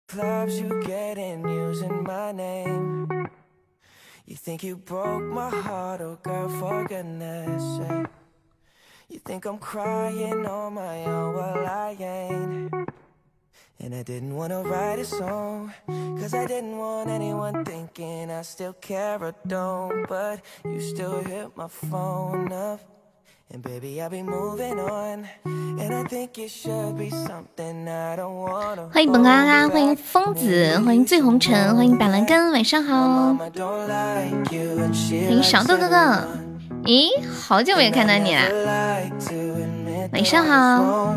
Clubs you get in using my name. You think you broke my heart, oh girl, for goodness sake. You think I'm crying on my own, well I ain't. And I didn't wanna write a song, cause I didn't want anyone thinking I still care or don't. But you still hit my phone up, and baby I'll be moving on. And I think it should be something I don't wanna. 欢迎本阿拉，欢迎疯子，欢迎醉红尘，欢迎板蓝根，晚上好。欢迎小豆哥哥，咦，好久没看到你了，晚上好。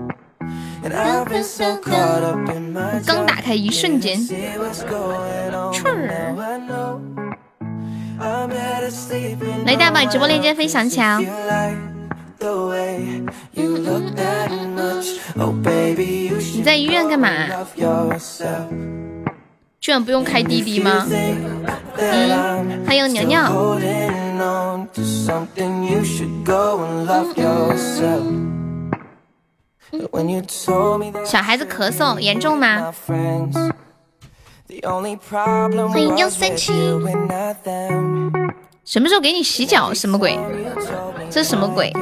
我刚打开一瞬间，春儿，来大家把直播链接分享起来哦。你在医院干嘛？居然不用开滴滴吗？还有娘娘。小孩子咳嗽严重吗？欢迎137。什么时候给你洗脚？什么鬼？这是什么鬼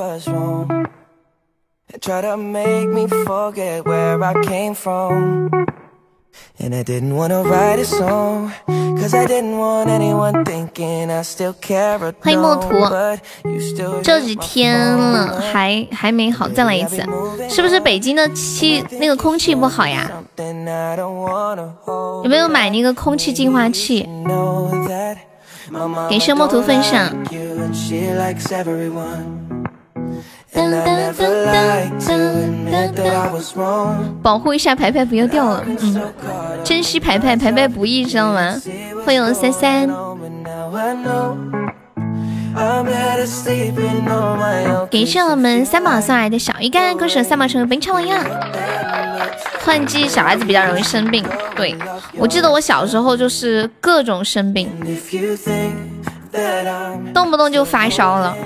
？And I didn't wanna write a song, cause I didn't want anyone thinking I still care or don't. 欢迎墨图，这几天了还没好，再来一次，是不是北京的那个空气不好呀？有没有买那个空气净化器？给谢墨图分享。保护一下牌牌不要掉了，珍惜牌牌，牌牌不易，知道吗？欢迎33，感谢我们三宝送来的小鱼干，恭喜三宝成为本场榜样。换季小孩子比较容易生病，对，我记得我小时候就是各种生病，动不动就发烧了。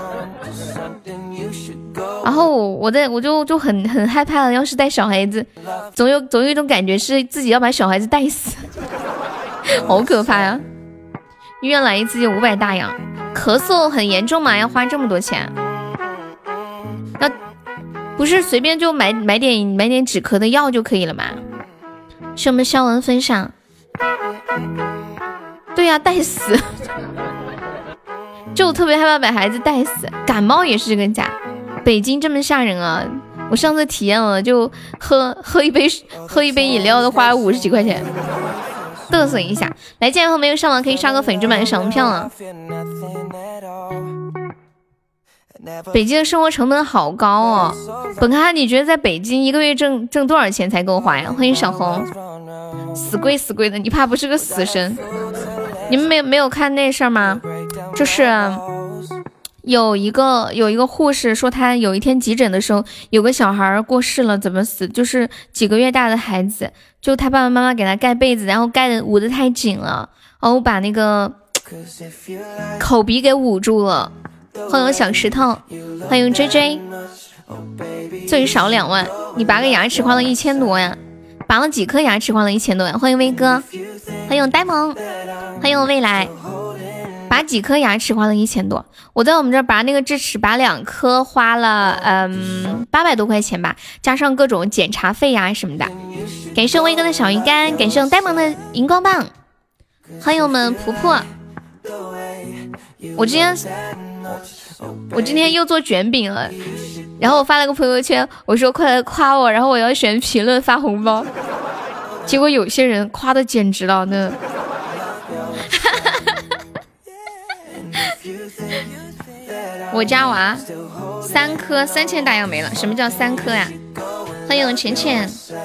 然后我就很害怕了，要是带小孩子，总有一种感觉是自己要把小孩子带死，好可怕呀！医院来一次就500大洋，咳嗽很严重嘛，要花这么多钱？那不是随便就买点止咳的药就可以了吗？是我们肖文分享。对呀，带死，就特别害怕把孩子带死，感冒也是这个价。北京这么吓人啊！我上次体验了，就喝一杯饮料都花了50几块钱，嘚瑟一下。来，进来后没有上网可以刷个粉就买小门票了。北京的生活成本好高哦，本咖你觉得在北京一个月挣多少钱才够花呀？欢迎小红，死贵的，你怕不是个死神？你们没有看那事儿吗？就是有一个护士说，他有一天急诊的时候，有个小孩过世了，怎么死？就是几个月大的孩子，就他爸爸妈妈给他盖被子，然后盖的捂得太紧了，然后把那个口鼻给捂住了。欢迎小石头，欢迎 JJ， 最少2万，你拔个牙齿花了1000多呀？拔了几颗牙齿花了1000多呀？欢迎威哥，欢迎呆萌，欢迎未来。拔几颗牙齿花了1000多，我在我们这儿拔那个智齿，拔2颗花了800多块钱吧，加上各种检查费呀什么的。感谢威哥的小鱼干，感谢呆萌的荧光棒，欢迎我们婆婆。我今天又做卷饼了，然后我发了个朋友圈，我说快来夸我，然后我要选评论发红包，结果有些人夸的简直了呢。我家娃3颗3000大洋没了，什么叫3颗呀？欢迎浅浅。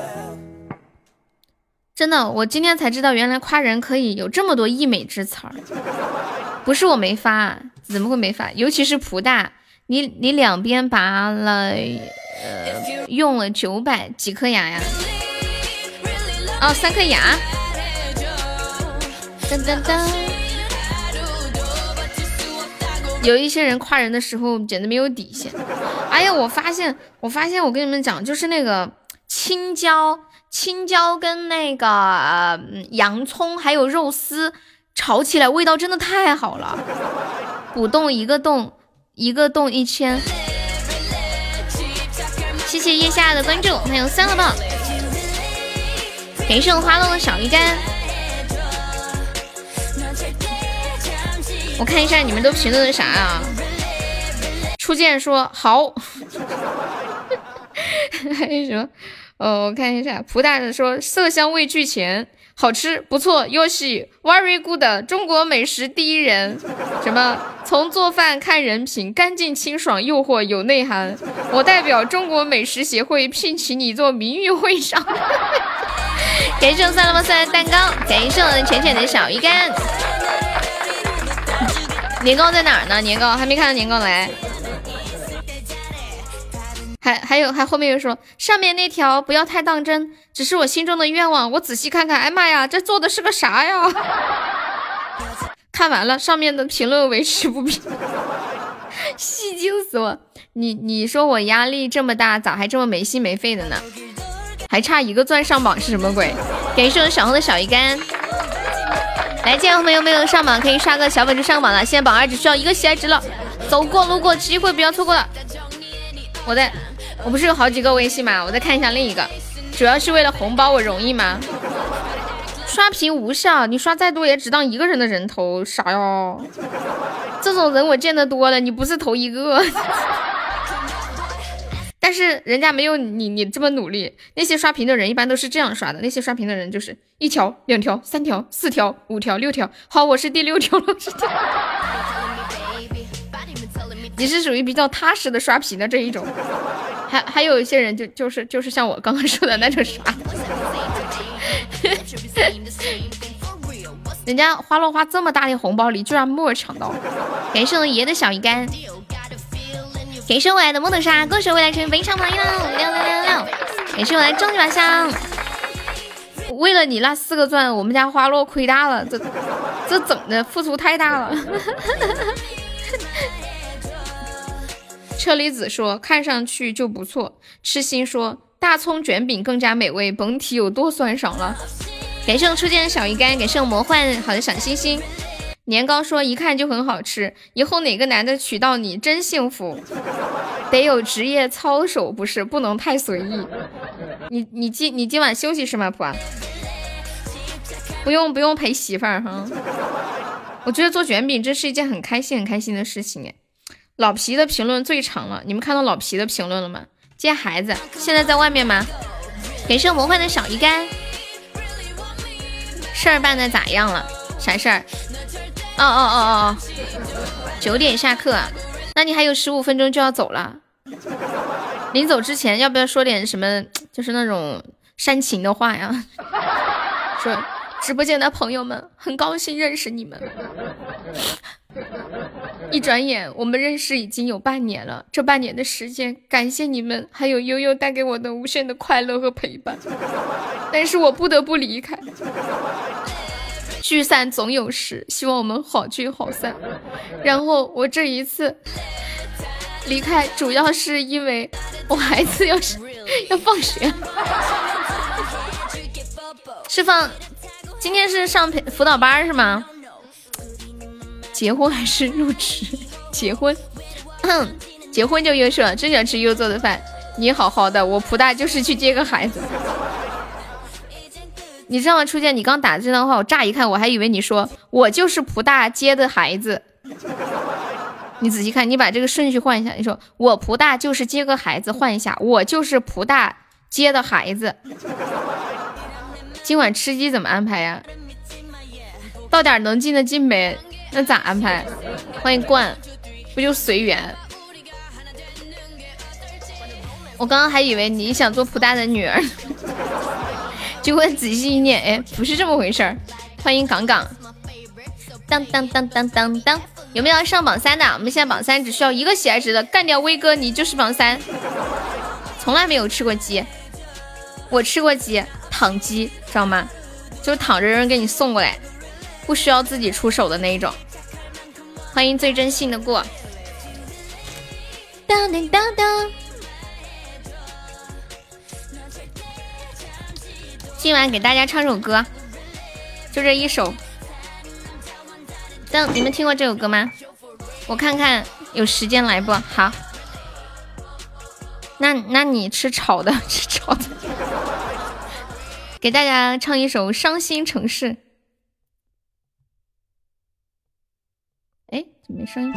真的，我今天才知道原来夸人可以有这么多溢美之词儿。不是我没发，怎么会没发？尤其是蒲大，你2边拔了用了900几颗牙呀？哦，3颗牙。噔噔噔。有一些人夸人的时候简直没有底线。哎呀，我发现我跟你们讲，就是那个青椒青椒跟那个洋葱还有肉丝炒起来，味道真的太好了。补洞一个洞1000，谢谢叶夏的关注，还有3个棒，感谢我花落的小鱼干。我看一下你们都评论的啥啊？初见说好，还有什么？我看一下，蒲大人说色香味俱全，好吃不错，优喜 very good， 中国美食第一人。什么？从做饭看人品，干净清爽，诱惑有内涵。我代表中国美食协会聘请你做名誉会长。感谢我3萝卜3蛋糕，感谢我的浅浅的小鱼干。年糕在哪儿呢？年糕还没看到年糕来。还后面又说上面那条不要太当真，只是我心中的愿望。我仔细看看，哎妈呀，这做的是个啥呀？看完了，上面的评论维持不变，戏精死我！你说我压力这么大，咋还这么没心没肺的呢？还差1个钻上榜是什么鬼？感谢我小红的小鱼干。来，见我们有没有上榜？可以刷个小本子上榜了。现在榜2只需要1个喜爱值了，走过路过机会不要错过了。我不是有好几个微信吗？我再看一下另一个，主要是为了红包，我容易吗？刷屏无效，你刷再多也只当一个人的人头，傻哟！这种人我见得多了，你不是头一个。但是人家没有你这么努力，那些刷屏的人一般都是这样刷的，那些刷屏的人就是1条、2条、3条、4条、5条、6条。好，我是第6条了。你是属于比较踏实的刷屏的这一种，还有一些人就是像我刚刚说的那种刷的。人家花落花这么大的红包里居然没有抢到，感谢我爷的小鱼干，感谢我来的摩托沙，恭喜未来成非常朋友，66666，感谢我来终极宝箱。为了你那4个钻，我们家花落亏大了，这怎么的付出太大了。车厘子说看上去就不错，痴心说大葱卷饼更加美味，本体有多酸爽了。感谢我初见的小鱼干，感谢我魔幻好的小星星。年糕说一看就很好吃，以后哪个男的娶到你真幸福，得有职业操守，不能太随意。你今晚休息是吗？普啊，不用陪媳妇儿哈。我觉得做卷饼真是一件很开心的事情哎。老皮的评论最长了，你们看到老皮的评论了吗？接孩子现在在外面吗？感谢魔幻的小鱼干。事儿办的咋样了？啥事儿？哦，9点下课啊，那你还有15分钟就要走了。临走之前要不要说点什么，就是那种煽情的话呀？说直播间的朋友们，很高兴认识你们。一转眼我们认识已经有半年了，这半年的时间，感谢你们还有悠悠带给我的无限的快乐和陪伴，但是我不得不离开。聚散总有时，希望我们好聚好散。然后我这一次离开主要是因为我孩子要放学。是放今天是上辅导班是吗？结婚还是入职？结婚结婚就优秀了，真想吃优做的饭。你好好的，我普大就是去接个孩子。你知道吗？初见你刚打这段话，我乍一看我还以为你说我就是普大接的孩子。你仔细看，你把这个顺序换一下，你说我普大就是接个孩子，换一下我就是普大接的孩子。今晚吃鸡怎么安排呀？到点能进的进呗，那咋安排？欢迎冠，不就随缘。我刚刚还以为你想做普大的女儿。结果仔细一念，哎，不是这么回事儿。欢迎港港，当，有没有要上榜3的？我们现在榜3只需要1个喜爱值的，干掉威哥，你就是榜3。从来没有吃过鸡，我吃过鸡，躺鸡，知道吗？就是躺着人给你送过来，不需要自己出手的那一种。欢迎最真性的过。当当当当。 今晚给大家唱首歌，就这一首。但你们听过这首歌吗？我看看有时间来不？好，那你吃炒的，吃炒的。给大家唱一首《伤心城市》。哎，怎么没声音？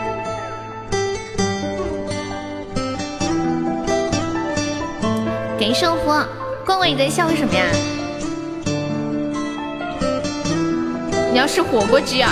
给生活，关伟你在笑什么呀？你要是火锅鸡啊！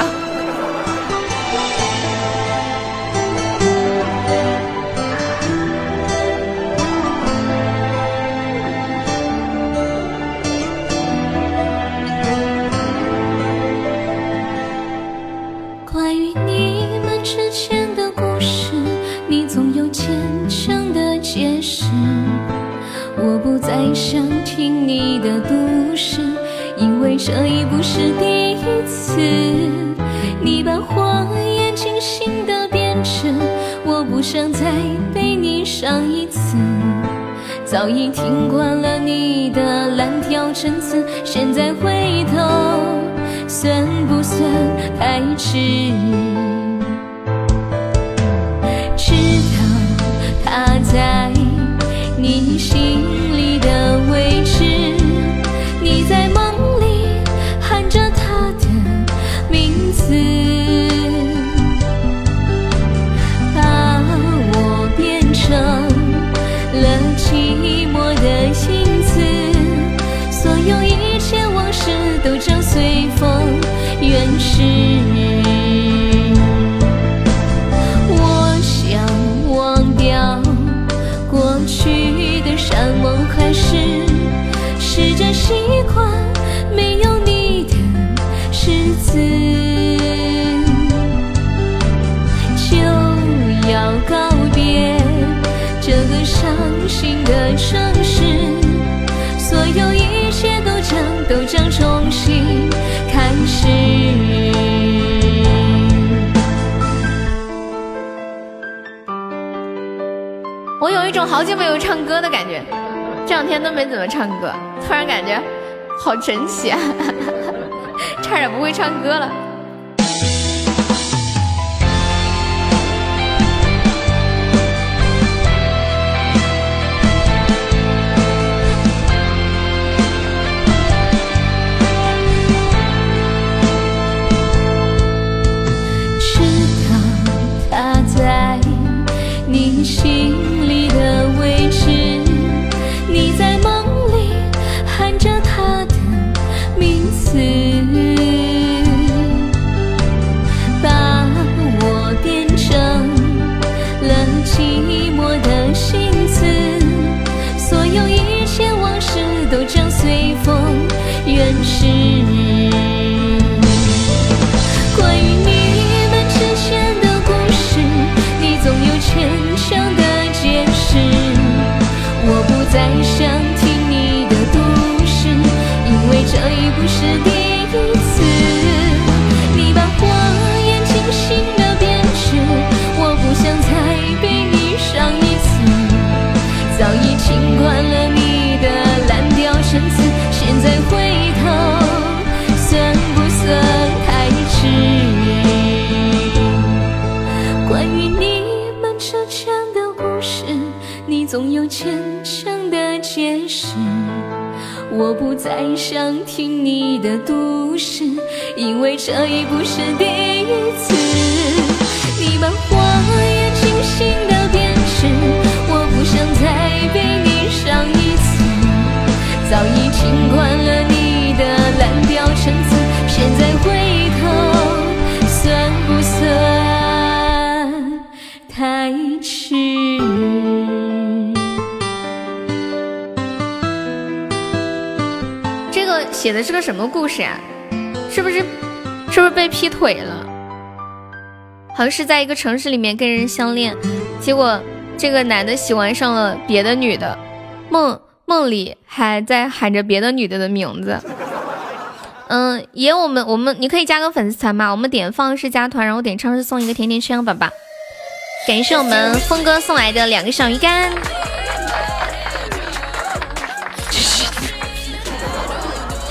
关于你们之间的故事，你总有坚强的解释。我不再想听你的都市，因为这已不是第一次。你把谎言精心的编织，我不想再被你伤一次。早已听惯了你的蓝调陈词，现在回头算不算太迟？知道他在你心里的位置，你在梦里喊着他的名字，把我变成了寂寞的影子，所有一切往事都将随风远逝。我想忘掉过去的山盟海誓，试着习惯没有你的日子，就要告别这个伤心的城市，所有一切都将重新开始。 我有一种好久没有唱歌的感觉，这两天都没怎么唱歌，突然感觉好神奇啊，差点不会唱歌了。 在你心里的位置，你在梦里喊着他的名字，把我变成了寂寞的心思，所有一切往事都将随风远逝。关于你们之间的总有牵强的解释，我不再想听你的都市，因为这已不是第一次。你把谎言精心的编织，我不想再被你伤一次。早已听惯了你的蓝调陈词，现在回头算不算太迟？关于你之间的故事，你总有牵强的解释，我不再想听你的都市，因为这已不是第一次。你把谎言精心的编织，我不想再被你伤一次。早已听惯了你的蓝调陈词，现在回头算不算太迟？ 这个写的是个什么故事呀？是不是被劈腿了？好像是在一个城市里面跟人相恋，结果这个男的喜欢上了别的女的，梦里还在喊着别的女的的名字。也我们你可以加个粉丝团嘛，我们点放是加团，然后点唱是送一个甜甜圈宝宝。感谢我们峰哥送来的2个小鱼干。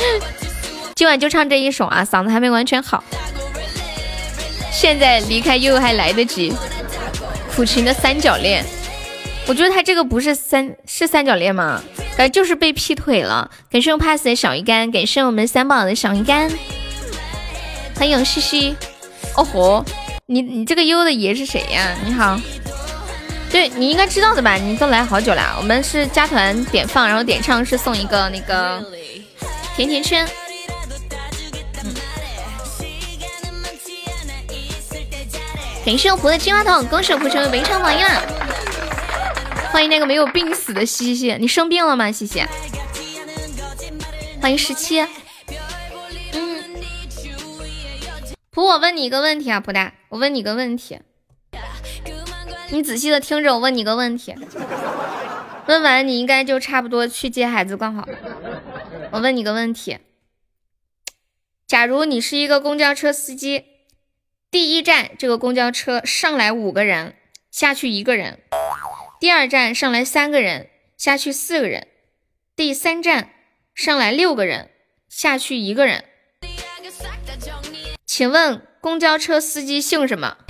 今晚就唱这一首啊，嗓子还没完全好。现在离开悠悠还来得及。苦情的三角恋，我觉得他这个不是三角恋吗？感觉就是被劈腿了。感谢我 pass 的小鱼干，感谢我们三宝的小鱼干，欢迎西西。哦吼，你这个悠的爷是谁呀？你好，对你应该知道的吧？你都来好久了。我们是加团点放，然后点唱是送一个那个甜甜圈。感谢我婆的金话筒，恭喜我婆成为围场榜样。欢迎那个没有病死的西西，你生病了吗？西西，欢迎17。婆，我问你一个问题啊，婆大，我问你个问题，你仔细的听着，我问你个问题，问完你应该就差不多去接孩子，刚好。我问你个问题，假如你是一个公交车司机，第一站这个公交车上来5个人，下去1个人；第二站上来3个人，下去4个人；第3站上来6个人，下去1个人。请问公交车司机姓什么？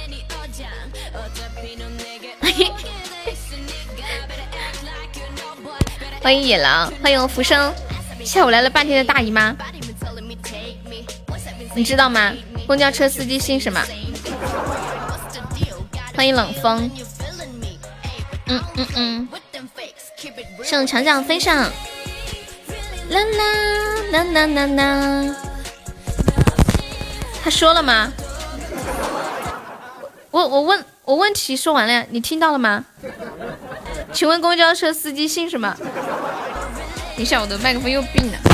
欢迎野狼，欢迎我浮生。下午来了半天的大姨妈，你知道吗？公交车司机姓什么？欢迎冷风。向长江飞上。啦啦啦啦啦啦。他说了吗？我问题说完了呀，你听到了吗？请问公交车司机姓什么？等一下，我的麦克风又病了。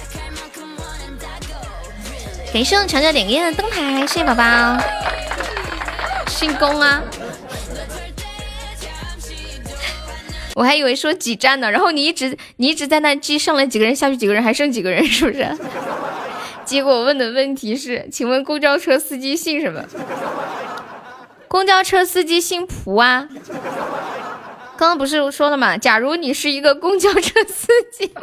感谢长脚点个烟的灯牌，谢谢宝宝。姓龚啊，我还以为说几站呢，然后你一直在那记上来几个人，下去几个人，还剩几个人，是不是？结果我问的问题是，请问公交车司机姓什么？公交车司机姓蒲啊。刚刚不是说了吗？假如你是一个公交车司机。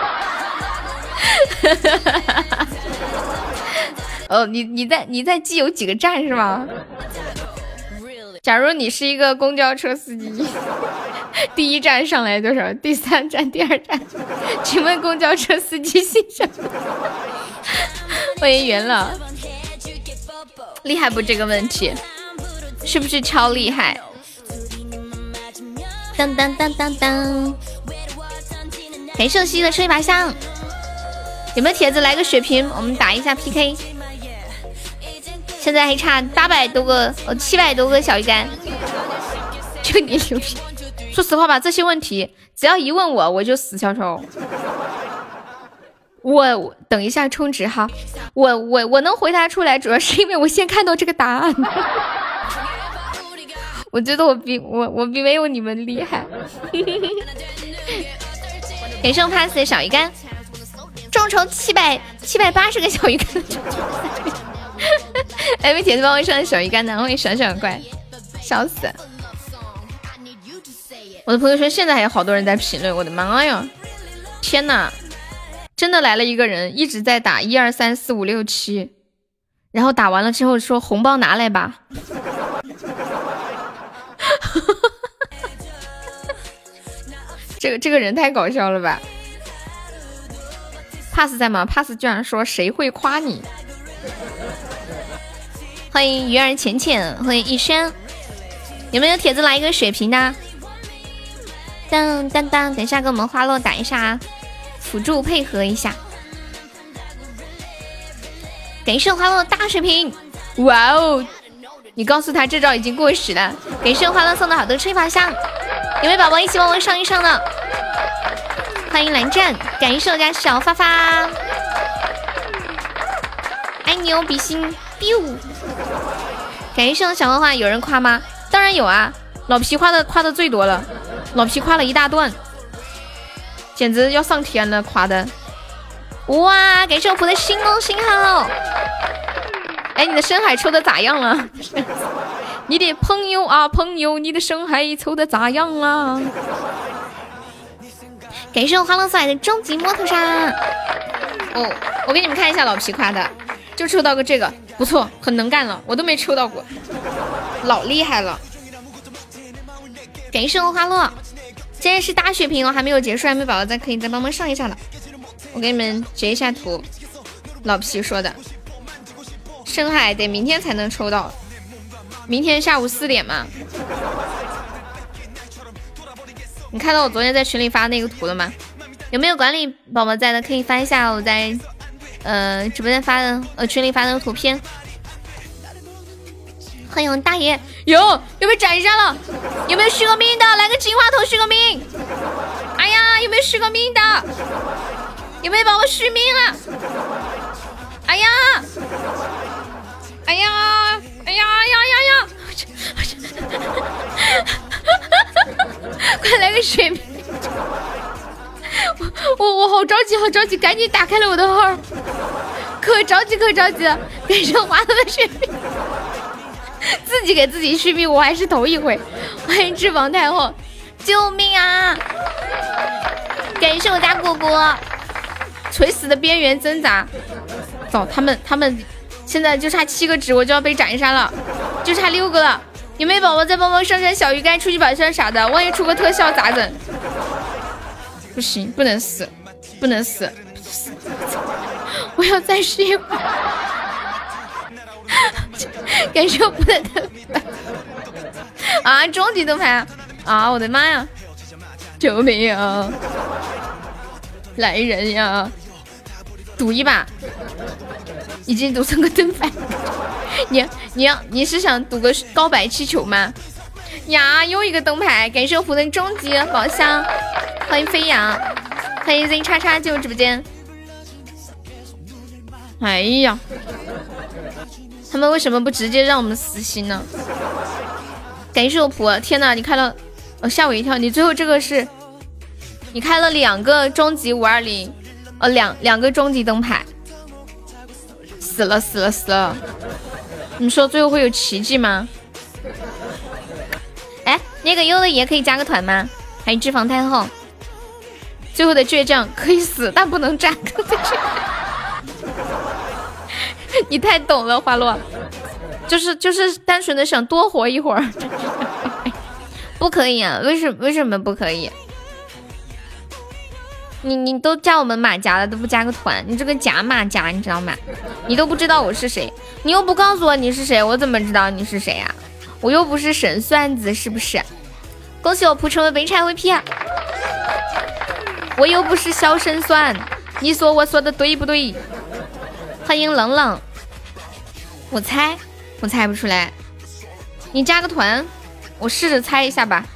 哦，你在记有几个站是吗？假如你是一个公交车司机，第一站上来多少？第3站、第2站，请问公交车司机姓什么？欢迎元老，厉害不？这个问题是不是超厉害？当当当当当！感谢西的吹把香，有没有帖子来个血瓶？我们打一下 PK。现在还差800多个，700多个小鱼干，就你牛逼！说实话吧，这些问题只要一问我就死翘翘。我等一下充值哈，我能回答出来，主要是因为我先看到这个答案。我觉得我比没有你们厉害。给剩 pass 的小鱼干，众筹780个小鱼干。来没帖子帮我上小鱼干的，欢迎小小怪，笑死！我的朋友圈现在还有好多人在评论，我的妈呀！天哪，真的来了一个人一直在打1 2 3 4 5 6 7，然后打完了之后说红包拿来吧。这个人太搞笑了吧 ？Pass 在吗 ？Pass 居然说谁会夸你？欢迎鱼儿浅浅，欢迎逸轩，有没有帖子来一个血瓶的？当当当，等一下给我们花落打一下，辅助配合一下。感谢花落大血瓶，哇哦！你告诉他这招已经过时了。感谢花乐送的好多吹法香，有没有宝宝一起帮我上一上呢？欢迎蓝湛，感谢我家小发发，爱你哦比心 biu。感谢我小花花，有人夸吗？当然有啊，老皮夸的最多了，老皮夸了一大段，简直要上天了，夸的。哇，感谢我福的星哦星号。哎，你的深海抽的咋样了？你的朋友啊朋友，你的深海抽的咋样了？感谢我花浪赛的终极摩托车， 我给你们看一下老皮夸的，就抽到个这个，不错，很能干了，我都没抽到过，老厉害了。感谢我花落，今天是大血瓶哦，还没有结束，还没宝宝可以再帮忙上一下了。我给你们截一下图，老皮说的，深海得明天才能抽到，明天下午4点嘛。你看到我昨天在群里发那个图了吗？有没有管理宝宝在的可以发一下我在直播间发的群里发的图片。欢迎大爷，有没有斩杀了？有没有续个命的？来个金话筒续个命！哎呀，有没有续个命的？有没有宝宝续命了？哎呀，哎呀，哎呀呀呀呀！快来个血命！我好着急，好着急，赶紧打开了我的号，可着急，赶上华德的血命。自己给自己续命，我还是头一回。欢迎翅膀太后，救命啊！感谢我家果果，垂死的边缘挣扎。走，他们现在就差7个值，我就要被斩杀了，就差6个了。有没有宝宝再帮忙上山小鱼干、出去宝箱啥的？万一出个特效咋整？不行，不能死，不能死！我要再试一会儿。感受不能的啊！终极灯牌啊！我的妈呀！救命呀！来人呀！赌一把，已经赌成个灯牌。你是想赌个高白气球吗？呀，又一个灯牌！感谢湖的终极宝箱，欢迎飞扬，欢迎 Z 叉叉进入直播间。哎呀！他们为什么不直接让我们死心呢？感谢我婆，天哪！你开了，吓我一跳！你最后这个是，你开了2个终极520，两个终极灯牌，死了！你说最后会有奇迹吗？哎，那个优的也可以加个团吗？还有脂肪太后，最后的倔强可以死，但不能战。你太懂了，花落，就是单纯的想多活一会儿，不可以啊？为什么不可以？你都加我们马甲了，都不加个团，你这个假马甲，你知道吗？你都不知道我是谁，你又不告诉我你是谁，我怎么知道你是谁啊？我又不是神算子，是不是？恭喜我蒲成为北产 VP， 我又不是小神算，你说我说的对不对？欢迎冷冷，我猜不出来，你加个团，我试着猜一下吧。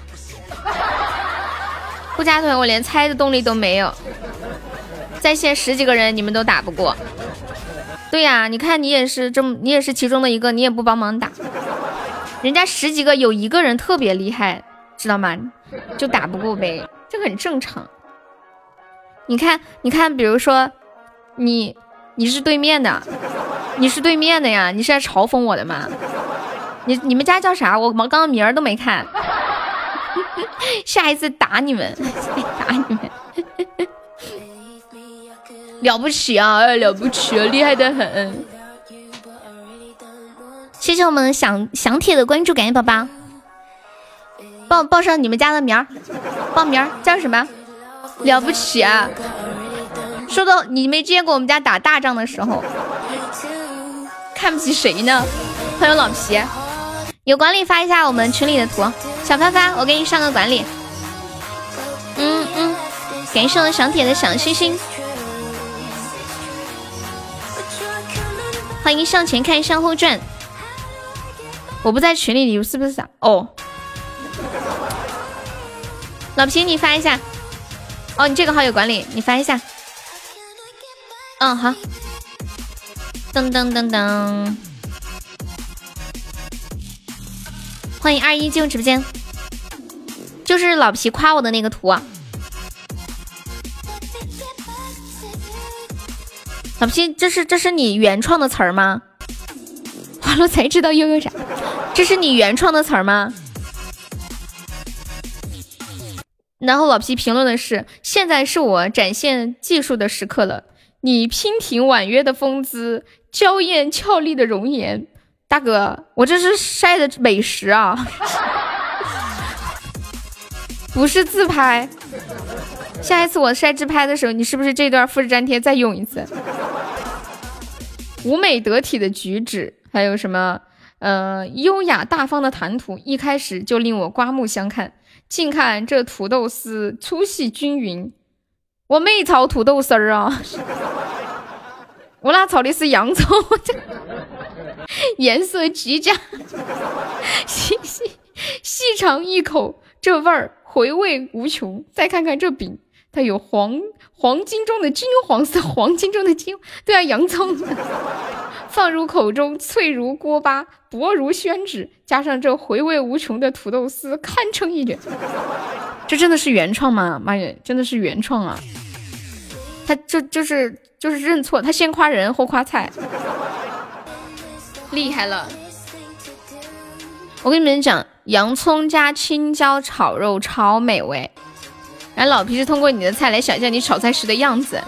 不加团我连猜的动力都没有，在线10几个人你们都打不过。对呀，你看你也是其中的一个，你也不帮忙打，人家10几个有1个人特别厉害，知道吗？就打不过呗，这很正常。你看，比如说你是对面的呀，你是在嘲讽我的吗？你们家叫啥？我刚刚名儿都没看。下一次打你们，了不起啊，了不起啊，厉害的很。谢谢我们想铁的关注，感谢宝宝。报上你们家的名儿，报名叫什么？了不起啊！说到你没见过我们家打大仗的时候，看不起谁呢？欢迎老皮，有管理发一下我们群里的图，小发发，我给你上个管理。感谢我想铁的小星星，欢迎向前看向后转。我不在群里，你是不是傻？哦，老皮你发一下。哦，你这个好友管理，你发一下。好。噔噔噔噔，欢迎21进入直播间，就是老皮夸我的那个图啊。老皮，这是你原创的词儿吗？完了才知道悠悠啥，这是你原创的词儿吗？然后老皮评论的是：现在是我展现技术的时刻了， 你娉婷婉约的风姿，娇艳俏丽的容颜。大哥，我这是晒的美食啊，不是自拍。下一次我晒自拍的时候，你是不是这段复制粘贴再用一次？妩媚得体的举止，还有什么优雅大方的谈吐，一开始就令我刮目相看。近看这土豆丝粗细均匀，我没炒土豆丝儿啊，我哪炒的是洋葱，颜色极佳，细尝一口，这味儿回味无穷。再看看这饼，它有黄金中的金黄色，黄金中的金，对啊，洋葱放入口中，脆如锅巴，薄如宣纸，加上这回味无穷的土豆丝，堪称一绝。这真的是原创吗？妈呀，真的是原创啊！他就是认错，他先夸人后夸菜，厉害了！我跟你们讲，洋葱加青椒炒肉超美味。然后老皮是通过你的菜来想象你炒菜时的样子。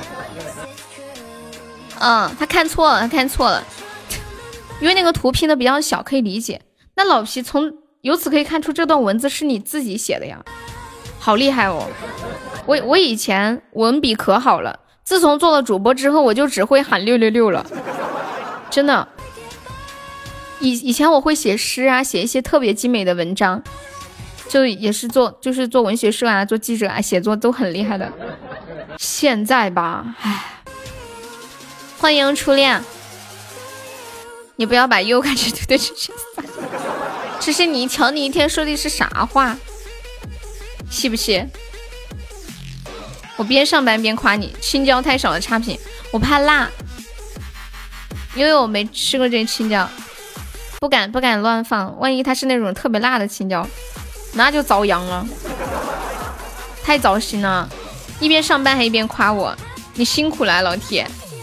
他看错了，因为那个图拼的比较小，可以理解。那老皮由此可以看出这段文字是你自己写的呀，好厉害哦！我以前文笔可好了，自从做了主播之后，我就只会喊666了，真的。以前我会写诗啊，写一些特别精美的文章，就也是做文学社啊，做记者啊，写作都很厉害的。现在吧，唉，欢迎初恋，你不要把优感觉对着这是你瞧你一天说的是啥话，气不气？我边上班边夸你，青椒太少的差评，我怕辣，因为我没吃过这青椒，不敢乱放，万一它是那种特别辣的青椒，那就遭殃了，太糟心了。一边上班还一边夸我，你辛苦了老铁。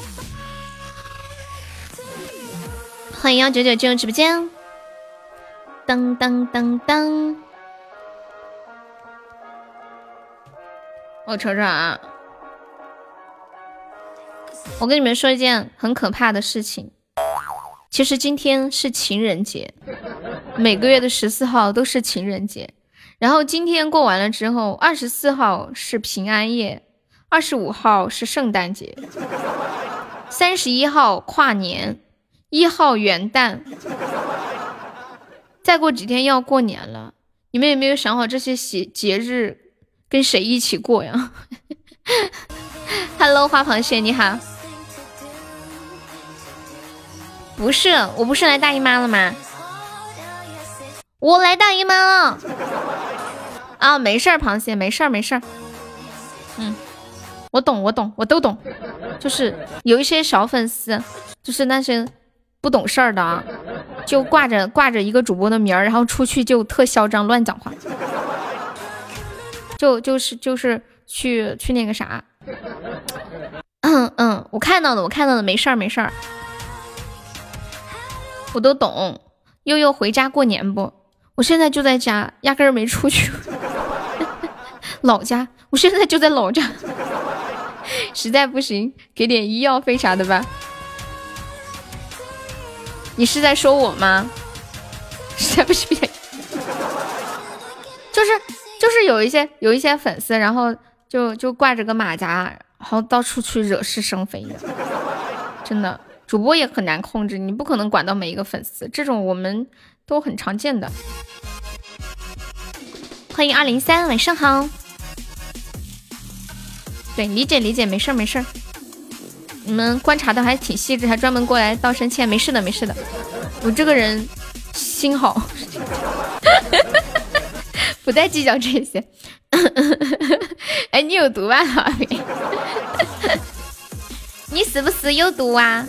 欢迎1999进入直播间，噔噔噔噔，我瞅瞅啊，我跟你们说一件很可怕的事情，其实今天是情人节，每个月的14号都是情人节，然后今天过完了之后，24号是平安夜，25号是圣诞节，31号跨年，1号元旦，再过几天要过年了，你们有没有想好这些节日跟谁一起过呀？Hello， 花螃蟹你好。不是，我不是来大姨妈了吗？我来大姨妈了。啊，没事儿，螃蟹，没事儿。我懂，我都懂。就是有一些小粉丝，就是那些不懂事儿的啊，就挂着一个主播的名儿，然后出去就特嚣张，乱讲话。就是去那个啥，我看到的，没事儿，我都懂。悠回家过年不？我现在就在家，压根儿没出去。老家，我现在就在老家。实在不行，给点医药费啥的吧。你是在说我吗？实在不行，就是有一些粉丝，然后就挂着个马甲，然后到处去惹是生非的。真的，主播也很难控制，你不可能管到每一个粉丝，这种我们都很常见的。欢迎203，晚上好。对，理解，没事儿。你们观察的还挺细致，还专门过来道声歉，没事的。我这个人心好，不再计较这些。哎，你有毒吧，老皮？你是不是有毒啊？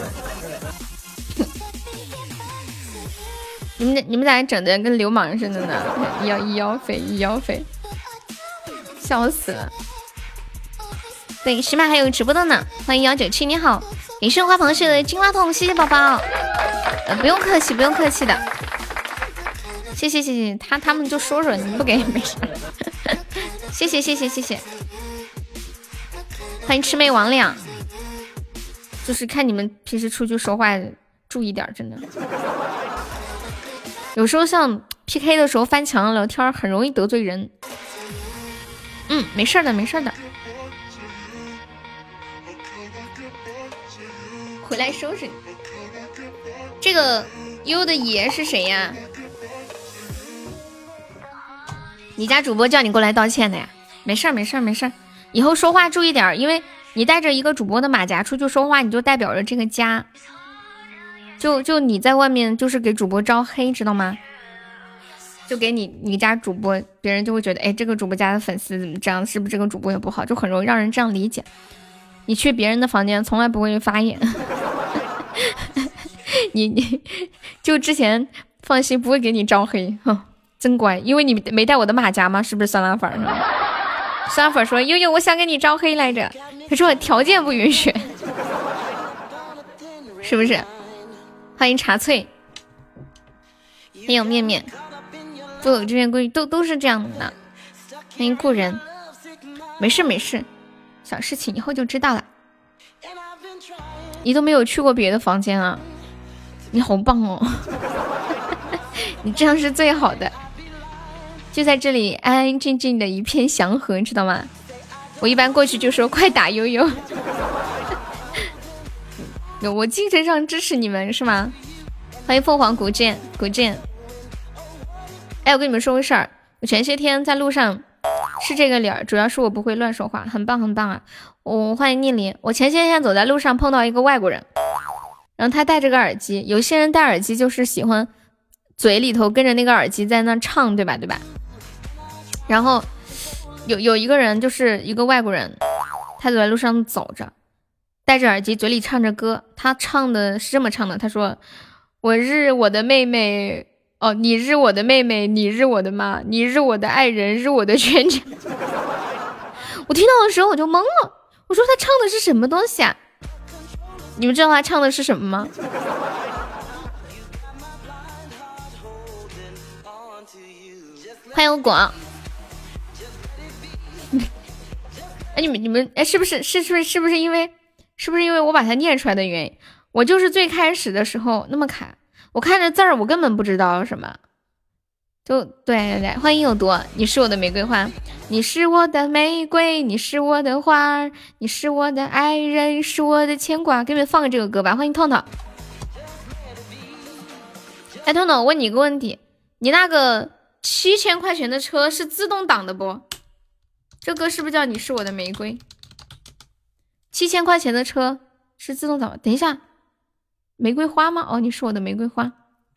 你们咋整的跟流氓似的呢？医药费，笑死了。对，喜马还有直播的呢，欢迎197，你好，感谢花螃蟹的金话筒，谢谢宝宝。不用客气的，谢谢，他们就说你不给没事。谢谢，欢迎魑魅魍魉， 就是看你们平时出去说话注意点，真的。有时候像 PK 的时候翻墙聊天很容易得罪人。没事的，没事的。回来收拾你。这个优的爷是谁呀？你家主播叫你过来道歉的呀？没事没事没事，以后说话注意点，因为你带着一个主播的马甲出去说话，你就代表着这个家。就你在外面就是给主播招黑，知道吗？就给你家主播，别人就会觉得，哎，这个主播家的粉丝怎么这样？是不是这个主播也不好？就很容易让人这样理解。你去别人的房间从来不会发言，你就之前放心不会给你招黑，真乖，因为你没带我的马甲吗？是不是酸辣粉？酸辣粉说悠悠，我想给你招黑来着，可是我条件不允许，是不是？欢迎茶翠，还有面面，不，这边规矩都是这样的。欢迎故人，没事没事，小事情以后就知道了。你都没有去过别的房间啊？你好棒哦！你这样是最好的。就在这里安安静静的一片祥和，知道吗？我一般过去就说快打悠悠。我精神上支持你们是吗？欢迎凤凰古剑古剑。哎，我跟你们说个事儿，我前些天在路上是这个理儿，主要是我不会乱说话，很棒很棒啊！欢迎逆鳞。我前些天走在路上碰到一个外国人，然后他戴着个耳机，有些人戴耳机就是喜欢嘴里头跟着那个耳机在那唱，对吧？然后有一个人就是一个外国人，他走在路上走着，戴着耳机，嘴里唱着歌。他唱的是这么唱的，他说：“我日我的妹妹，哦，你日我的妹妹，你日我的妈，你日我的爱人，日我的全家。”我听到的时候我就懵了，我说他唱的是什么东西啊？你们知道他唱的是什么吗？欢迎果。哎，你们哎，是不是因为我把它念出来的原因？我就是最开始的时候那么卡，我看着字儿，我根本不知道什么。就对，欢迎有毒，你是我的玫瑰花，你是我的玫瑰，你是我的花，你是我的爱人，是我的牵挂。给你们放个这个歌吧。欢迎痛痛。哎，痛痛，我问你一个问题，你那个7000块钱的车是自动挡的不？这歌是不是叫你是我的玫瑰？7000块钱的车是自动挡。等一下，玫瑰花吗？哦，你是我的玫瑰花。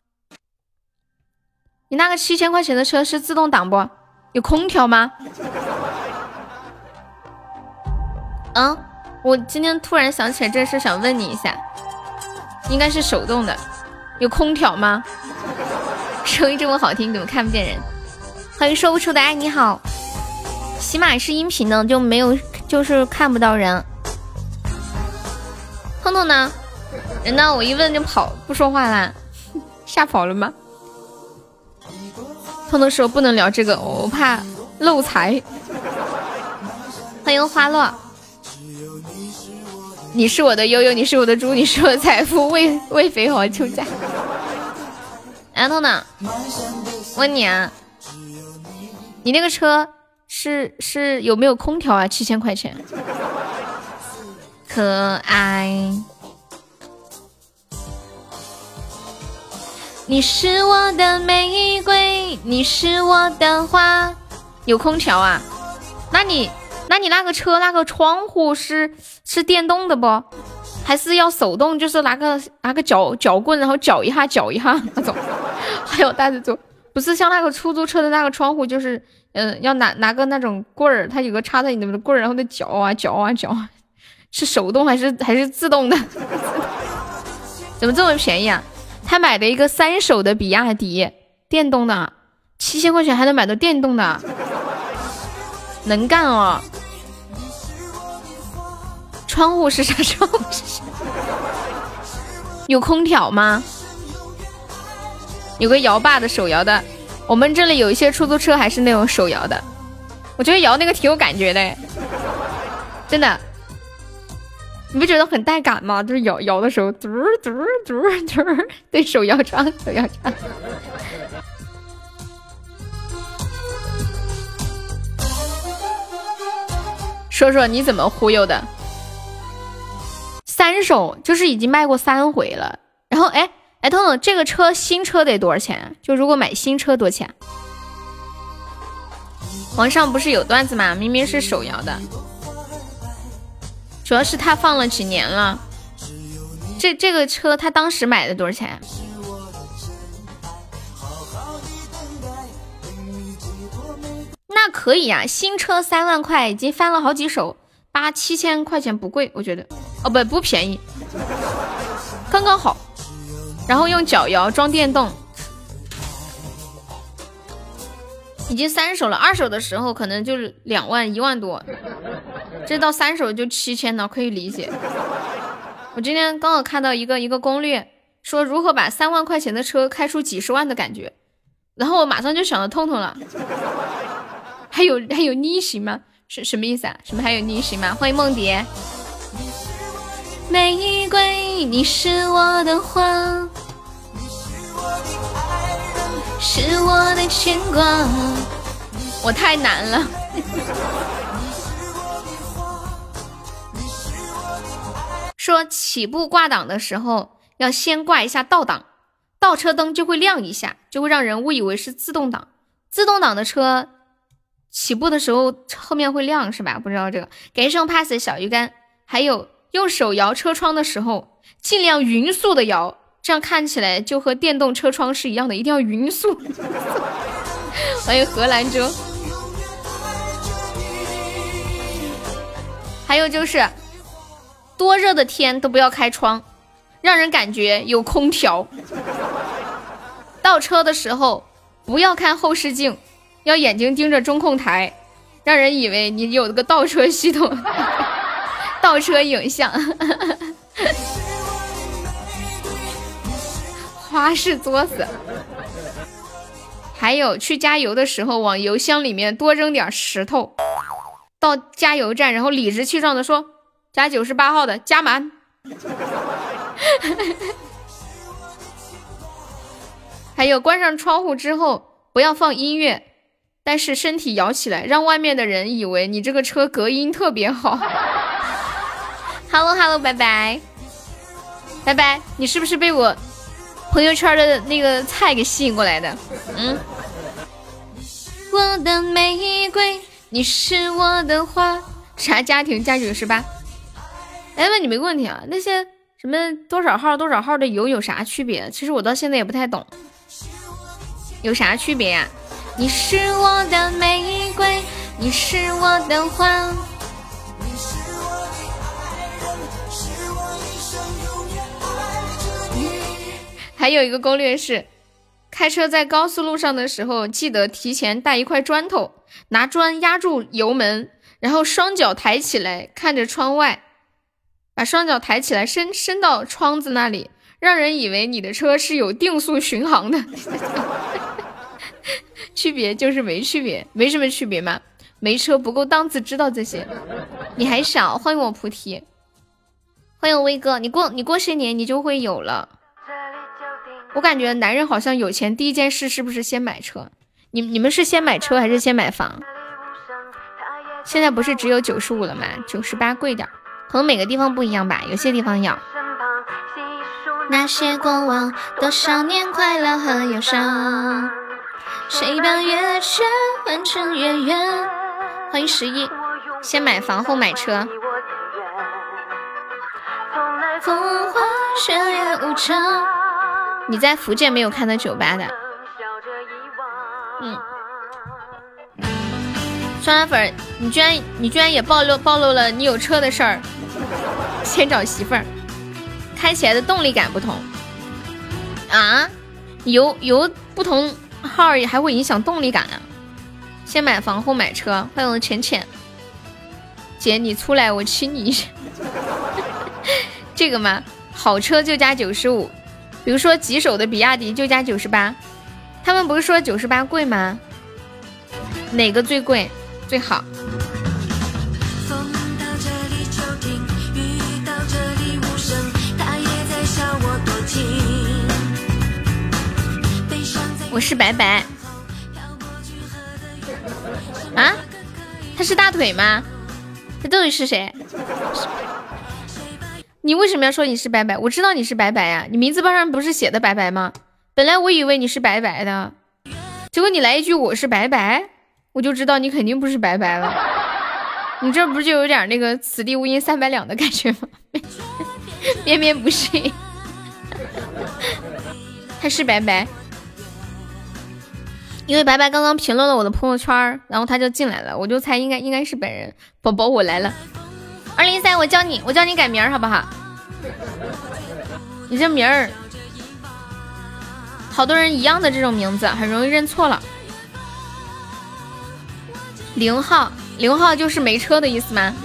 你那个7000块钱的车是自动挡不？有空调吗？我今天突然想起来这事，想问你一下，应该是手动的，有空调吗？声音这么好听，怎么看不见人？欢迎说不出的爱，你好。喜马是音频呢，就没有，就是看不到人。痛痛呢？人呢？我一问就跑，不说话啦，吓跑了吗？痛痛说不能聊这个，我怕漏财。欢迎花落，你是我的悠悠，你是我的猪，你是我的财富，喂肥好求价。痛痛，问你啊，你那个车是有没有空调啊？7000块钱，可爱。你是我的玫瑰，你是我的花，有空调啊？那你那个车那个窗户是电动的不？还是要手动？就是拿个脚棍，然后搅一下那种？还有带着走，不是像那个出租车的那个窗户，就是要拿个那种棍儿，它有个插在你的棍儿，然后再搅啊，是手动还是自动的？怎么这么便宜啊？他买的一个3手的比亚迪电动的，7000块钱还能买到电动的，能干哦。窗户是啥？窗户是啥？有空调吗？有个摇把的手摇的，我们这里有一些出租车还是那种手摇的，我觉得摇那个挺有感觉的，真的。 你不觉得很带感吗？就是摇的时候，嘟嘟嘟嘟，对手摇唱，手摇唱。说说你怎么忽悠的？3手就是已经卖过3回了。然后哎，彤彤，这个车新车得多少钱？就如果买新车多少钱？网上不是有段子吗？明明是手摇的，主要是他放了几年了。这个车他当时买的多少钱？那可以啊，新车3万块，已经翻了好几手，8、7千块钱不贵，我觉得。哦，不便宜，刚刚好。然后用脚摇装电动，已经3手了，2手的时候可能就是2万、1万多，这到3手就7千呢，可以理解。我今天刚好看到一个攻略，说如何把3万块钱的车开出几十万的感觉，然后我马上就想到痛痛了。还有逆行吗？是什么意思啊？什么还有逆行吗？欢迎梦蝶。玫瑰，你是我的花，是我的牵挂。我太难了。说起步挂档的时候要先挂一下倒档，倒车灯就会亮一下，就会让人误以为是自动挡。自动挡的车起步的时候后面会亮是吧？不知道这个。给上 pass 小鱼干。还有用手摇车窗的时候尽量匀速的摇，这样看起来就和电动车窗是一样的，一定要匀速。欢迎荷兰州。还有就是多热的天都不要开窗，让人感觉有空调。倒车的时候不要看后视镜，要眼睛盯着中控台，让人以为你有个倒车系统。倒车影像。花式作死。还有去加油的时候往油箱里面多扔点石头，到加油站然后理直气壮的说加98号的加满。还有关上窗户之后不要放音乐，但是身体摇起来，让外面的人以为你这个车隔音特别好。Hello， 拜拜，拜拜，你是不是被我朋友圈的那个菜给吸引过来的？我的玫瑰，你是我的花。啥家庭加98？哎，问你们个问题啊，那些什么多少号的油有啥区别？其实我到现在也不太懂，有啥区别呀？你是我的玫瑰，你是我的花。还有一个攻略是，开车在高速路上的时候，记得提前带一块砖头，拿砖压住油门，然后双脚抬起来，看着窗外，把双脚抬起来伸到窗子那里，让人以为你的车是有定速巡航的。区别就是没区别，没什么区别嘛，没车不够档次知道这些。你还小，欢迎我菩提，欢迎我威哥，你过些年你就会有了。我感觉男人好像有钱第一件事是不是先买车？你们是先买车还是先买房？现在不是只有95了吗？98贵点，可能每个地方不一样吧，有些地方要。那些过往多少年快乐和忧伤，谁把月缺换成月圆。欢迎11，先买房后买车。风花雪月无常。你在福建没有看到98的？双蓝粉，你居然也暴露了你有车的事儿。先找媳妇儿，开起来的动力感不同啊，油不同号也还会影响动力感啊。先买房后买车，欢迎我浅浅姐，你出来我亲你一下。这个吗？好车就加95。比如说几手的比亚迪就加98，他们不是说98贵吗？哪个最贵最好？ 我是白白。啊？他是大腿吗？他到底是谁？你为什么要说你是白白？我知道你是白白呀，你名字包上不是写的白白吗？本来我以为你是白白的，结果你来一句我是白白，我就知道你肯定不是白白了。你这不就有点那个此地无银三百两的感觉吗？绵绵不是，他是白白，因为白白刚刚评论了我的朋友圈，然后他就进来了，我就猜应该是本人。宝宝我来了，203，我教你改名好不好？你这名儿，好多人一样的这种名字，很容易认错了。0号就是没车的意思吗？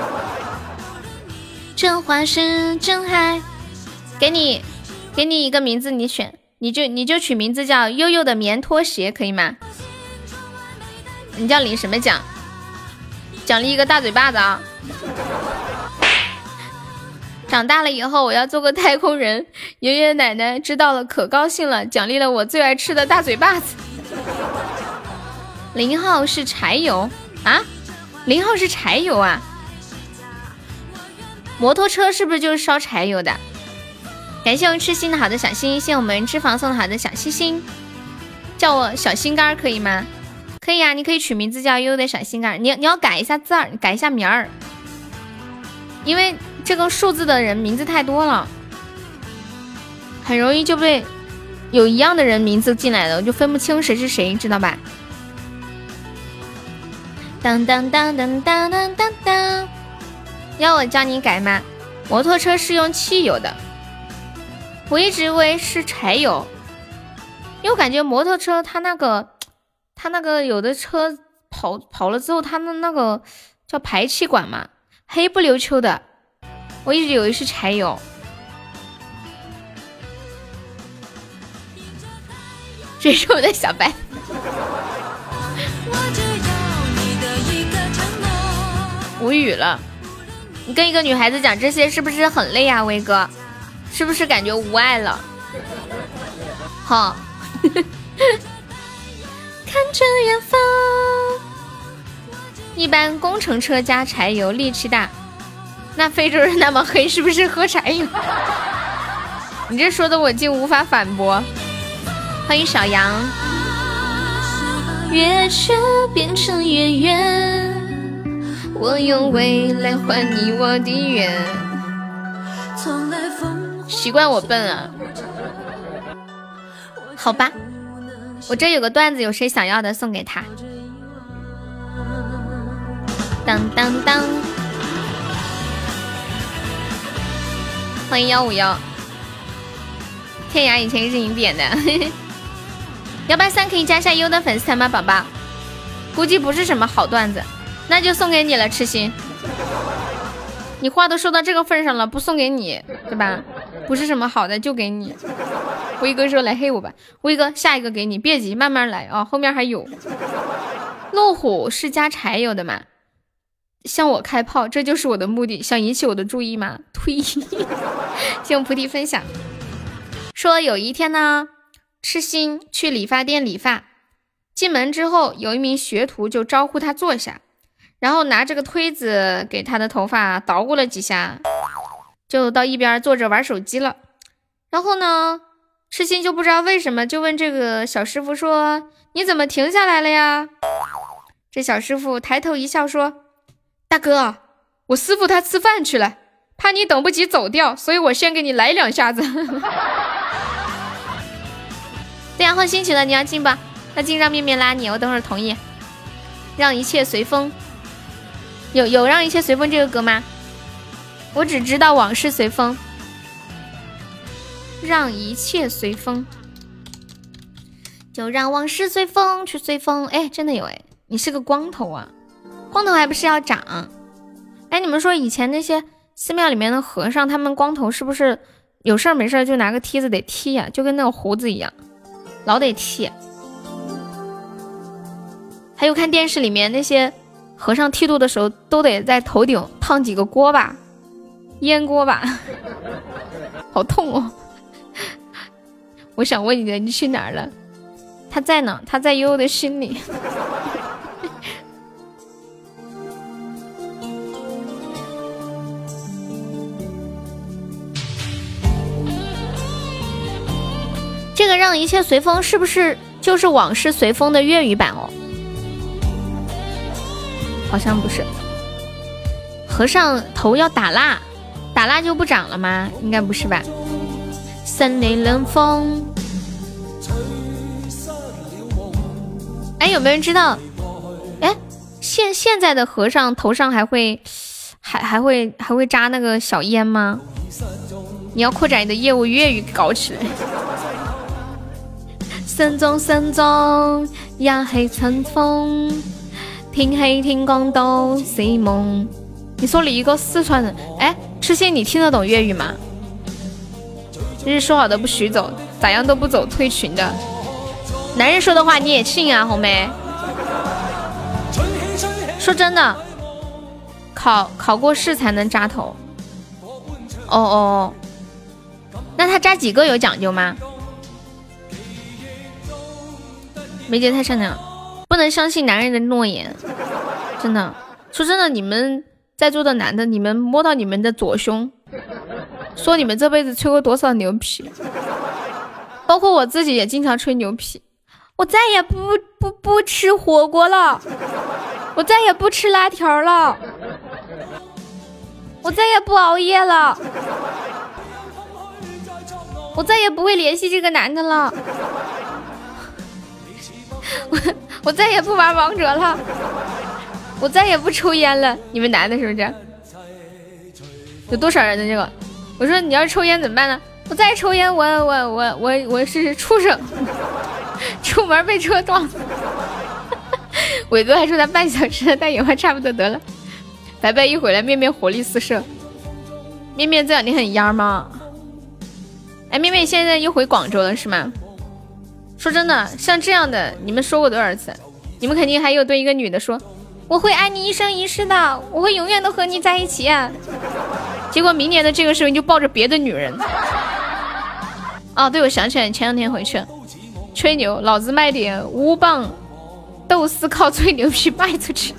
这话是真爱，给你一个名字，你选，你就取名字叫悠悠的棉拖鞋，可以吗？你叫领什么奖？奖励一个大嘴巴子啊！长大了以后我要做个太空人，爷爷奶奶知道了可高兴了，奖励了我最爱吃的大嘴巴子。0号是柴油啊？0号是柴油啊？摩托车是不是就是烧柴油的？感谢我们吃心的好的小心，谢谢我们脂肪送的好的小心心，叫我小心肝可以吗？可以啊，你可以取名字叫悠悠的小心肝，你要改一下字儿，改一下名儿，因为这个数字的人名字太多了，很容易就被有一样的人名字进来了，我就分不清谁是谁，知道吧？当当当当当当当当，要我教你改吗？摩托车是用汽油的，我一直以为是柴油，因为我感觉摩托车它那个有的车跑了之后，它的那个叫排气管嘛，黑不溜秋的，我一直以为是柴油。这是我的小白。无语了，你跟一个女孩子讲这些是不是很累啊，威哥？是不是感觉无爱了？好，看着远方。一般工程车加柴油力气大，那非洲人那么黑，是不是喝柴油？你这说的我竟无法反驳。欢迎小杨。越却变成越远，我用未来换你我的愿。习惯我笨啊，好吧，我这有个段子，有谁想要的送给他。当当当，欢迎151，天涯以前是你点的。183可以加下优的粉丝团吗，宝宝？估计不是什么好段子，那就送给你了，痴心。你话都说到这个份上了，不送给你，对吧？不是什么好的，就给你。威哥说来黑我吧，威哥下一个给你，别急，慢慢来啊，后面还有。路虎是加柴油的吗？向我开炮，这就是我的目的，想引起我的注意吗？推。谢我菩提分享。说有一天呢，痴心去理发店理发，进门之后有一名学徒就招呼他坐下，然后拿这个推子给他的头发捣鼓了几下，就到一边坐着玩手机了。然后呢，痴心就不知道为什么，就问这个小师傅说，你怎么停下来了呀？这小师傅抬头一笑说，大哥，我师傅他吃饭去了，怕你等不及走掉，所以我先给你来2下子。对呀，换新曲了，你要进吧？那进让面面拉你，我等会儿同意。让一切随风，有让一切随风这个歌吗？我只知道往事随风，让一切随风，就让往事随风去随风。哎，真的有哎，你是个光头啊，光头还不是要长？哎，你们说以前那些寺庙里面的和尚，他们光头是不是有事儿没事儿就拿个梯子得剃呀？就跟那个胡子一样，老得剃。还有看电视里面那些和尚剃度的时候，都得在头顶烫几个锅巴，烟锅巴，好痛哦！我想问你的，你去哪儿了？ 他在呢，他在悠悠的心里。这个让一切随风是不是就是往事随风的粤语版哦？好像不是。和尚头要打蜡，打蜡就不长了吗？应该不是吧。森林冷风。哎，有没有人知道？哎，现在的和尚头上还会扎那个小烟吗？你要扩展你的业务，粤语搞起来。心中也係春風，天氣天光都是夢。你说了一个四川人，哎，痴心，你听得懂粤语吗？日说好的不许走，咋样都不走，退群的。男人说的话你也信啊，红梅？说真的，考过试才能扎头。哦，那他扎几个有讲究吗？梅姐太善良，不能相信男人的诺言，真的。说真的，你们在座的男的，你们摸到你们的左胸，说你们这辈子吹过多少牛皮，包括我自己也经常吹牛皮。我再也不吃火锅了，我再也不吃辣条了，我再也不熬夜了，我再也不会联系这个男的了。我再也不玩王者了，我再也不抽烟了。你们男的是不是？有多少人的这个？我说你要是抽烟怎么办呢？我再抽烟，我是畜生，出门被车撞。伟哥还说他半小时的代言话差不多得了。白白一回来，面面活力四射。面面这两天很蔫吗？哎，面面现在又回广州了是吗？说真的，像这样的你们说过多少次？你们肯定还有对一个女的说我会爱你一生一世的，我会永远都和你在一起啊。结果明年的这个时候你就抱着别的女人。哦对，我想起来，前两天回去吹牛，老子卖点乌棒豆丝靠吹牛皮卖出去。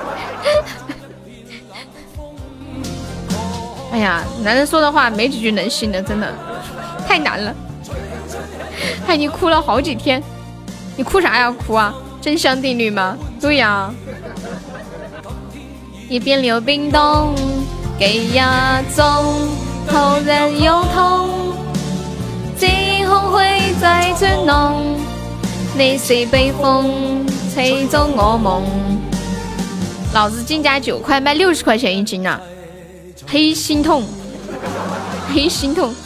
哎呀，男人说的话没几句能信的，真的太难了。害你哭了好几天，你哭啥呀？哭啊？真香定律吗？对呀。一边溜冰冻，给呀中，头人又痛，只空会在轉濃，你是被風吹走我夢。老子进价9塊，卖60塊錢一斤啊，黑心痛，黑心痛。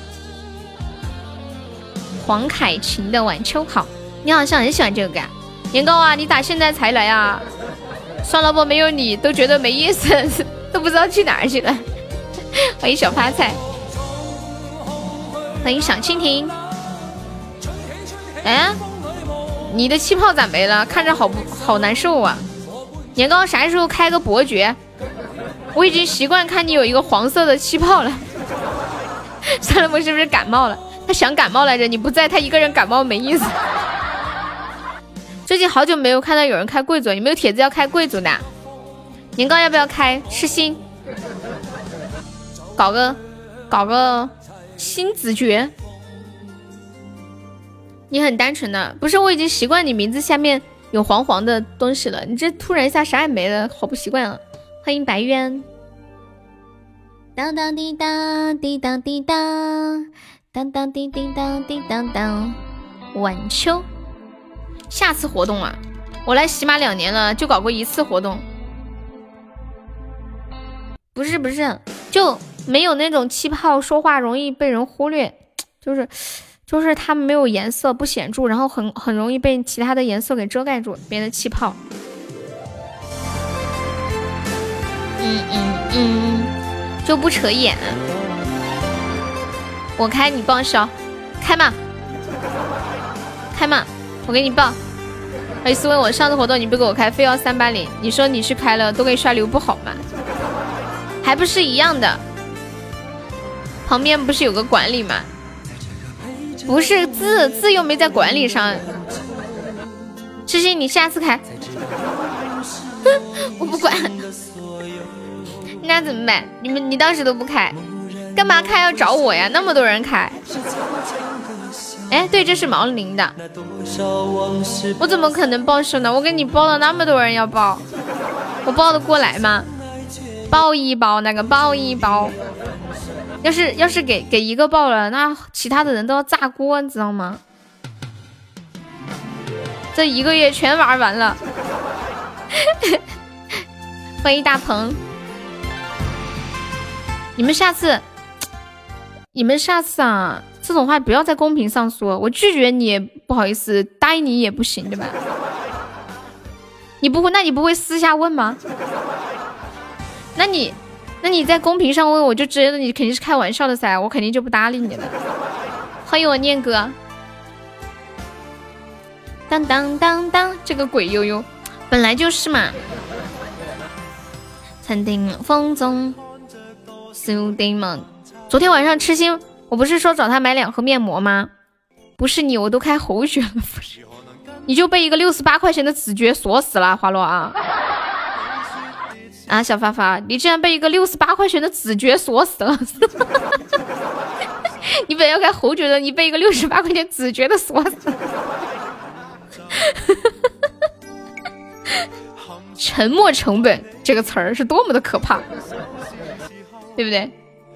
黄凯芹的晚秋好，你好像很喜欢这个歌。年糕啊，你咋现在才来啊？算了吧，没有你都觉得没意思，都不知道去哪儿去了。欢迎小发菜，欢迎小蜻蜓。哎，你的气泡咋没了？看着好难受啊！年糕啥时候开个伯爵？我已经习惯看你有一个黄色的气泡了。算了，我是不是感冒了？他想感冒来着，你不在，他一个人感冒没意思。最近好久没有看到有人开贵族，有没有帖子要开贵族的？年糕要不要开？痴心，搞个新子爵。你很单纯的，不是？我已经习惯你名字下面有黄黄的东西了，你这突然一下啥也没了，好不习惯啊！欢迎白渊。当当滴当滴当滴当。当当叮叮当叮当当，晚秋，下次活动啊！我来喜马2年了，就搞过1次活动。不是，就没有那种气泡，说话容易被人忽略，就是它没有颜色，不显著，然后很容易被其他的颜色给遮盖住别的气泡。就不扯眼。我开你报销，开嘛，我给你报。好意思问我上次活动你不给我开，非要380，你说你去开了都给刷流不好吗？还不是一样的，旁边不是有个管理吗？不是字又没在管理上， 痴心，你下次开。我不管，那怎么办？你当时都不开，干嘛开要找我呀？那么多人开。哎，对，这是毛领的，我怎么可能报销呢？我给你报了那么多人要报，我报得过来吗？报一报，那个报一报。要是给一个报了，那其他的人都要炸锅，你知道吗？这1个月全玩完了。欢迎大鹏，你们下次啊，这种话不要在公屏上说，我拒绝你也不好意思，答应你也不行，对吧？你不会私下问吗？那你在公屏上问，我就觉得你肯定是开玩笑的噻，我肯定就不搭理你了。欢迎我念哥，当当当当，这个鬼悠悠，本来就是嘛。餐厅风中苏迪蒙，昨天晚上痴心，我不是说找他买2盒面膜吗？不是你，我都开喉血了，不是？你就被一个68块钱的子爵锁死了，花落啊！啊，小发发，你竟然被一个68块钱的子爵锁死了！你本要开侯爵的，你被一个68块钱子爵的锁死了。沉没成本这个词儿是多么的可怕，对不对？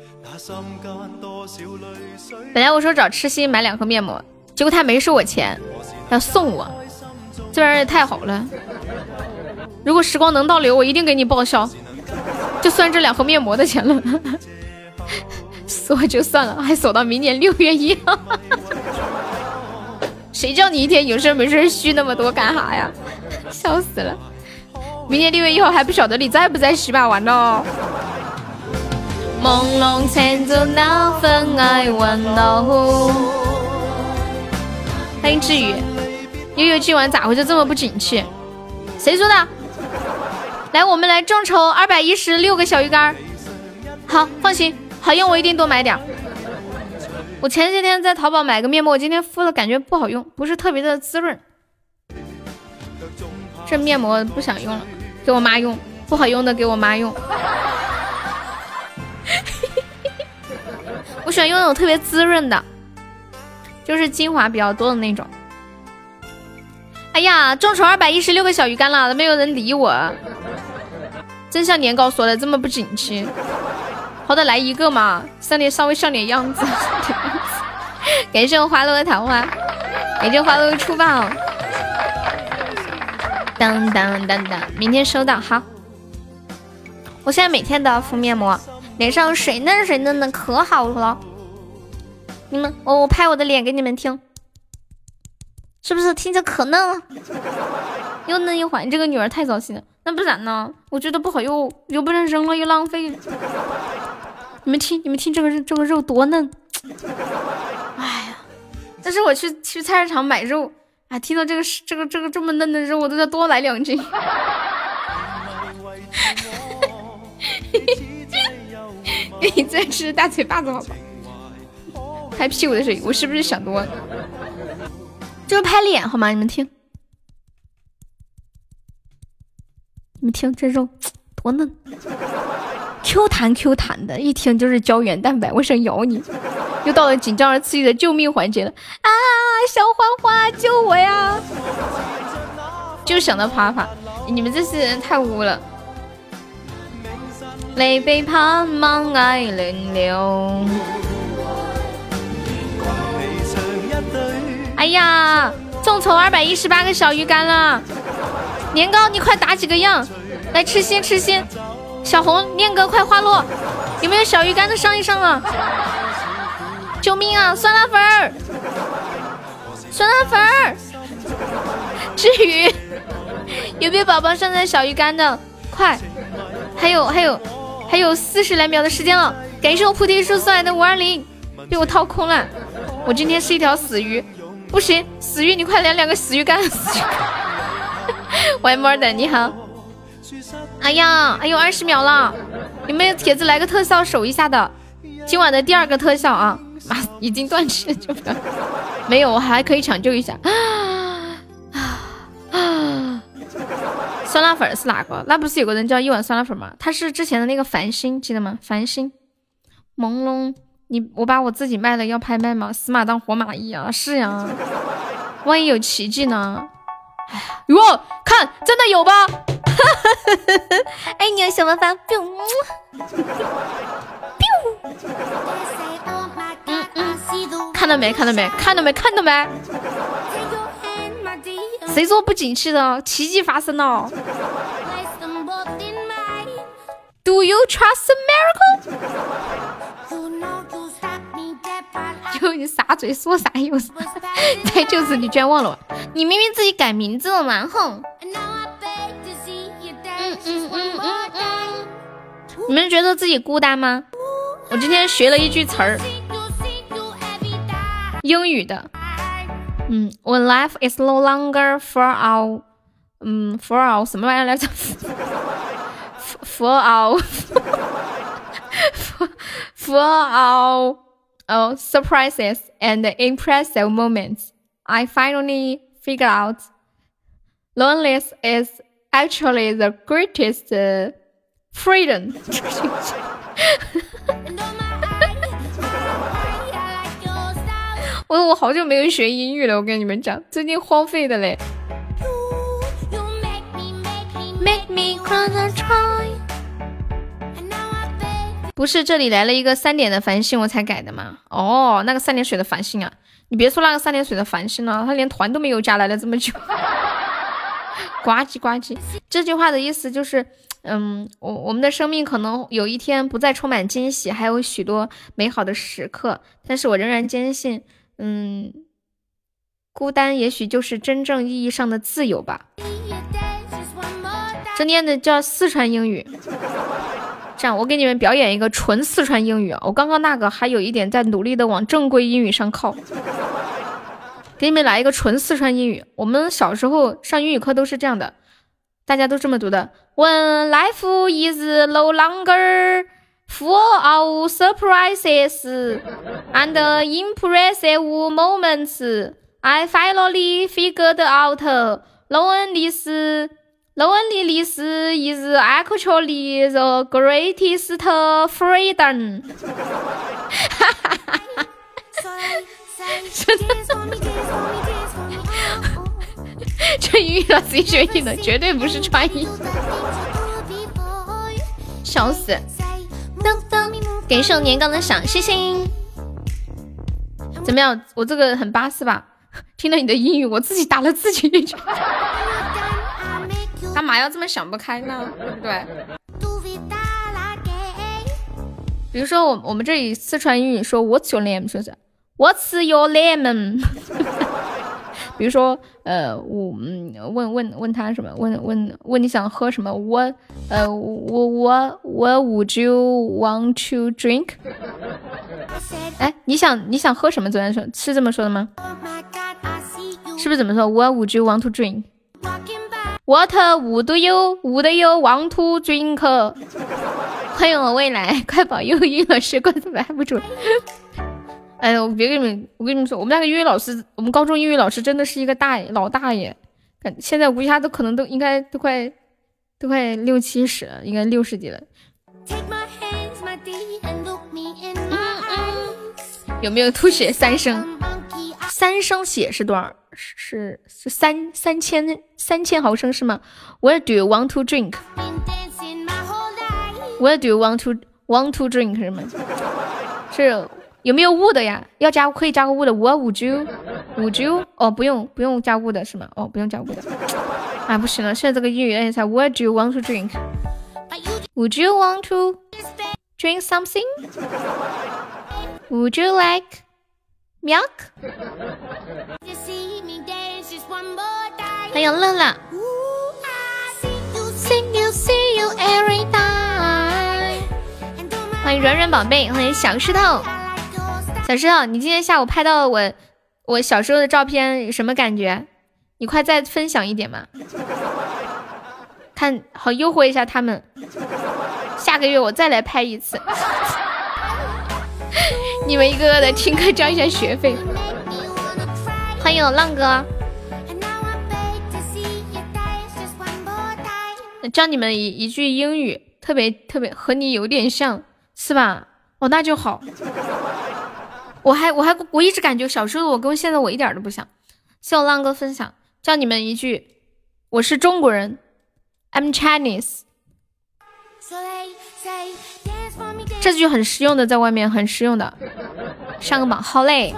本来我说找痴心买2盒面膜，结果他没收我钱，要送我，这玩意儿也太好了。如果时光能倒流，我一定给你报销，就算这2盒面膜的钱了。锁就算了，还锁到明年6月1号。谁叫你一天有事没事续那么多干啥呀？笑死了！明年6月1号还不晓得你在不在洗把玩哦。朦胧牵着那份爱问候。欢迎志宇，悠悠今晚咋回事这么不景气？谁说的？来，我们来众筹216个小鱼干。好，放心，好用我一定多买点。我前些天在淘宝买个面膜，我今天敷了感觉不好用，不是特别的滋润。这面膜不想用了，给我妈用，不好用的给我妈用。我喜欢用那种特别滋润的，就是精华比较多的那种。哎呀，众筹216个小鱼干了，都没有人理我，真像年糕说的这么不景气。好歹来一个嘛，稍微像点样子。感谢我花落的桃花，感谢花落的出宝。当当当当，明天收到。好，我现在每天都要敷面膜，脸上水嫩水嫩的，可好了。你们，我拍我的脸给你们听，是不是听着可嫩了？又嫩又滑，你这个女儿太糟心了。那不然呢？我觉得不好用，又不能扔了，又浪费。你们听这个肉多嫩。哎呀，但是我去菜市场买肉啊，听到这个这么嫩的肉，我都要多来2斤。给你再吃大嘴巴子好吧？拍屁股的声音，我是不是想多了？这是拍脸好吗？你们听，这肉多嫩，Q 弹的，一听就是胶原蛋白，我想咬你。又到了紧张而刺激的救命环节了啊！小花花救我呀！就想到啪啪，你们这些人太污了。泪被盼望爱零流。哎呀，众筹218个小鱼干了！年糕，你快打几个样！来吃心，小红、念哥快花落，有没有小鱼干的上一上啊？救命啊！酸辣粉儿，至于有没有宝宝上在小鱼干的？快，还有40来秒的时间了，感谢我菩提树送来的520，被我掏空了。我今天是一条死鱼，不行，死鱼你快来2个死鱼干！喂，Mordan 你好。哎呀，还有20秒了，有没有帖子来个特效守一下的？今晚的第2个特效啊，已经断气了就不要，没有，我还可以抢救一下。 酸辣粉是哪个？那不是有个人叫一碗酸辣粉吗？他是之前的那个繁星，记得吗？繁星朦胧，我把我自己卖了要拍卖吗？死马当活马医啊！是呀，万一有奇迹呢？哎呀，哟，看真的有吧？爱你小麻烦 看到没？看到没？看到没？看到没？谁说不景气的？奇迹发生了。Do you trust a miracle？ 就你撒嘴说啥意思？再就是你居然忘了我，你明明自己改名字了嘛，哼！你们觉得自己孤单吗？我今天学了一句词儿，英语的。When life is no longer for our， for our 什么玩意来着 ？for our for our surprises and impressive moments, I finally figured out loneliness is actually the greatest freedom 。我好久没有学英语了，我跟你们讲，最近荒废的嘞。Make me try 不是这里来了一个3点的繁星我才改的吗？哦，那个3点水的繁星啊，你别说那个3点水的繁星了，他连团都没有加来了这么久。呱唧呱唧，这句话的意思就是，我们的生命可能有一天不再充满惊喜，还有许多美好的时刻，但是我仍然坚信，孤单也许就是真正意义上的自由吧。这念的叫四川英语。这样，我给你们表演一个纯四川英语啊！我刚刚那个还有一点在努力的往正规英语上靠。给你们来一个纯四川英语。我们小时候上英语课都是这样的，大家都这么读的 ：When life is no longer full of surprises and impressive moments, I finally figured out loneliness is actually the greatest freedom 。这英语老师学习的绝对不是川音，笑死！给首年糕的小星星，怎么样？我这个很巴适吧？听了你的英语，我自己打了自己一句。干嘛要这么想不开呢？对不对？比如说我们这里四川英语说 What's your name 是不是 What's your name 比如说问他什么问你想喝什么What would you want to drink 哎你想喝什么昨天说是这么说的吗是不是怎么说 What would you want to drink What would you want to drink 欢迎我未来快保佑英语老师关注还不准哎呦我跟你们说我们那个英语老师我们高中英语老师真的是一个老大爷现在我估计他都可能都应该都快60-70了应该60几了有没有吐血三升血是多少是3000毫升是吗 Where do you want to drink Where do you want to drink 是吗是有没有物的呀要加可以加个物的 What would you 哦不用加物的是吗哦不用加物的啊不行了现在这个英语才 What do you want to drink Would you want to drink something Would you like milk 欢迎乐乐 See you every time 欢迎软软宝贝欢迎小石头小石头你今天下午拍到我小时候的照片有什么感觉你快再分享一点嘛看好诱惑一下他们下个月我再来拍一次你们一个个的听课交一下学费欢迎我浪哥教你们一句英语，特别和你有点像，是吧？哦，那就好。我一直感觉小时候我跟现在我一点都不像。谢我浪哥分享，教你们一句，我是中国人 ，I'm Chinese。这句很实用的，在外面很实用的，上个榜，好嘞。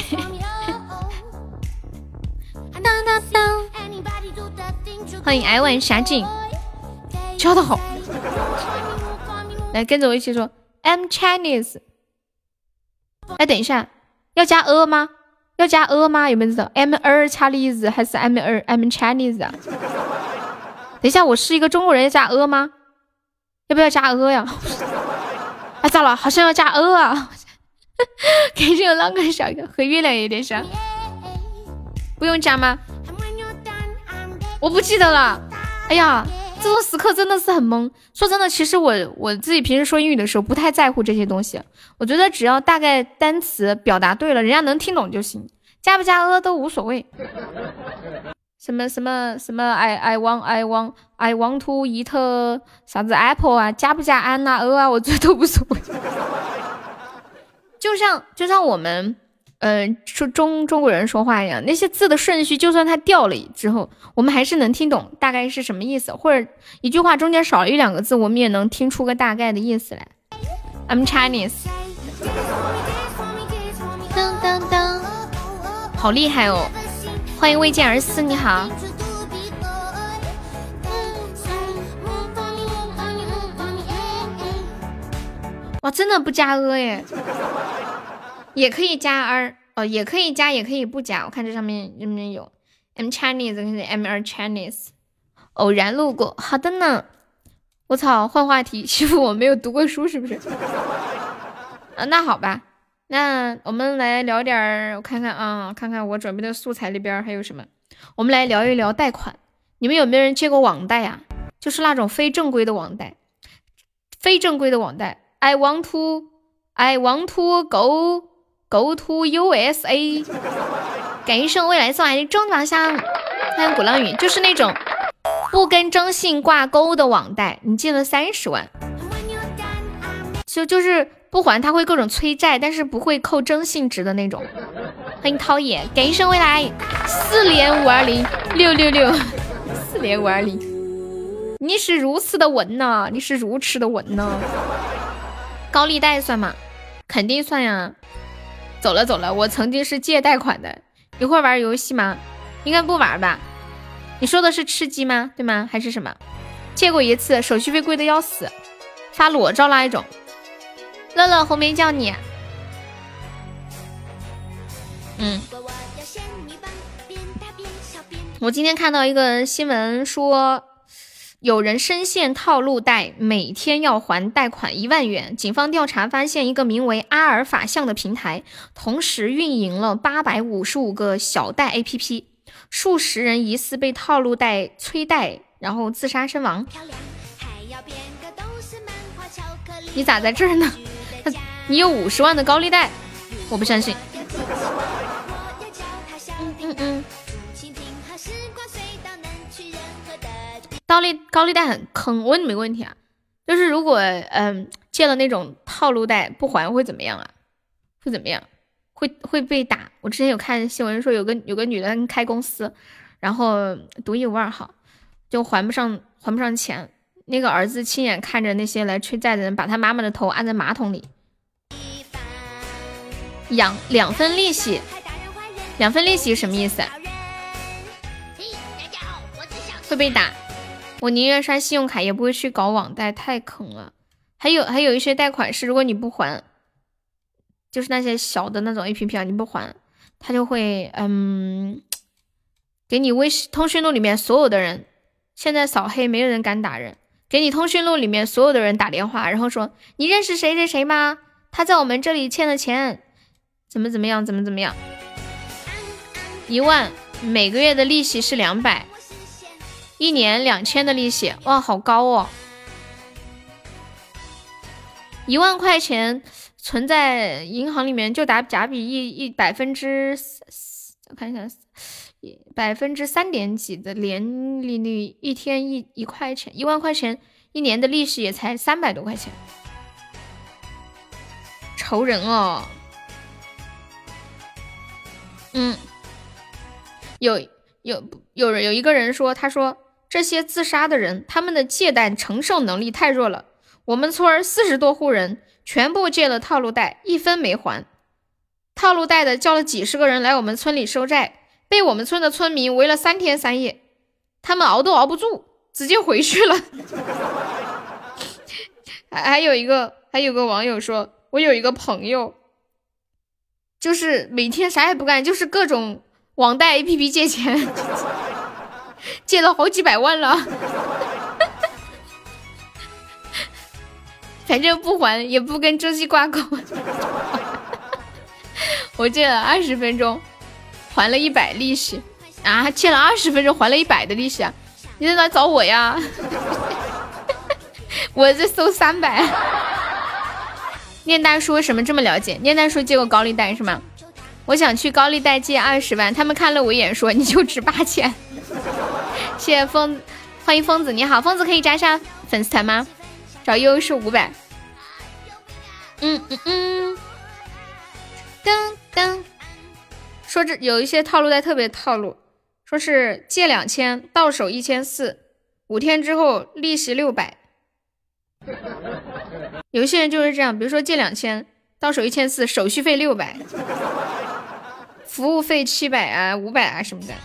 欢迎挨晚傻景，教的好。来跟着我一起说 I'm Chinese。哎，等一下，要加吗？要加吗？有没有知道 I'm Chinese 还是 I'm Chinese 啊？等一下，我是一个中国人，要加吗？要不要加呀？哎，糟了，好像要加啊！给这个浪哥小哥和月亮有点像，不用加吗？我不记得了。哎呀，这种时刻真的是很懵。说真的，其实我自己平时说英语的时候不太在乎这些东西，我觉得只要大概单词表达对了，人家能听懂就行，加不加都无所谓。什么I want to eat 啥子 apple 啊，加不加安啊啊，我觉得都无所谓。就像我们说中国人说话一样，那些字的顺序就算它掉了之后，我们还是能听懂大概是什么意思，或者一句话中间少了1-2个字，我们也能听出个大概的意思来。I'm Chinese。 好厉害哦，欢迎未见而思，你好。哇，真的不加耶，也可以加哦，也可以加，也可以不加。我看这上面有没有 I'm Chinese 跟 I'm Chinese。 偶然路过，好的呢。我操，换话题，欺负我没有读过书是不是？那好吧，那我们来聊点，我看看啊，看看我准备的素材里边还有什么。我们来聊一聊贷款。你们有没有人借过网贷啊？就是那种非正规的网贷。非正规的网贷 I want to go to USA。 感谢圣未来送来的中宝箱。欢迎鼓浪屿，就是那种不跟征信挂钩的网贷，你借了30万，就是不还他会各种催债，但是不会扣征信值的那种。欢迎涛野，感谢圣未来4连5206664连520。你是如此的稳呐，你是如此的稳呐。高利贷算吗？肯定算呀。走了，我曾经是借贷款的。你会玩游戏吗？应该不玩吧。你说的是吃鸡吗？对吗？还是什么？借过一次，手续费贵的要死，发裸照那一种。乐乐红梅叫你。我今天看到一个新闻说，有人深陷套路贷，每天要还贷款1万元。警方调查发现，一个名为阿尔法象的平台同时运营了855个小贷 APP， 数十人疑似被套路贷催贷，然后自杀身亡。你咋在这儿呢？你有50万的高利贷？我不相信。高利贷很坑。我问你们个问题啊，就是如果借了那种套路贷不还会怎么样啊？会怎么样？会被打。我之前有看新闻说有个女的开公司，然后独一无二好，就还不上钱。那个儿子亲眼看着那些来催债的人把他妈妈的头按在马桶里，养2分利息。2分利息什么意思？会被打。我宁愿刷信用卡也不会去搞网贷，太坑了。还有一些贷款是，如果你不还，就是那些小的那种 APP 啊，你不还，他就会给你通讯录里面所有的人，现在扫黑没有人敢打人，给你通讯录里面所有的人打电话，然后说你认识谁谁谁吗？他在我们这里欠了钱，怎么样，1万，每个月的利息是200。1年2000的利息，哇，好高哦！1万块钱存在银行里面就打比1%， 我看一下，3%几的年利率，一天1块钱，1万块钱，一年的利息也才300多块钱，愁人哦。有一个人说，他说这些自杀的人，他们的借贷承受能力太弱了。我们村40多户人全部借了套路贷，1分没还。套路贷的叫了几十个人来我们村里收债，被我们村的村民围了3天3夜，他们熬都熬不住，直接回去了。还有一个网友说，我有一个朋友，就是每天啥也不干，就是各种网贷 APP 借钱，借了好几百万了，反正不还也不跟周期挂钩。我借了20分钟，还了100利息啊！借了20分钟，还了100的利息啊！你在哪找我呀？我在搜300。念大叔为什么这么了解？念大叔借过高利贷是吗？我想去高利贷借20万，他们看了我一眼说你就值8000。谢谢疯，欢迎疯子，你好，疯子可以加一下粉丝团吗？找悠悠是500。噔，说这有一些套路贷特别套路，说是借2000到手1400，5天之后利息600。有一些人就是这样，比如说借2000到手1400，手续费600，服务费700啊、500啊什么的。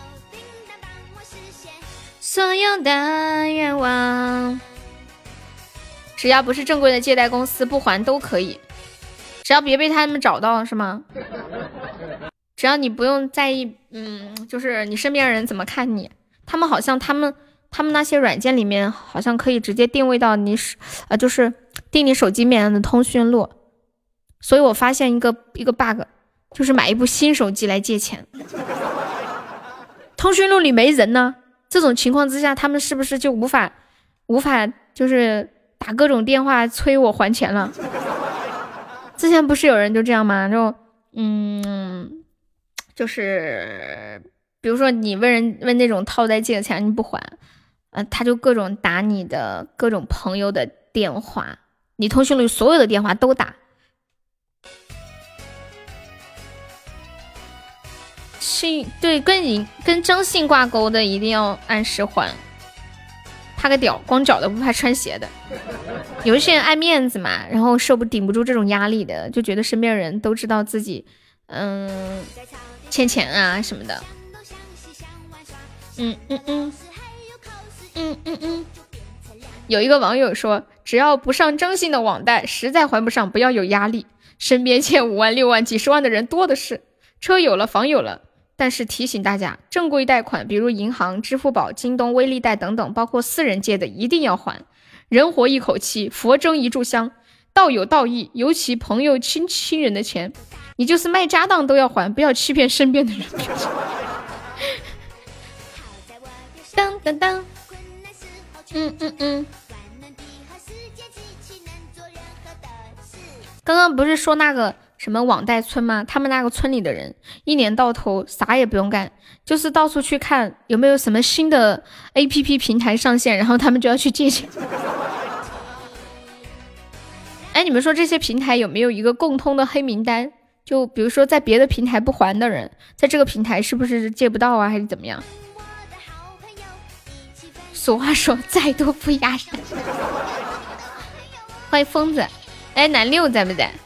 所有的愿望，只要不是正规的借贷公司，不还都可以。只要别被他们找到是吗？只要你不用在意，就是你身边人怎么看你，他们好像他们那些软件里面好像可以直接定位到你就是定你手机里面的通讯录。所以我发现一个 bug， 就是买一部新手机来借钱，通讯录里没人呢。这种情况之下，他们是不是就无法就是打各种电话催我还钱了？之前不是有人就这样吗？就是比如说你问那种套贷借的钱你不还，他就各种打你的各种朋友的电话，你通讯录所有的电话都打。对，跟征信挂钩的一定要按时还。怕个屌，光脚的不怕穿鞋的。有一些人爱面子嘛，然后顶不住这种压力的，就觉得身边人都知道自己欠钱啊什么的。有一个网友说，只要不上征信的网贷，实在还不上不要有压力，身边欠5万6万几十万的人多的是，车有了房有了。但是提醒大家，正规贷款比如银行、支付宝、京东、微利贷等等，包括私人借的一定要还。人活一口气，佛争一炷香，道有道义，尤其朋友亲人的钱，你就是卖家当都要还，不要欺骗身边的人。当当当，刚刚不是说那个什么网贷村吗？他们那个村里的人一年到头啥也不用干，就是到处去看有没有什么新的 APP 平台上线，然后他们就要去借钱。哎，你们说这些平台有没有一个共通的黑名单？就比如说在别的平台不还的人，在这个平台是不是借不到啊，还是怎么样？俗话说，再多不压身。欢迎疯子，哎，南六在不在？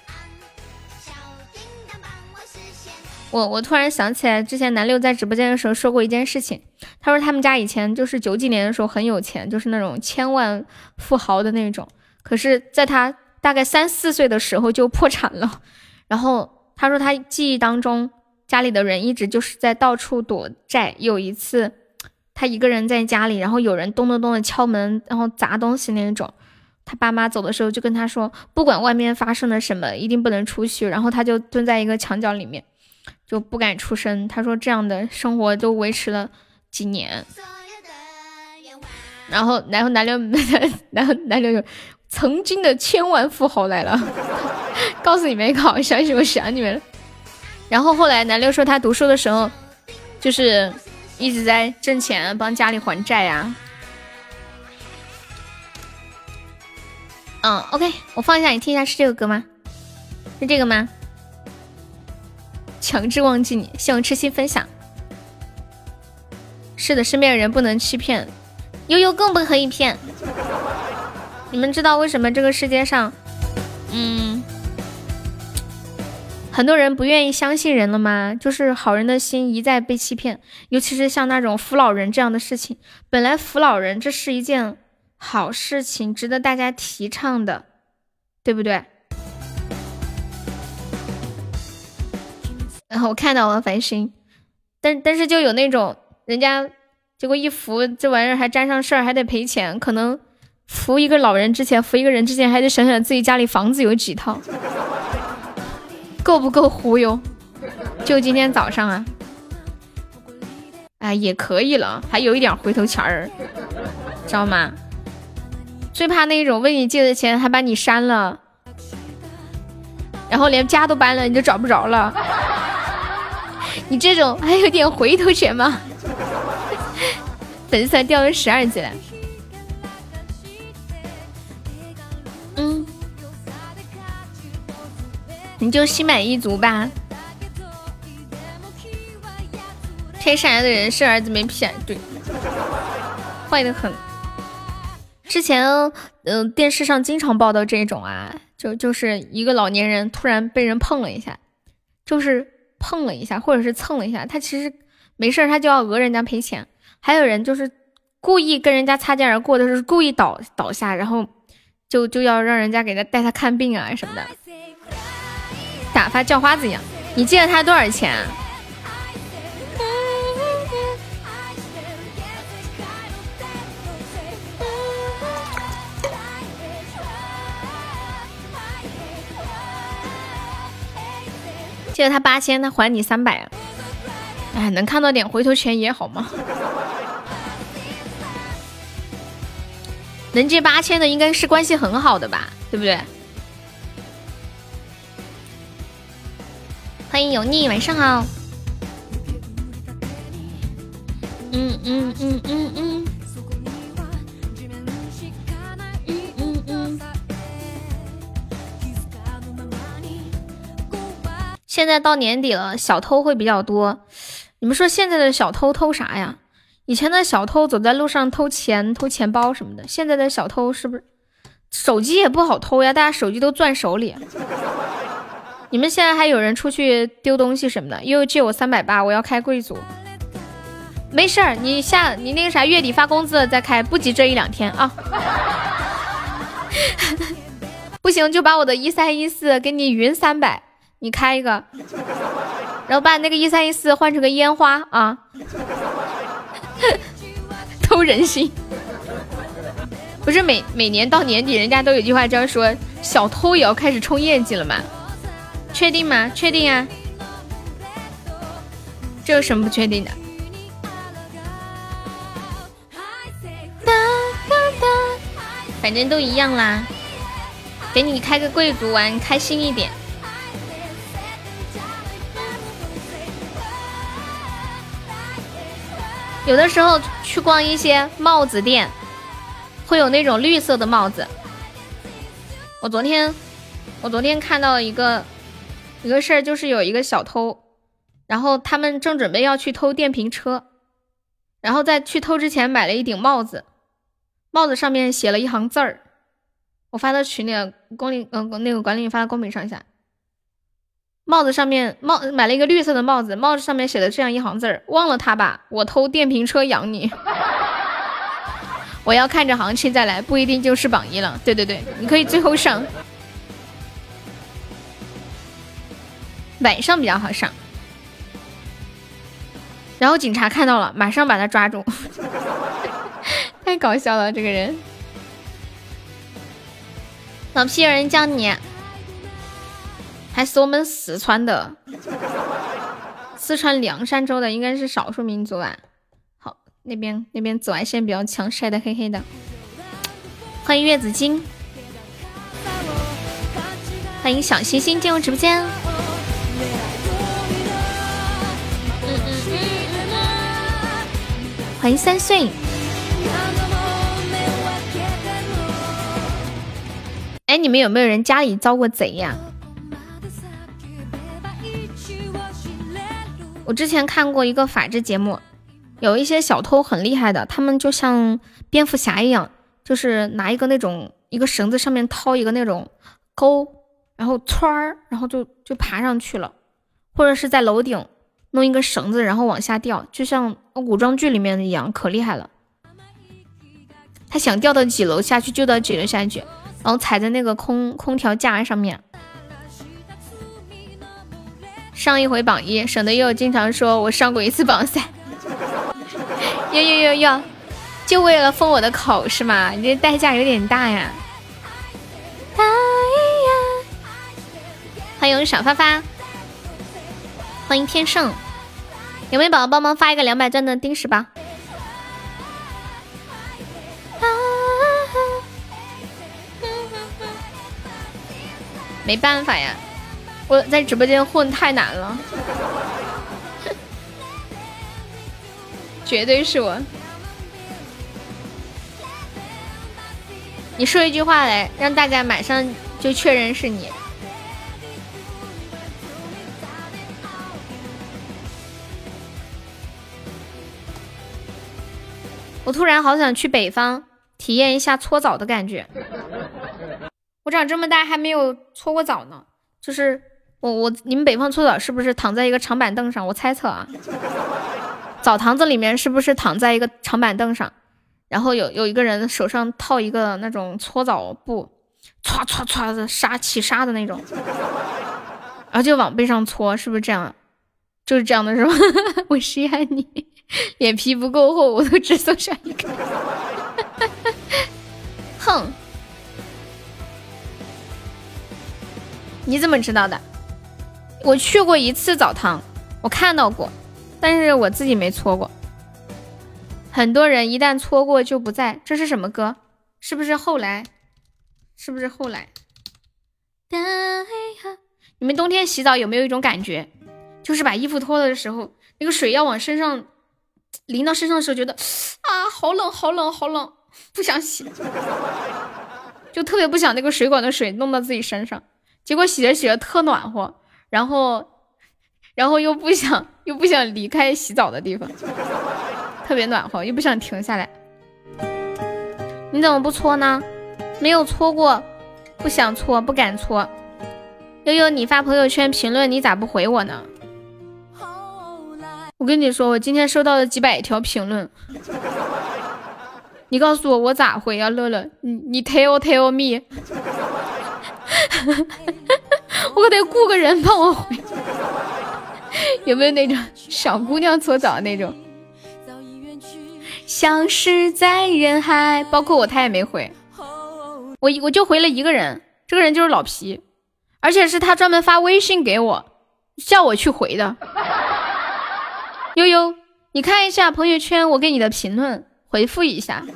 我突然想起来，之前南六在直播间的时候说过一件事情。他说他们家以前就是90几年的时候很有钱，就是那种千万富豪的那种。可是在他大概3、4岁的时候就破产了。然后他说他记忆当中家里的人一直就是在到处躲债。有一次他一个人在家里，然后有人咚咚咚的敲门，然后砸东西那种。他爸妈走的时候就跟他说，不管外面发生了什么，一定不能出去。然后他就蹲在一个墙角里面，就不敢出声。他说这样的生活都维持了几年。然后南六有曾经的千万富豪来了，告诉你没考，相信我想你们了。然后后来南六说他读书的时候就是一直在挣钱帮家里还债呀。OK， 我放一下，你听一下，是这个歌吗？是这个吗？强制忘记你，希望痴心分享。是的，身边的人不能欺骗，悠悠更不可以骗。你们知道为什么这个世界上，很多人不愿意相信人了吗？就是好人的心一再被欺骗，尤其是像那种扶老人这样的事情。本来扶老人这是一件好事情，值得大家提倡的，对不对？然后我看到了繁星，但是就有那种人家结果一扶这玩意儿还沾上事儿，还得赔钱，可能扶一个老人之前，扶一个人之前还得想想自己家里房子有几套，够不够忽悠？就今天早上啊，哎也可以了，还有一点回头钱儿，知道吗？最怕那种问你借的钱还把你删了，然后连家都搬了，你就找不着了。你这种还有点回头钱吗？粉丝才掉了12级了。你就心满意足吧。推上来的人是儿子没骗，对，坏得很。之前电视上经常报道这种啊，就是一个老年人突然被人碰了一下，就是碰了一下或者是蹭了一下，他其实没事，他就要讹人家赔钱。还有人就是故意跟人家擦肩而过的时候故意倒下，然后就要让人家给他带他看病啊什么的，打发叫花子一样。你借了他多少钱啊？借了他8000，他还你300啊！哎，能看到点回头钱也好嘛。能借8000的应该是关系很好的吧，对不对？欢迎油腻，晚上好。现在到年底了，小偷会比较多。你们说现在的小偷偷啥呀？以前的小偷走在路上偷钱、偷钱包什么的，现在的小偷是不是手机也不好偷呀？大家手机都攥手里。你们现在还有人出去丢东西什么的？又借我380，我要开贵族。没事儿，你那个啥月底发工资了再开，不急这1-2天啊。不行就把我的1314给你匀300，你开一个，然后把那个1314换成个烟花啊。偷人心。不是每年到年底人家都有句话这样说，小偷也要开始冲业绩了吗？确定吗？确定啊。这有什么不确定的？反正都一样啦，给你开个贵族玩开心一点。有的时候去逛一些帽子店，会有那种绿色的帽子。我昨天看到一个事儿，就是有一个小偷，然后他们正准备要去偷电瓶车，然后在去偷之前买了一顶帽子，帽子上面写了一行字儿，我发到群里，那个管理发到公屏上一下。帽子上面买了一个绿色的帽子，帽子上面写的这样一行字儿：忘了他吧，我偷电瓶车养你。我要看着行情再来，不一定就是榜一了。对对对，你可以最后上，晚上比较好上。然后警察看到了，马上把他抓住。太搞笑了，这个人。老皮，有人叫你。还是我们四川的，四川凉山州的，应该是少数民族吧。好，那边紫外线比较强，晒得黑黑的。欢迎月子金，欢迎小星星进入直播间。 欢迎3岁。哎，你们有没有人家里遭过贼呀？我之前看过一个法制节目，有一些小偷很厉害的，他们就像蝙蝠侠一样，就是拿一个那种一个绳子上面套一个那种钩，然后歘儿，然后就爬上去了，或者是在楼顶弄一个绳子，然后往下掉，就像古装剧里面的一样，可厉害了。他想掉到几楼下去就到几楼下去，然后踩在那个空调架上面。上一回榜1，省得又经常说我上过一次榜3。哟，就为了封我的口是吗？你这代价有点大呀。欢迎小发发，欢迎天圣。有没有宝宝帮忙发一个200钻的丁石吧？没办法呀，我在直播间混太难了。绝对是我。你说一句话来，让大家马上就确认是你。我突然好想去北方体验一下搓澡的感觉。我长这么大还没有搓过澡呢，就是你们北方搓澡是不是躺在一个长板凳上？我猜测啊，澡堂子里面是不是躺在一个长板凳上，然后有一个人手上套一个那种搓澡布，歘歘歘的起沙的那种，然后就往背上搓，是不是这样？就是这样的是吧？我试一下你，脸皮不够厚，我都只送上一个。哼，你怎么知道的？我去过一次澡堂，我看到过，但是我自己没搓过。很多人一旦搓过就不在，这是什么歌？是不是后来？你们冬天洗澡有没有一种感觉，就是把衣服脱了的时候，那个水要往身上淋到身上的时候，觉得啊，好冷好冷好冷，不想洗，就特别不想那个水管的水弄到自己身上，结果洗着洗着特暖和，然后又不想离开洗澡的地方，特别暖和，又不想停下来。你怎么不搓呢？没有搓过，不想搓，不敢搓。悠悠，你发朋友圈评论，你咋不回我呢？我跟你说，我今天收到了几百条评论，你告诉我咋回啊？乐乐，你 tell me， 我可得雇个人帮我回。有没有那种小姑娘搓澡那种？消失在人海，包括我他也没回，我就回了一个人，这个人就是老皮，而且是他专门发微信给我叫我去回的。悠悠，你看一下朋友圈我给你的评论，回复一下。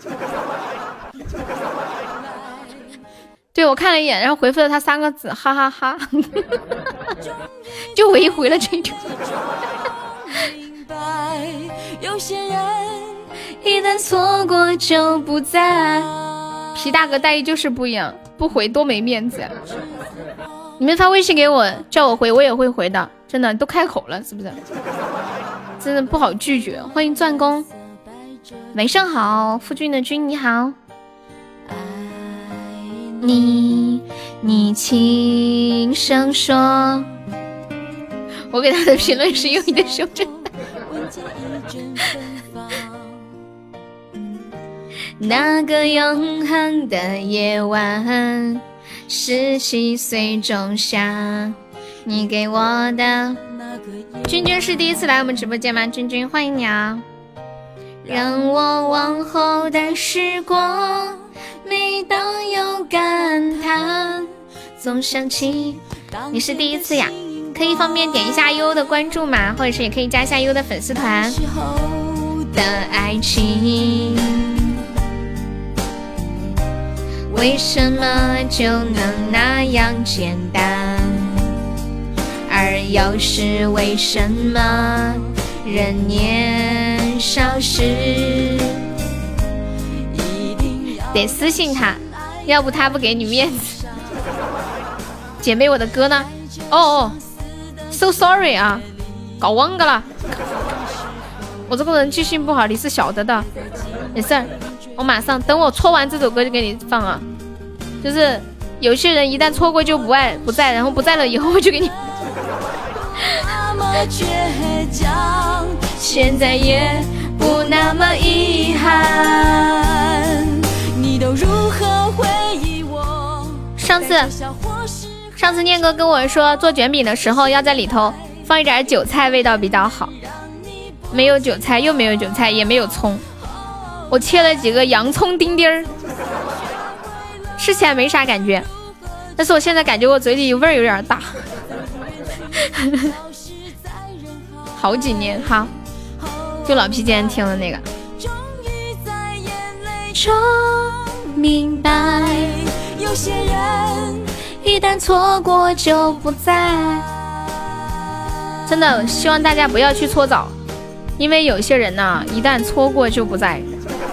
对，我看了一眼，然后回复了他3个字，哈哈哈。就唯一回了这条。有些人一旦错过就不在。皮大哥待遇就是不一样，不回多没面子。你们发微信给我叫我回，我也会回的，真的都开口了，是不是？真的不好拒绝。欢迎钻工，晚上好，夫君的君你好。你轻声说，我给他的评论是用你的手真的。那个永恒的夜晚，17岁仲夏，你给我的。君君是第一次来我们直播间吗？君君欢迎你啊！让我往后的时光，每当有感叹，总想起。你是第一次呀？可以方便点一下悠的关注吗？或者是也可以加一下悠的粉丝团。的爱情为什么就能那样简单？而又是为什么人年消失。得私信他，要不他不给你面子。姐妹，我的歌呢？哦 ，so sorry 啊，搞忘了。我这个人记性不好，你是晓得的。没事儿，我马上等我搓完这首歌就给你放啊。就是有些人一旦错过就不在，然后不在了以后我就给你。现在也不那么遗憾。你都如何回忆我？上次念哥跟我说，做卷饼的时候要在里头放一点韭菜，味道比较好。没有韭菜，又没有韭菜，也没有葱，我切了几个洋葱丁丁儿，吃起来没啥感觉，但是我现在感觉我嘴里味儿有点大。好几年，好，就老皮今天听的那个。终明白，有些人一旦错过就不在。真的希望大家不要去搓澡，因为有些人呢，一旦错过就不在。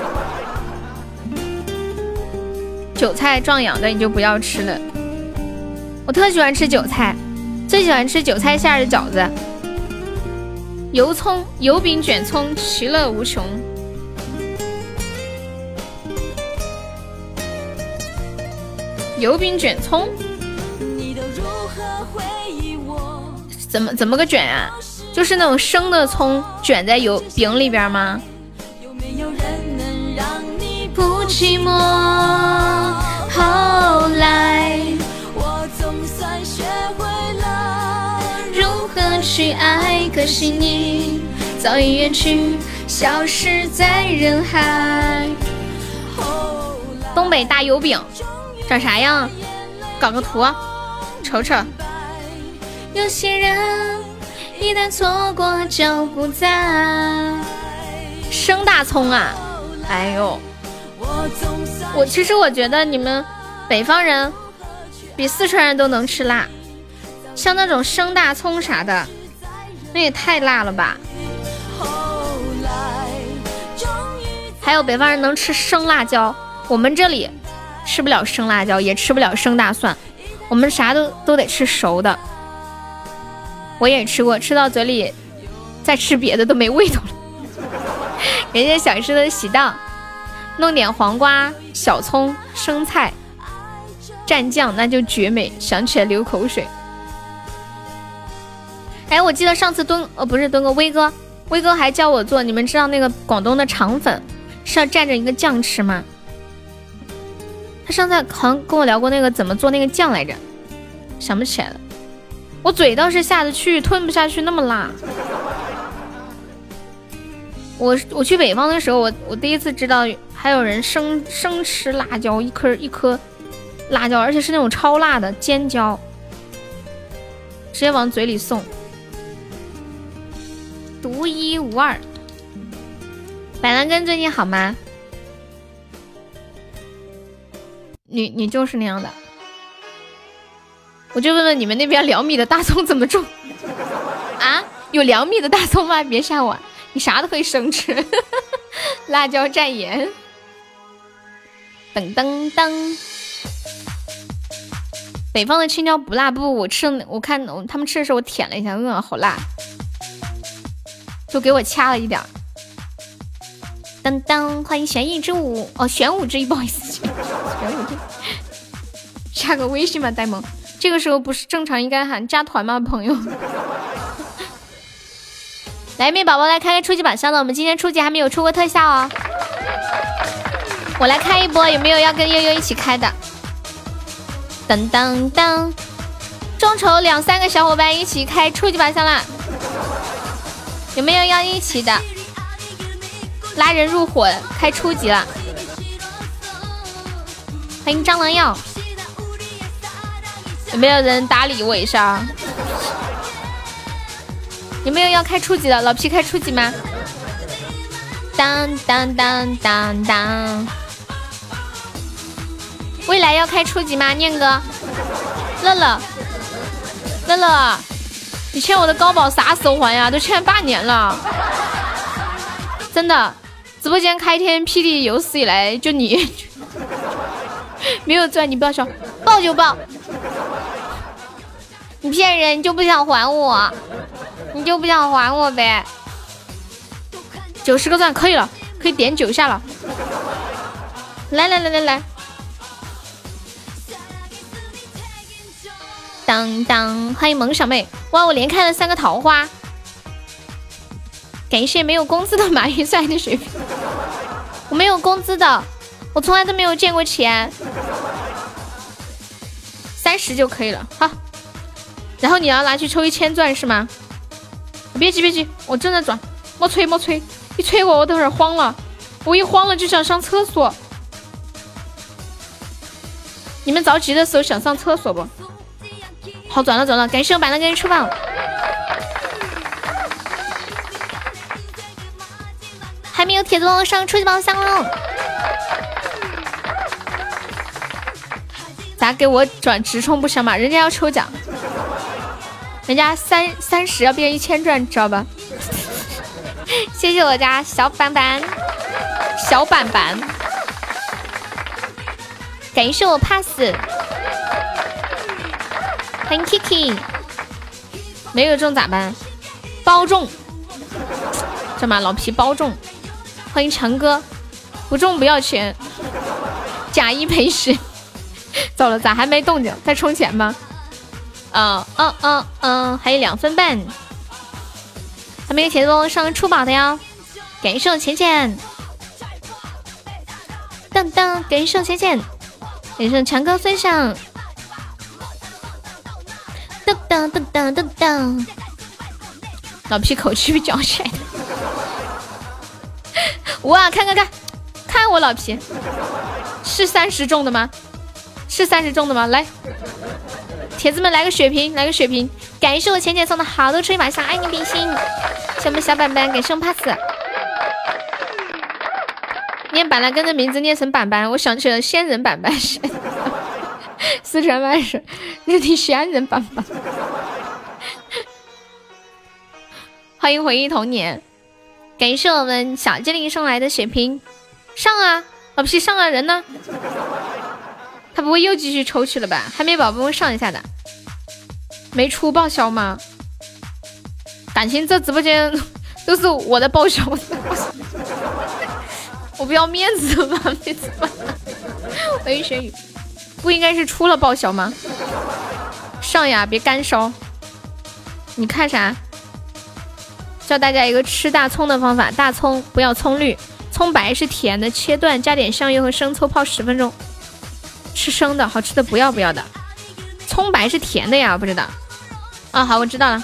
韭菜壮阳的你就不要吃了。我特喜欢吃韭菜，最喜欢吃韭菜馅的饺子。油葱、油饼卷葱，其乐无穷。油饼卷葱，怎么个卷啊？就是那种生的葱卷在油饼里边吗？有没有人能让你不寂寞？后来我总算学会了如何去爱，可惜你早已远去，消失在人海。东北大油饼长啥样？搞个图瞅瞅。有些人一旦错过就不在。生大葱啊！哎呦，其实我觉得你们北方人比四川人都能吃辣，像那种生大葱啥的，那也太辣了吧。还有北方人能吃生辣椒，我们这里吃不了生辣椒，也吃不了生大蒜，我们啥都得吃熟的。我也吃过，吃到嘴里再吃别的都没味道了。人家小吃的喜当，弄点黄瓜、小葱、生菜蘸酱，那就绝美，想起来流口水。哎，我记得上次不是敦哥，威哥还教我做，你们知道那个广东的肠粉是要蘸着一个酱吃吗？他上次好像跟我聊过那个怎么做那个酱来着，想不起来了。我嘴倒是下得去，吞不下去那么辣。我去北方的时候，我第一次知道还有人生吃辣椒，一颗辣椒，而且是那种超辣的尖椒，直接往嘴里送，独一无二。板蓝根最近好吗？你就是那样的。我就问问你们那边2米的大葱怎么种啊？有2米的大葱吗？别吓我，你啥都可以生吃。辣椒蘸盐，噔噔噔。北方的青椒不辣，不，我看他们吃的时候我舔了一下，好辣，就给我掐了一点。噔噔，欢迎玄艺之舞玄武之意，不好意思，玄武之加个微信吧，呆萌。这个时候不是正常应该喊加团吗，朋友？来，妹宝宝来开初级宝箱的，我们今天初级还没有出过特效哦。我来开一波，有没有要跟悠悠一起开的？噔噔噔，众筹2、3个小伙伴一起开初级宝箱啦！有没有要一起的？拉人入伙开初级了，欢迎蟑螂药。有没有人打理我一下？有没有要开初级的？老皮开初级吗？当当当当当，未来要开初级吗？念哥，乐乐，你欠我的高保啥时候还呀？都欠8年了， 真的，直播间开天辟地有史以来就你没有赚，你不要笑，报就报，你骗人，你就不想还我，你就不想还我呗。90个钻可以了，可以点9下了。来，当当，欢迎萌小妹！哇，我连开了3个桃花。感谢没有工资的马云帅的水平。我没有工资的，我从来都没有见过钱。30就可以了，好。然后你要拿去抽1000钻是吗？别急，我正在转，莫催，一催我等会儿慌了，我一慌了就想上厕所。你们着急的时候想上厕所不？好，转了，感谢我把那个人出榜。还没有铁子帮我上初级宝箱了，咋给我转直冲不香嘛？人家要抽奖，人家30要变1000钻，你知道吧？谢谢我家小板板，感谢我 pass， 欢迎 Kiki， 没有中咋办？包中，这嘛老皮包中。欢迎强哥，不中不要钱，假一赔10。走了，咋还没动静？再充钱吗？还有2分半。还没有铁子帮我上出宝的呀，感谢我浅浅。当当，感谢我浅浅，感谢强哥分享。当，老皮口气被搅起来的。哇，看我老皮，是30中的吗？来，铁子们来个血瓶，感谢我浅浅送的好多吹马箱，爱你比心，谢我们小板板，感谢我 pass。念板蓝根的名字念成板板，我想起了仙人板板是四川版是日体仙人板板。欢迎回忆童年，感谢我们小精灵送来的血瓶，上啊，老皮上啊，人呢？他不会又继续抽取了吧？还没宝宝们上一下的，没出报销吗？感情这直播间都是我的报销，我不要面子吗？妹子们，欢迎玄宇，不应该是出了报销吗？上呀，别干烧！你看啥？教大家一个吃大葱的方法，大葱不要葱绿，葱白是甜的，切断加点香油和生抽泡10分钟，吃生的，好吃的不要的。葱白是甜的呀，我不知道。啊，好，我知道了。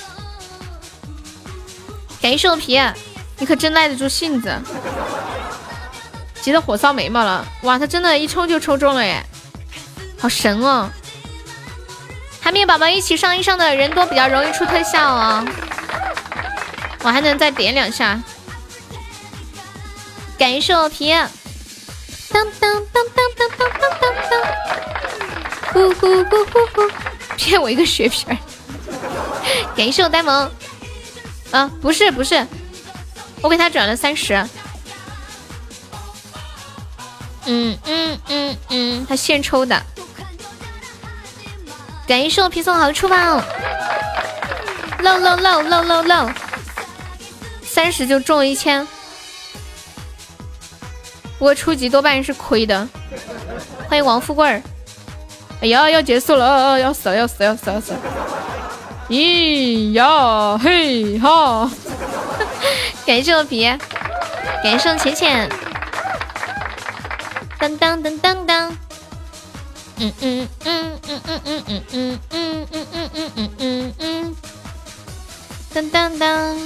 感谢我皮，你可真耐得住性子，急得火烧眉毛了。哇，他真的一冲就抽中了耶，好神哦！还没有宝宝一起上一上的人多比较容易出特效哦。我还能再点2下，感谢我皮，当当当当当当当当，呼呼呼呼呼，骗我一个血瓶儿，感谢我呆萌，啊，不是，我给他转了30，他现抽的，感谢我皮送好出宝，low。30就中了1000，不过初级多半是亏的。欢迎王富贵儿，哎呀，要结束了，要死了！咦呀嘿哈！感谢我皮，感谢我浅浅，当当当当当，当当当。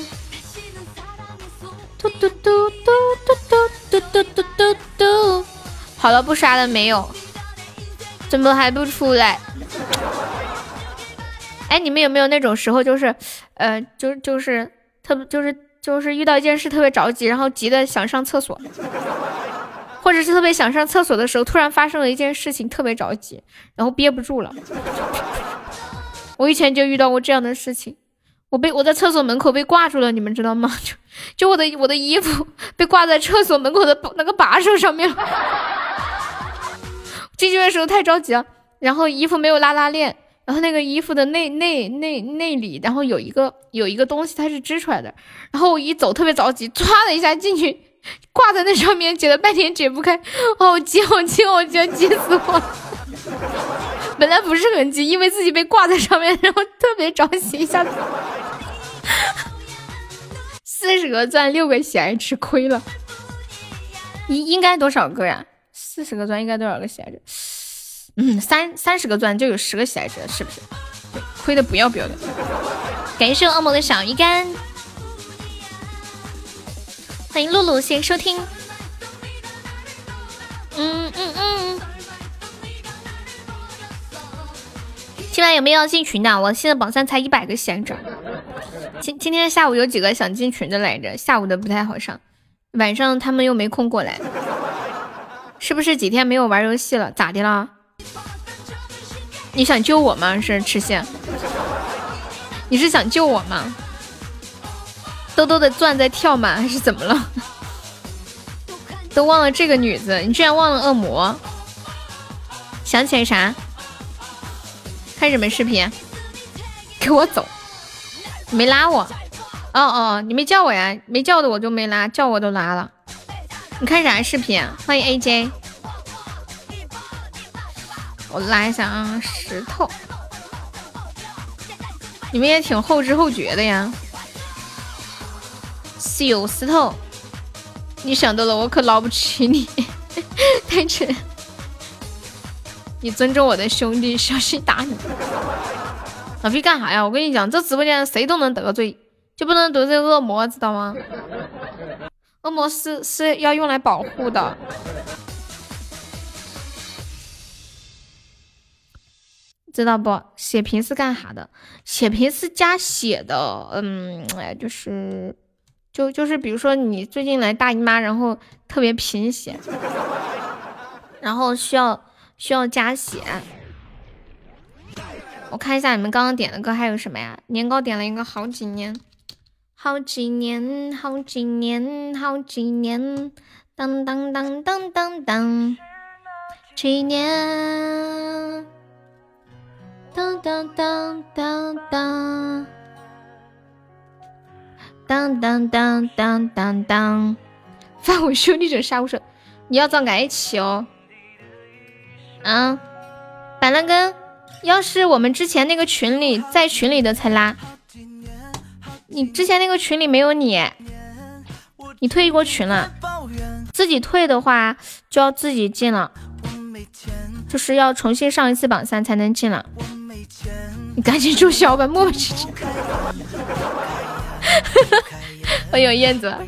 嘟嘟嘟嘟嘟嘟嘟嘟嘟嘟，好了，不刷了没有？怎么还不出来？哎，你们有没有那种时候，就是遇到一件事特别着急，然后急的想上厕所，或者是特别想上厕所的时候，突然发生了一件事情，特别着急，然后憋不住了。我以前就遇到过这样的事情， 我在厕所门口被挂住了，你们知道吗？就我的衣服被挂在厕所门口的那个把手上面了。进去的时候太着急了，然后衣服没有拉链，然后那个衣服的内里，然后有一个东西它是支出来的，然后我一走特别着急，唰的一下进去，挂在那上面，解了半天解不开，好急，急死我！本来不是很急，因为自己被挂在上面，然后特别着急，一下子40个钻6个喜爱值，亏了。应该多少个呀？40个钻应该多少个喜爱值？30个钻就有10个喜爱值，是不是？亏的不要不要的。感谢恶魔的小鱼干，欢迎露露，谢谢收听。今晚有没有要进群的？我现在榜3才100个喜爱值。今天下午有几个想进群的来着，下午的不太好上，晚上他们又没空过来，是不是几天没有玩游戏了？咋的了？你想救我吗？是吃线？你是想救我吗？兜兜的钻在跳吗？还是怎么了？都忘了这个女子，你居然忘了恶魔？想起来啥？看什么视频？给我走！你没拉我？哦，你没叫我呀？没叫的我就没拉，叫我都拉了。你看啥视频？欢迎 AJ。我拉一下啊，石头。你们也挺后知后觉的呀。小石头，你想到了，我可捞不起你，太蠢。你尊重我的兄弟，小心打你。老皮干啥呀？我跟你讲，这直播间谁都能得罪，就不能得罪恶魔，知道吗？恶魔是要用来保护的。知道不？血瓶是干啥的？血瓶是加血的，就是比如说你最近来大姨妈，然后特别贫血，然后需要加血。我看一下你们刚刚点的歌还有什么呀？年糕点了一个好几年，好几年，好几年，好几年，当当当当当当，几年，当当当当当，当当当当当当。范伟兄弟者杀无赦，你要找俺一起哦。板蓝根，要是我们之前那个群里在群里的才拉，你之前那个群里没有你退过群了，自己退的话就要自己进了，就是要重新上一次榜3才能进了。你赶紧注销吧，默默去。我有燕子，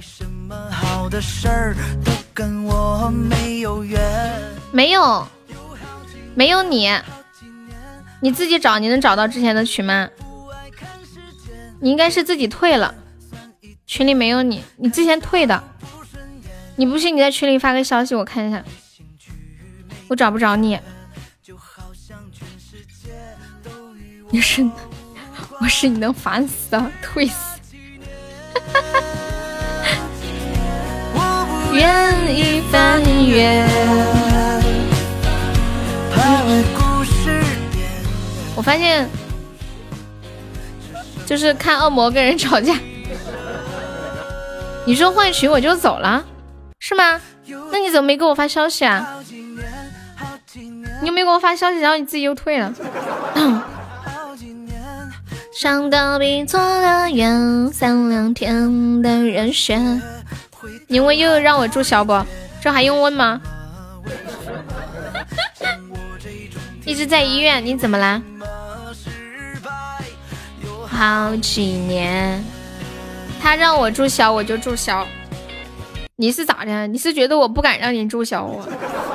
没有你自己找，你能找到之前的群吗？你应该是自己退了，群里没有你之前退的。你不信你在群里发个消息我看一下，我找不着你。我是你能烦死的，退死。愿意翻越。我发现就是看恶魔跟人吵架，你说换群我就走了是吗？那你怎么没给我发消息啊？你有没有给我发消息，然后你自己又退了？伤到比做的远，3两天的人选。你问又让我注销不？这还用问吗？一直在医院，你怎么啦？好几年，他让我注销我就注销。你是咋的？你是觉得我不敢让你注销我？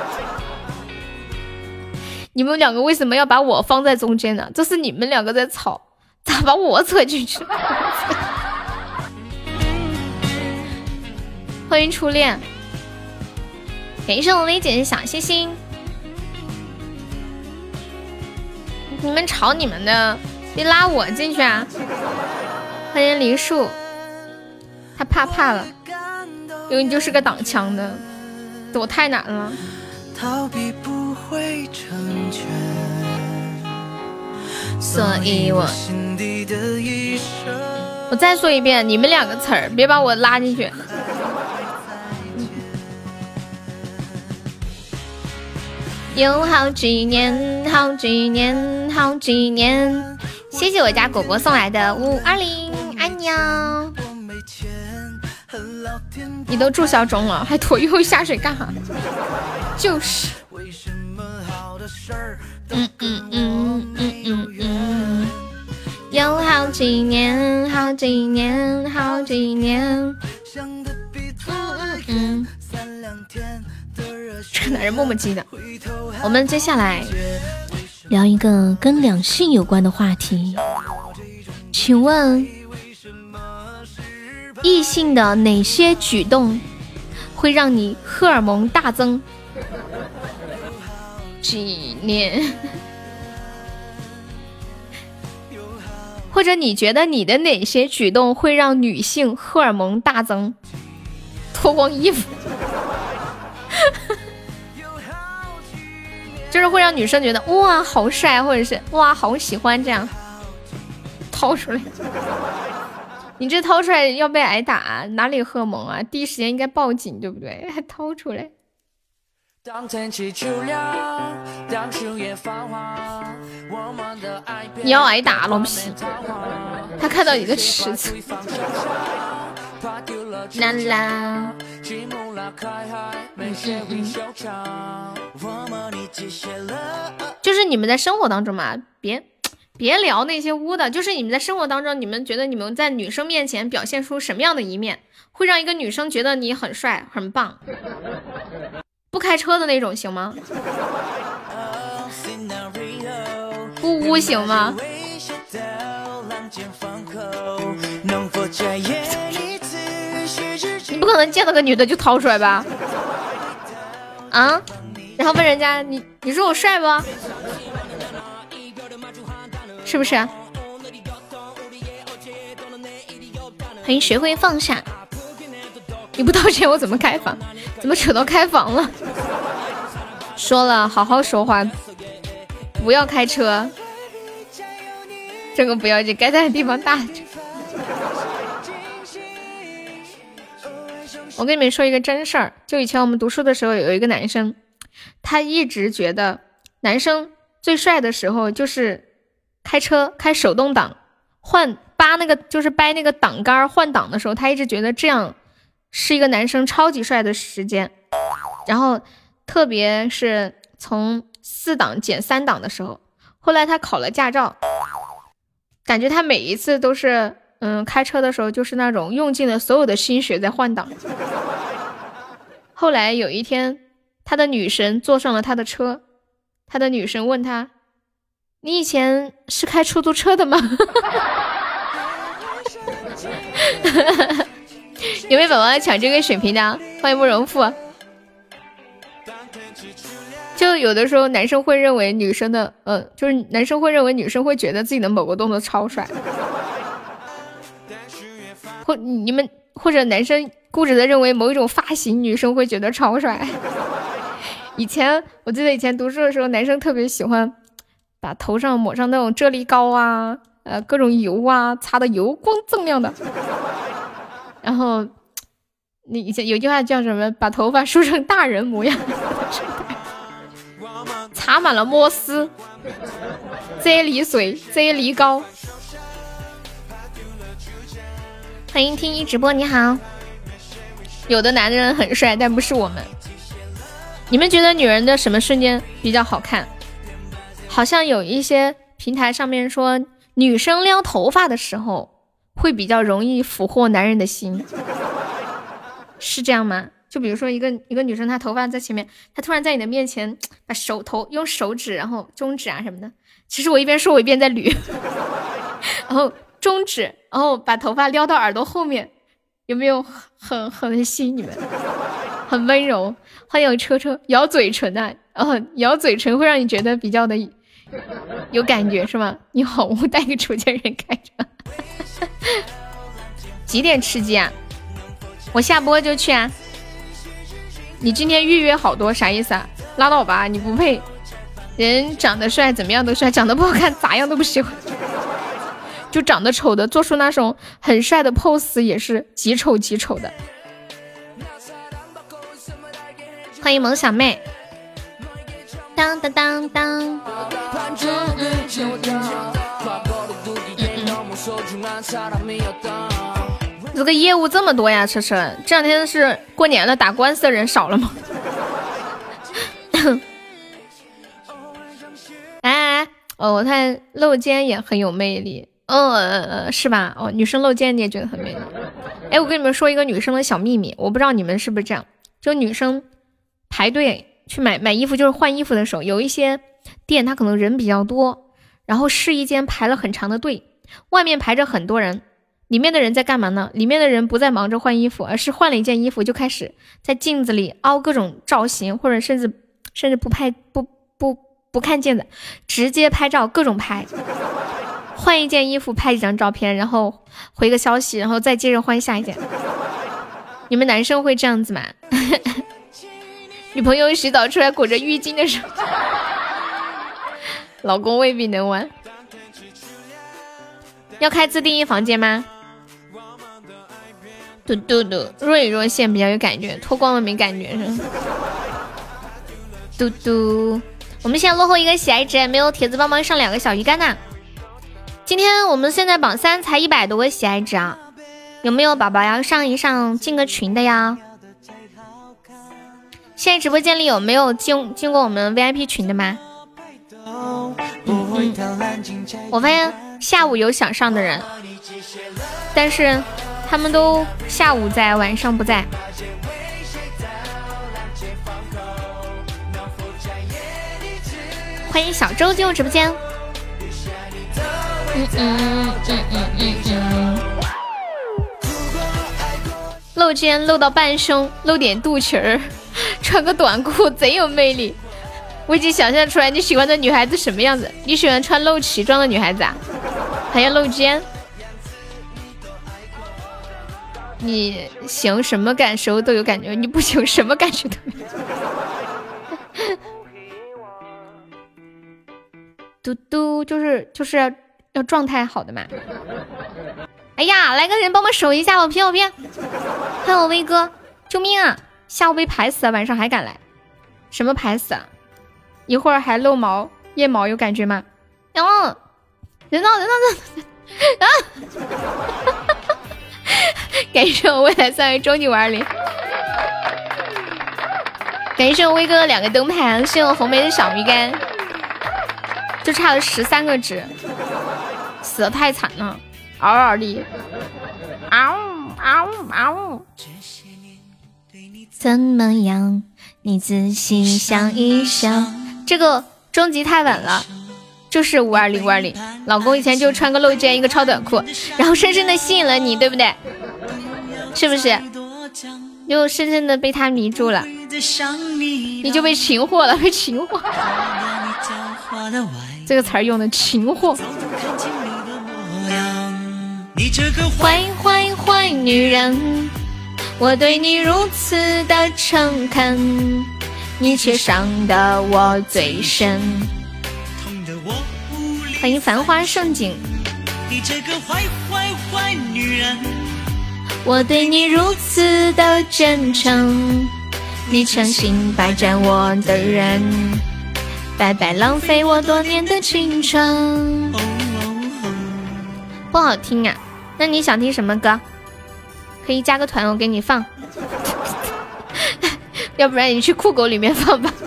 你们两个为什么要把我放在中间呢？这是你们两个在吵，咋把我扯进去？欢迎初恋，感谢我薇姐的小星星。你们吵你们的，别拉我进去啊！ 欢迎梨树，他怕了，因为你就是个挡枪的，躲太难了。逃避不会成全，所以我再说一遍，你们两个词儿，别把我拉进去。有好几年，好几年，好几年。谢谢我家果果送来的520，爱你哦。你都住校中了，还拖又下水干啥？就是。有好几年，好几年，好几年。这个男人磨磨唧的。我们接下来聊一个跟两性有关的话题。请问异性的哪些举动会让你荷尔蒙大增？几年？或者你觉得你的哪些举动会让女性荷尔蒙大增？脱光衣服。就是会让女生觉得哇好帅，或者是哇好喜欢，这样掏出来。你这掏出来要被挨打，哪里荷尔蒙啊？第一时间应该报警，对不对？还掏出来。你要挨打龙皮，他看到你的尺寸。啦啦，就是你们在生活当中嘛，别聊那些污的，就是你们在生活当中，你们觉得你们在女生面前表现出什么样的一面，会让一个女生觉得你很帅很棒？不开车的那种行吗？不污行吗？你不可能见到个女的就掏出来吧？啊？然后问人家你说我帅不？是不是？欢迎学会放下。你不掏钱我怎么开房？怎么扯到开房了？说了好好说话，不要开车，这个不要紧，该在的地方大。我跟你们说一个真事儿，就以前我们读书的时候，有一个男生，他一直觉得男生最帅的时候就是开车开手动挡，掰那个挡杆换挡的时候，他一直觉得这样是一个男生超级帅的时间。然后特别是从4档减3档的时候，后来他考了驾照，感觉他每一次都是开车的时候就是那种用尽了所有的心血在换挡。后来有一天，他的女神坐上了他的车，他的女神问他：“你以前是开出租车的吗？”有没有宝宝要抢这个水平的？欢迎慕容复。就有的时候男生会认为女生的就是男生会认为女生会觉得自己的某个动作超帅，或者男生固执的认为某一种发型女生会觉得超帅。我记得以前读书的时候，男生特别喜欢把头上抹上那种啫喱膏啊，各种油啊，擦的油光锃亮的。然后你以前有句话叫什么？把头发梳成大人模样，擦满了摩丝、啫喱水、啫喱膏。欢迎听一直播，你好。有的男人很帅，但不是我们。你们觉得女人的什么瞬间比较好看？好像有一些平台上面说，女生撩头发的时候会比较容易俘获男人的心，是这样吗？就比如说一个女生，她头发在前面，她突然在你的面前把用手指，然后中指啊什么的，其实我一边说我一边在捋，然后中指，然后把头发撩到耳朵后面，有没有很吸引你们？很温柔。欢迎车车咬嘴唇啊，然后咬嘴唇会让你觉得比较的有感觉是吗？你好，我带个出家人开着。 几点吃鸡啊？我下播就去啊。你今天预约好多啥意思啊？拉倒吧，你不配。人长得帅怎么样都帅，长得不好看咋样都不喜欢。就长得丑的做出那种很帅的 pose 也是极丑极丑的。欢迎萌小妹。当当当当。这个业务这么多呀，车车，这两天是过年了，打官司的人少了吗？哎，哦，我看露肩也很有魅力，是吧？哦，女生露肩你也觉得很美丽。哎，我跟你们说一个女生的小秘密，我不知道你们是不是这样，就女生排队去买衣服，就是换衣服的时候，有一些店它可能人比较多，然后试衣间排了很长的队，外面排着很多人。里面的人在干嘛呢？里面的人不再忙着换衣服，而是换了一件衣服就开始在镜子里凹各种造型，或者甚至不看镜子，直接拍照，各种拍。换一件衣服拍几张照片，然后回个消息，然后再接着换下一件。你们男生会这样子吗？女朋友洗澡出来裹着浴巾的时候，老公未必能玩。要开自定义房间吗？嘟嘟嘟，若隐若现比较有感觉，脱光了没感觉是吧？嘟嘟，我们现在落后一个喜爱值，没有铁子帮忙上2个小鱼干呐。今天我们现在榜3才100多个喜爱值啊，有没有宝宝要上一上进个群的呀？现在直播间里有没有进过我们 VIP 群的吗？我发现下午有想上的人，但是他们都下午在，晚上不在。欢迎小周进入直播间。露肩露到半胸，露点肚脐儿，穿个短裤贼有魅力。我已经想象出来你喜欢的女孩子什么样子。你喜欢穿露脐装的女孩子啊？还要露肩？你行什么感受都有感觉，你不行什么感觉都有。嘟嘟就是要状态好的嘛。哎呀，来个人帮忙守一下，我拼。还有威哥，救命啊！下午被排死了，晚上还敢来？什么排死啊？一会儿还露毛腋毛，有感觉吗？人呢啊！感谢我未来3位终极520，感谢我威哥的2个灯牌，谢谢我红梅的小鱼干，就差了13个值，死得太惨了，嗷嗷的，嗷。怎么样？你仔细想一想。这个终极太稳了，就是520。老公以前就穿个露肩一个超短裤，然后深深的吸引了你，对不对？是不是？就深深的被他迷住了，你就被擒获了，被擒获。这个词儿用的擒获。你这个坏女人，我对你如此的诚恳，你却伤得我最深。欢迎繁花盛景。你这个坏女人，我对你如此的真诚，你诚心霸占我的人，白白浪费我多年的青春。不好听啊，那你想听什么歌？可以加个团，我给你放。要不然你去酷狗里面放吧。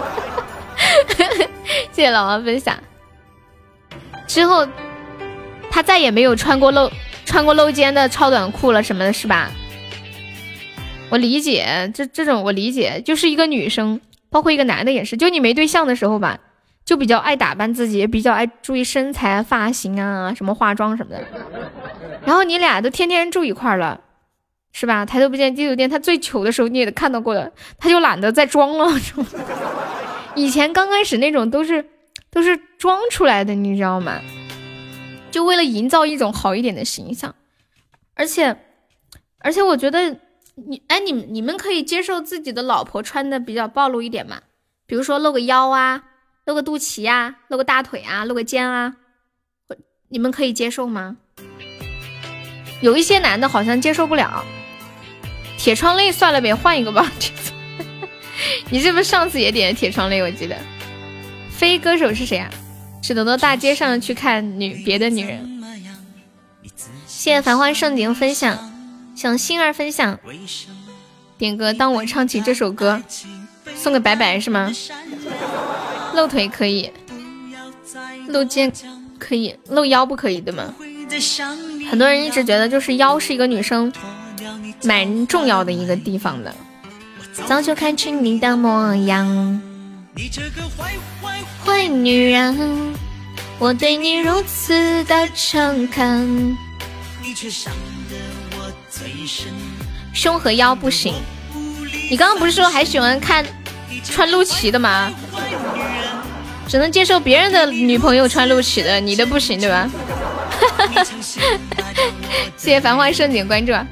谢谢老王分享。之后他再也没有穿过露肩的超短裤了什么的，是吧？我理解，这种我理解，就是一个女生，包括一个男的也是，就你没对象的时候吧，就比较爱打扮自己，也比较爱注意身材、发型啊，什么化妆什么的。然后你俩都天天住一块了，是吧？抬头不见低头见，他最糗的时候你也看到过的，他就懒得再装了。以前刚开始那种都是装出来的，你知道吗？就为了营造一种好一点的形象。而且而且我觉得你们可以接受自己的老婆穿的比较暴露一点嘛，比如说露个腰啊，露个肚脐啊，露个大腿啊，露个肩啊，你们可以接受吗？有一些男的好像接受不了。铁窗泪算了呗，换一个吧。你是不是上次也点铁窗泪？我记得非歌手是谁啊？是等到大街上去看别的女人。谢谢繁花盛景分享，向星儿分享，点歌当我唱起这首歌，送给白白是吗？露腿可以，露肩可以，露腰不可以对吗？很多人一直觉得就是腰是一个女生蛮重要的一个地方的。早就看清你的模样，你这个坏女人，我对你如此的诚恳，你却伤得我最深。胸和腰不行，你刚刚不是说还喜欢看穿露脐的吗？只能接受别人的女朋友穿露脐的，你的不行对吧？谢谢繁花盛景关注。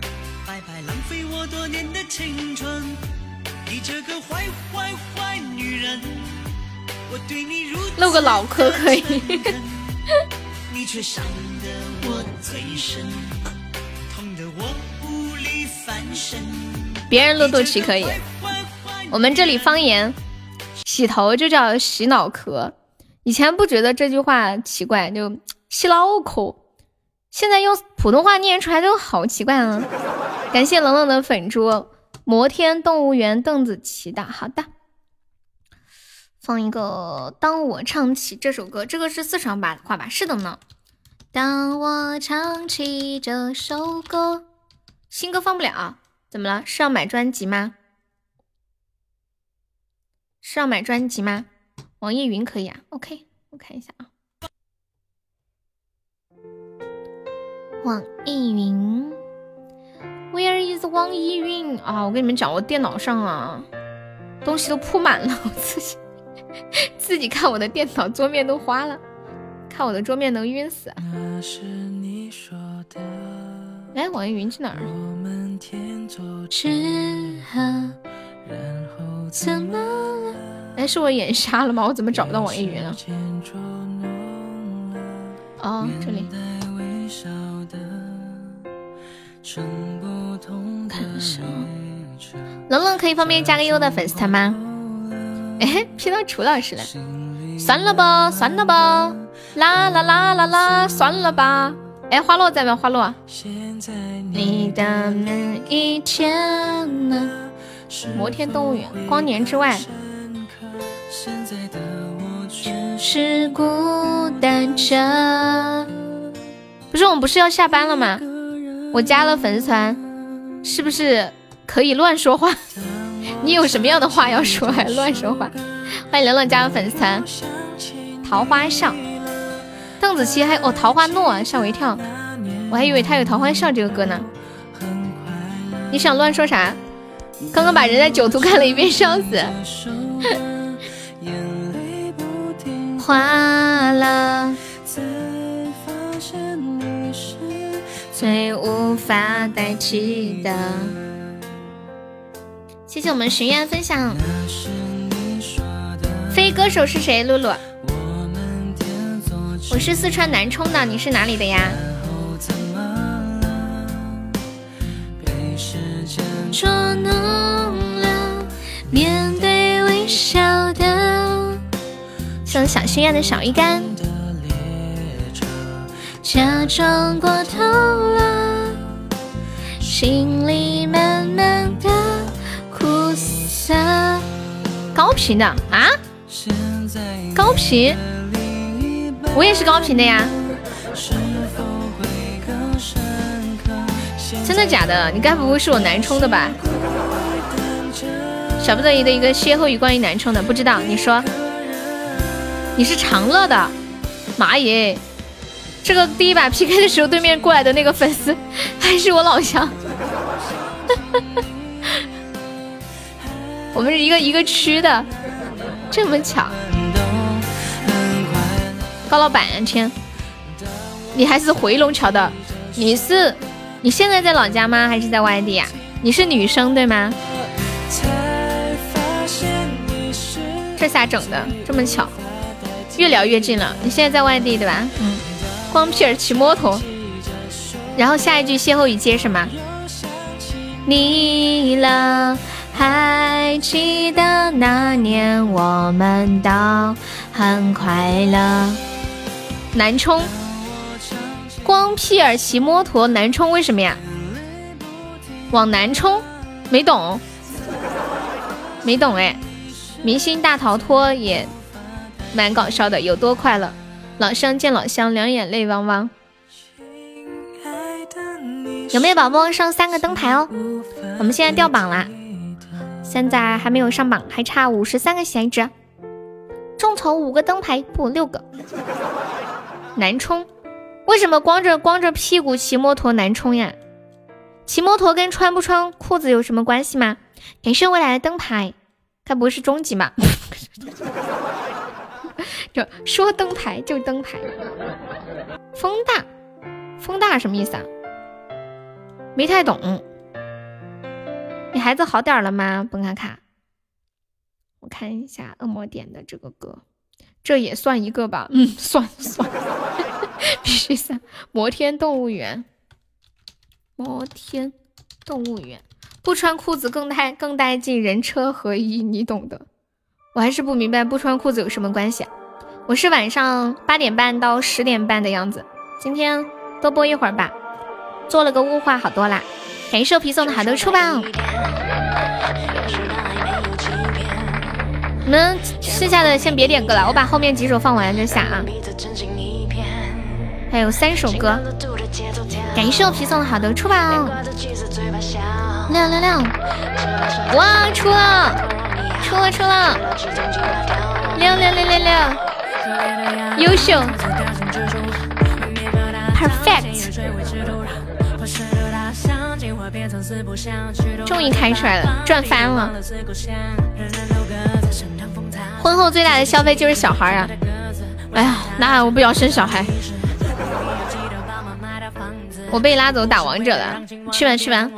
露个脑壳可以。别人露肚脐可以，我们这里方言洗头就叫洗脑壳。以前不觉得这句话奇怪，就洗脑壳，现在用普通话念出来都好奇怪啊！感谢冷冷的粉猪，摩天动物园邓紫棋的。好的，放一个当我唱起这首歌，这个是四川话吧？是的呢。当我唱起这首歌，新歌放不了，怎么了？是要买专辑吗？是要买专辑吗？网易云可以啊。OK， 我看一下啊。网易云 ，Where is 网易云啊？我跟你们讲，我电脑上啊，东西都铺满了，我自己看我的电脑桌面都花了，看我的桌面能晕死。哎，网易云去哪儿？怎么了？哎，是我眼瞎了吗？我怎么找不到网易云了？哦，这里。冷冷可以方便加个优的粉丝团吗？哎，P 到楚老师了，算了吧，算了吧，啦啦啦啦啦，算了吧。哎，花落在吗？花落。你的每一天呢？摩天动物园，光年之外。是孤单着。不是我们不是要下班了吗？我加了粉丝团，是不是可以乱说话？你有什么样的话要说还乱说话？欢迎冷冷加入粉丝团。桃花笑，邓紫棋还有桃花诺啊，吓我一跳，我还以为他有桃花笑这个歌呢。你想乱说啥？刚刚把人家酒徒看了一遍，笑死。花了，最无法代替的。谢谢我们学院分享。非歌手是谁？露露，我是四川南充的，你是哪里的呀？捉弄了面对微笑的，像小心愿的小鱼干，假装过头了，心里慢慢的苦涩。高频的啊？高频？我也是高频的呀。真的假的？你该不会是我南充的吧？小不得已的一个歇后语关于南充的，不知道。你说你是长乐的？妈耶！这个第一把 PK 的时候，对面过来的那个粉丝还是我老乡。我们是一个区的，这么巧。高老板，天，你还是回龙桥的？你是你现在在老家吗？还是在外地呀？你是女生对吗？这下整的这么巧，越聊越近了。你现在在外地对吧？嗯。光屁儿骑摩托，然后下一句歇后语接什么？你了，还记得那年我们都很快乐。南充，光屁儿骑摩托，南充为什么呀？往南充，没懂，没懂哎。明星大逃脱也蛮搞笑的，有多快乐？老乡见老乡，两眼泪汪汪。有没有宝宝上3个灯牌哦？我们现在掉榜啦，现在还没有上榜，还差53个喜爱值。众筹5个灯牌，不6个。南充，为什么光着屁股骑摩托南充呀？骑摩托跟穿不穿裤子有什么关系吗？感谢未来的灯牌，该不会是终极吧？就说灯牌就灯牌。风大什么意思啊？没太懂。你孩子好点了吗？本卡卡，我看一下恶魔点的这个歌，这也算一个吧？算必须算。摩天动物园，不穿裤子更带劲，人车合一，你懂的。我还是不明白不穿裤子有什么关系。我是晚上8点半到10点半的样子，今天多播一会儿吧，做了个雾化好多啦。感谢皮送的好多出榜，你们剩下的先别点歌了，我把后面几首放完就下啊。还有3首歌，感谢皮送的好多出榜，666，哇，出了，66666，优秀 ，perfect， 终于开出来了，赚翻了。婚后最大的消费就是小孩啊！哎呀，那我不要生小孩。我被拉走打王者了，去吧。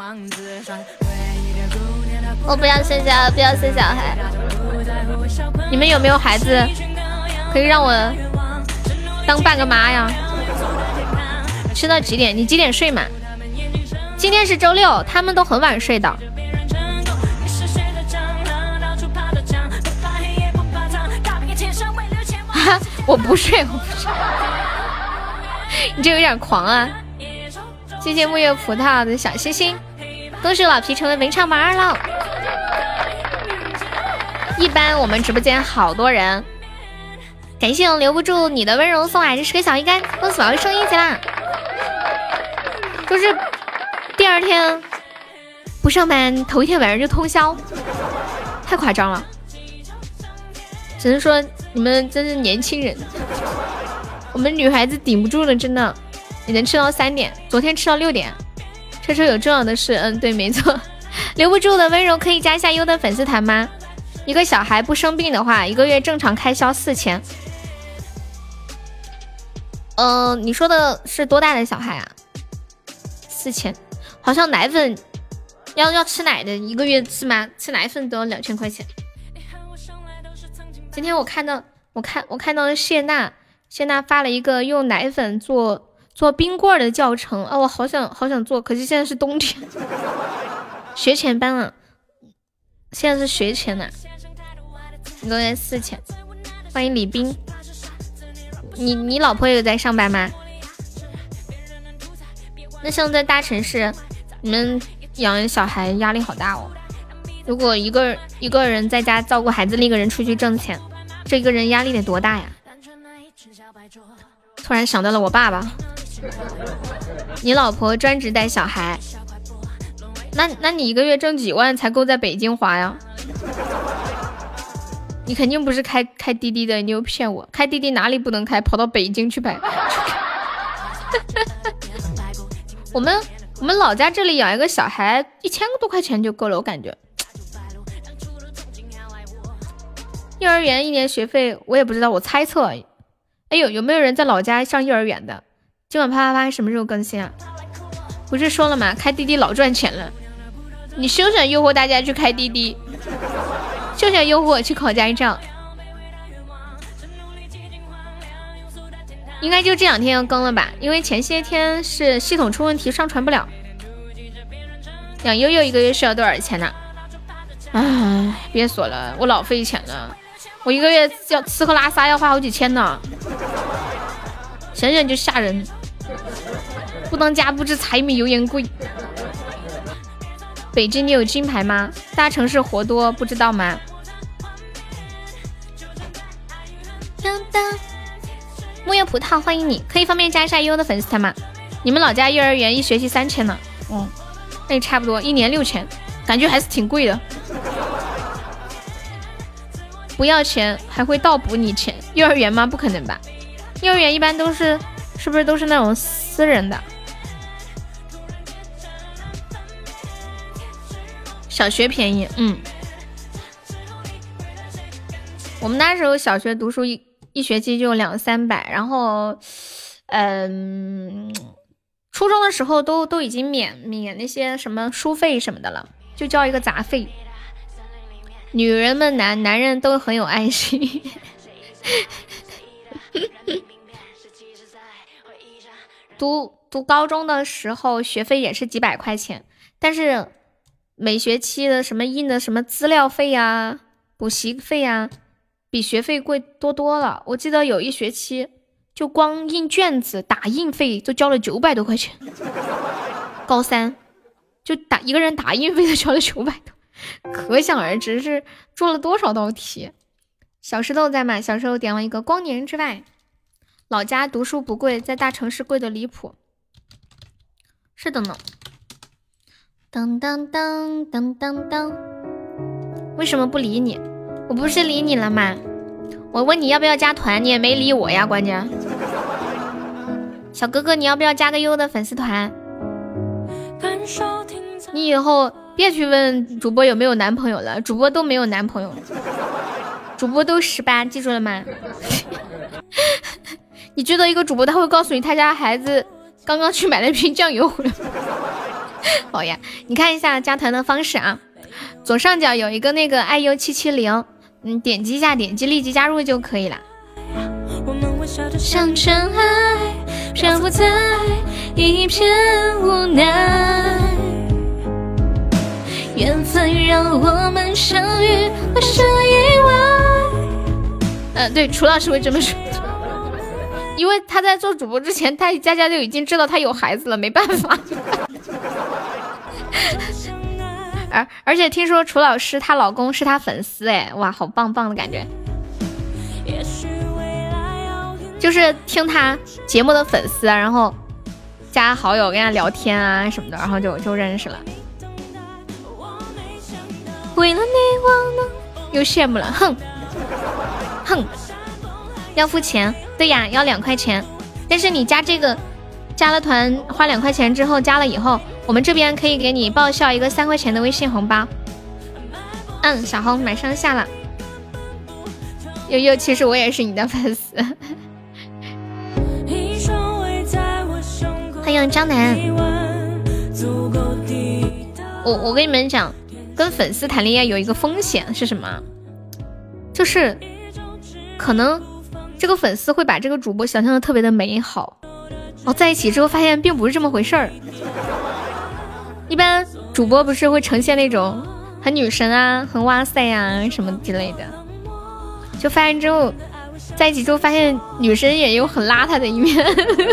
我不要生小孩。你们有没有孩子可以让我当半个妈呀？吃到几点？你几点睡嘛？今天是周6，他们都很晚睡的。我不睡。你这有点狂啊！谢谢木叶葡萄的小星星，恭喜老皮成为文唱榜2了。一般我们直播间好多人，感谢留不住你的温柔送来这10个小鱼干，恭喜宝贝升1级啦！就是第2天不上班，头一天晚上就通宵，太夸张了。只能说你们真是年轻人，我们女孩子顶不住了，真的。你能吃到3点，昨天吃到6点。车车有重要的事，对，没错。留不住的温柔可以加一下优的粉丝团吗？一个小孩不生病的话，1个月正常开销4000。你说的是多大的小孩啊？4000，好像奶粉要吃奶的1个月是吗？吃奶粉都要2000块钱。今天我看到谢娜发了一个用奶粉做冰棍的教程啊，我好想做，可是现在是冬天，学前班啊，现在是学前呢，1个月4000。欢迎李斌，你老婆有在上班吗？那像在大城市，你们养小孩压力好大哦。如果一个人在家照顾孩子，另一个人出去挣钱，这一个人压力得多大呀？突然想到了我爸爸。你老婆专职带小孩，那你1个月挣几万才够在北京花呀？你肯定不是开滴滴的，你又骗我，开滴滴哪里不能开，跑到北京去拍。我们老家这里养一个小孩1000多块钱就够了，我感觉。幼儿园1年学费我也不知道，我猜测。哎呦，有没有人在老家上幼儿园的？今晚啪啪啪什么时候更新啊？ 不是说了吗？开滴滴老赚钱了，你休想诱惑大家去开滴滴，休想诱惑我去考驾照。应该就这2天要更了吧，因为前些天是系统出问题上传不了。养悠悠1个月需要多少钱呢？唉，别说了，我老费钱了，我1个月要吃喝拉撒要花好几千呢，想想就吓人。不当家不知柴米油盐贵。北京你有金牌吗？大城市活多不知道吗？木叶葡萄欢迎你，可以方便加一下悠悠的粉丝团吗？你们老家幼儿园1学期3000呢？那也差不多1年6000，感觉还是挺贵的。不要钱还会倒补你钱，幼儿园吗？不可能吧，幼儿园一般都是不是都是那种私人的？小学便宜，我们那时候小学读书一学期就200-300，然后初中的时候都已经免那些什么书费什么的了，就交一个杂费。女人们男人都很有爱心。读高中的时候学费也是几百块钱，但是每学期的什么印的什么资料费啊、补习费啊，比学费贵多了。我记得有一学期就光印卷子打印费就交了900多块钱，高3就一个人打印费就交了900多，可想而知是做了多少道题。小石头在吗？小时候点了一个光年之外。老家读书不贵，在大城市贵的离谱。是的呢。当当当当当当，为什么不理你？我不是理你了吗？我问你要不要加团，你也没理我呀，关键。小哥哥，你要不要加个优的粉丝团？你以后别去问主播有没有男朋友了，主播都没有男朋友，主播都18，记住了吗？你觉得一个主播他会告诉你他家孩子刚刚去买了瓶酱油回来？好呀，你看一下加团的方式啊，左上角有一个那个IU770，点击一下，点击立即加入就可以了。像尘埃漂浮在一片无奈，缘分让我们相遇，不是意外。对，楚老师会这么说。因为他在做主播之前，佳佳就已经知道他有孩子了，没办法。而且听说楚老师她老公是她粉丝，哎，哇，好棒棒的感觉。就是听他节目的粉丝，然后加好友跟他聊天啊什么的，然后就认识了。为了你忘了，又羡慕了，哼。要付钱，对呀，要2块钱。但是你加这个加了团花2块钱之后，加了以后，我们这边可以给你报销一个3块钱的微信红包。小红马上下了。悠悠，其实我也是你的粉丝。欢迎张楠。我跟你们讲，跟粉丝谈恋爱有一个风险是什么？就是可能这个粉丝会把这个主播想象的特别的美好，在一起之后发现并不是这么回事儿。一般主播不是会呈现那种很女神啊、很哇塞啊什么之类的，就发现之后在一起之后发现女神也有很邋遢的一面。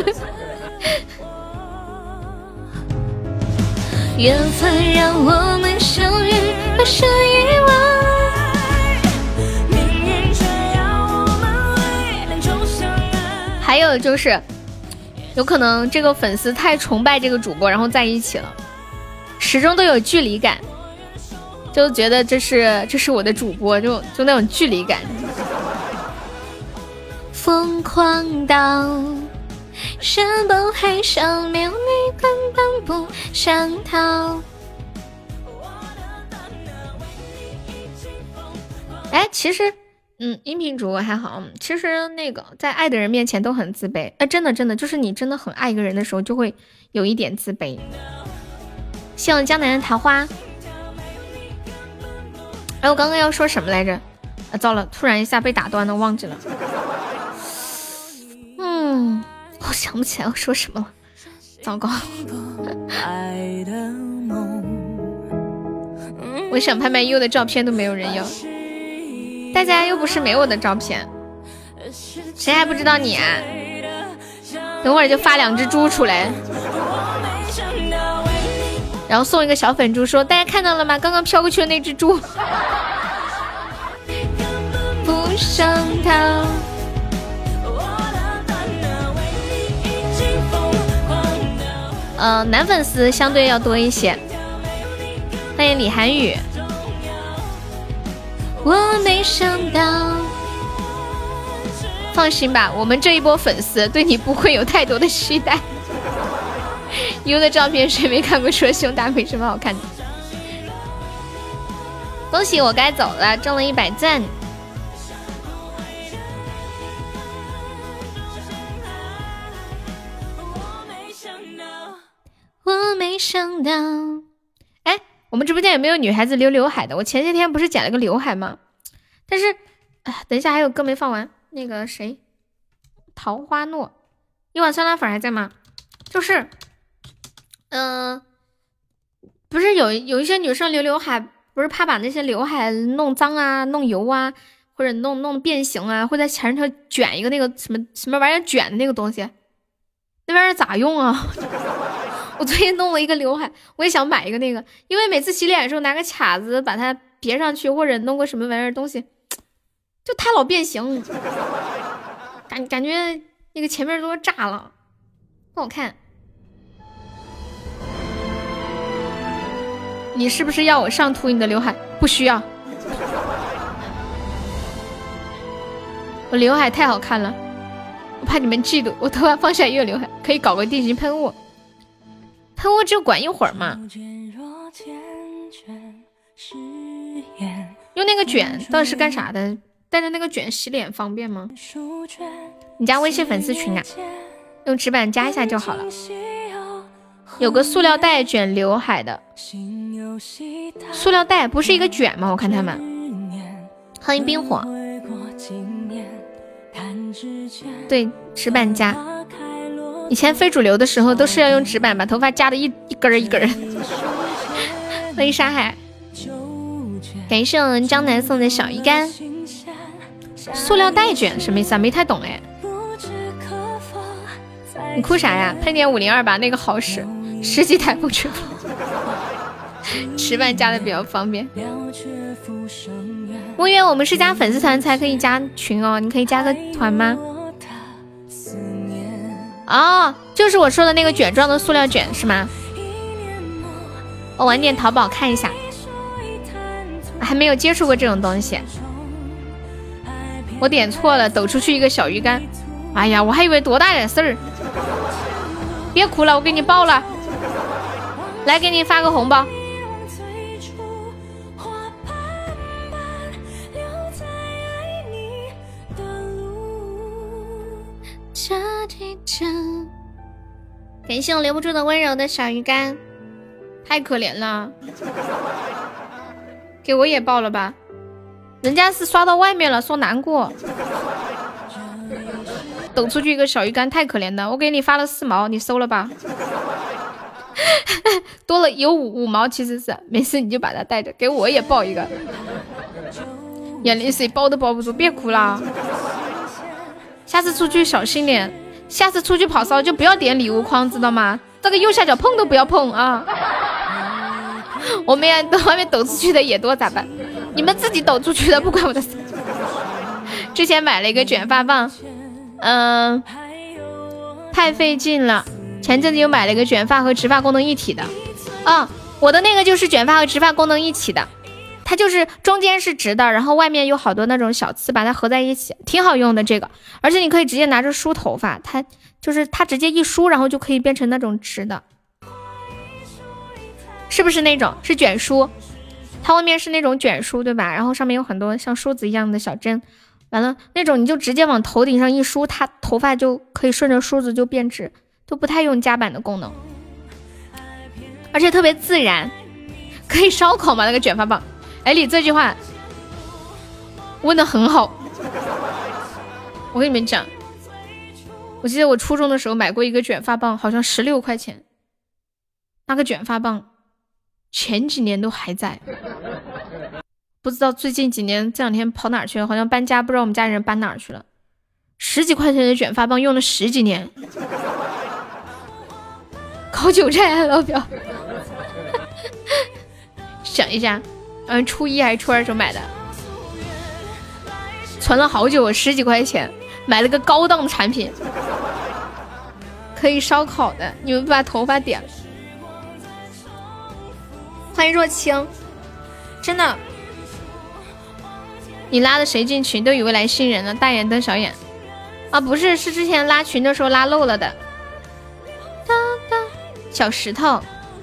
缘分让我们相遇，不是意外。还有就是有可能这个粉丝太崇拜这个主播，然后在一起了，始终都有距离感，就觉得这是我的主播，就那种距离感。疯狂到山崩海啸，没有你根本不想逃。其实音频主播还好，其实那个在爱的人面前都很自卑。真的就是你真的很爱一个人的时候，就会有一点自卑。希望江南的桃花。我刚刚要说什么来着？糟了，突然一下被打断了，忘记了。我想不起来我说什么了，糟糕。我想拍卖优的照片都没有人要，大家又不是没我的照片，谁还不知道你啊？等会儿就发2只猪出来，然后送一个小粉猪，说大家看到了吗？刚刚飘过去的那只猪。不上套。男粉丝相对要多一些。欢迎李涵宇。我没想到，放心吧，我们这一波粉丝对你不会有太多的期待。优的照片谁没看过？说胸大没什么好看的。恭喜我该走了，中了100赞。我没想到，我们直播间有没有女孩子留刘海的？我前些天不是剪了个刘海吗？但是，等一下还有歌没放完，那个谁，桃花诺，一碗酸辣粉还在吗？就是，不是有一些女生留刘海，不是怕把那些刘海弄脏啊、弄油啊，或者弄变形啊，会在前头卷一个那个什么玩意儿卷的那个东西，那玩意儿咋用啊？我最近弄了一个刘海，我也想买一个那个，因为每次洗脸的时候拿个卡子把它别上去，或者弄个什么玩意儿东西，就它老变形，感觉那个前面都炸了，不好看。你是不是要我上涂你的刘海？不需要，我刘海太好看了，我怕你们嫉妒。我头发放下也有刘海，可以搞个电击喷雾。喷雾就管一会儿嘛，用那个卷到底是干啥的？带着那个卷洗脸方便吗？你加微信粉丝群啊，用纸板加一下就好了。有个塑料袋卷刘海的，塑料袋不是一个卷吗？我看他们。欢迎冰火，对，纸板夹。以前非主流的时候都是要用纸板把头发夹的一根一根。欢迎沙海，感谢我们江南送的小鱼干。塑料袋卷什么意思啊？没太懂哎。你哭啥呀？喷点502吧，那个好使，10级台风吹风。纸板夹的比较方便。我以为我们是加粉丝团才可以加群哦，你可以加个团吗？哦，就是我说的那个卷状的塑料卷是吗？我晚点淘宝看一下，还没有接触过这种东西。我点错了，抖出去一个小鱼干。哎呀，我还以为多大点事儿。别哭了，我给你报了，来给你发个红包。感谢我留不住的温柔的小鱼干，太可怜了，给我也报了吧，人家是刷到外面了，说难过。抖出去一个小鱼干，太可怜了，我给你发了4毛，你收了吧。多了有5毛，其实是没事，你就把它带着，给我也报一个。眼泪水包都包不住，别哭啦。下次出去小心点，下次出去跑骚就不要点礼物框，知道吗？这个右下角碰都不要碰啊！我们也外面抖出去的也多咋办？你们自己抖出去的不关我的事。之前买了一个卷发棒，太费劲了。前阵子又买了一个卷发和直发功能一体的，我的那个就是卷发和直发功能一体的。它就是中间是直的，然后外面有好多那种小刺，把它合在一起，挺好用的这个。而且你可以直接拿着梳头发，它直接一梳，然后就可以变成那种直的，是不是那种？是卷梳，它外面是那种卷梳，对吧？然后上面有很多像梳子一样的小针， 完了那种你就直接往头顶上一梳，它头发就可以顺着梳子就变直，都不太用夹板的功能，而且特别自然。可以烧烤吗？那个卷发棒？哎，你这句话问得很好。我跟你们讲，我记得我初中的时候买过一个卷发棒，好像16块钱。那个卷发棒前几年都还在，不知道最近几年这两天跑哪儿去了，好像搬家，不知道我们家人搬哪儿去了。10几块钱的卷发棒用了10几年，烤韭菜啊老表。想一下，初一还是初二时候买的，存了好久，10几块钱买了个高档产品，可以烧烤的，你们把头发点了。欢迎若清，真的，你拉的谁进群都以为来新人了，大眼瞪小眼啊！不是，是之前拉群的时候拉漏了的。小石头，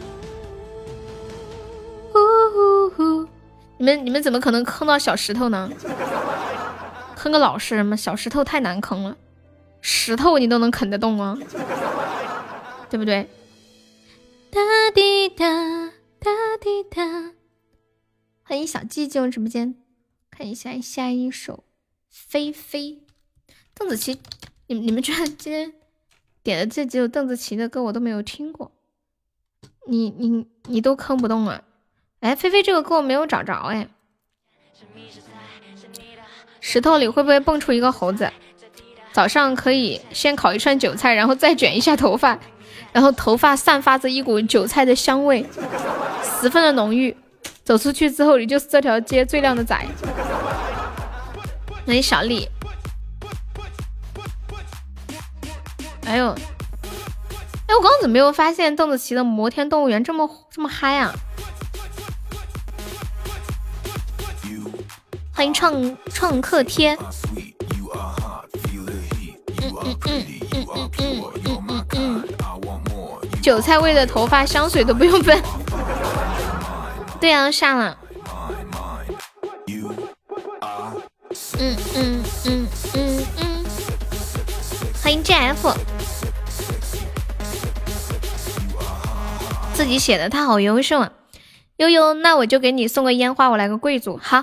你们怎么可能坑到小石头呢？坑个老实人吗？小石头太难坑了，石头你都能啃得动啊，对不对？哒滴哒哒滴哒。欢迎小季进入直播间，看一下下一首菲菲。邓紫棋，你们居然今天点的这几首邓紫棋的歌我都没有听过，你都坑不动啊！哎，菲菲这个歌我没有找着哎。石头里会不会蹦出一个猴子？早上可以先烤一串韭菜，然后再卷一下头发，然后头发散发着一股韭菜的香味，十分的浓郁。走出去之后，你就是这条街最靓的仔。欢迎小丽。哎呦，哎，我刚刚怎么没有发现邓紫棋的《摩天动物园》这么嗨啊？欢迎创客贴。韭菜味的头发香水都不用喷。对啊，上了。欢迎 JF。自己写的，他好优秀啊！悠悠，那我就给你送个烟花，我来个贵族，好。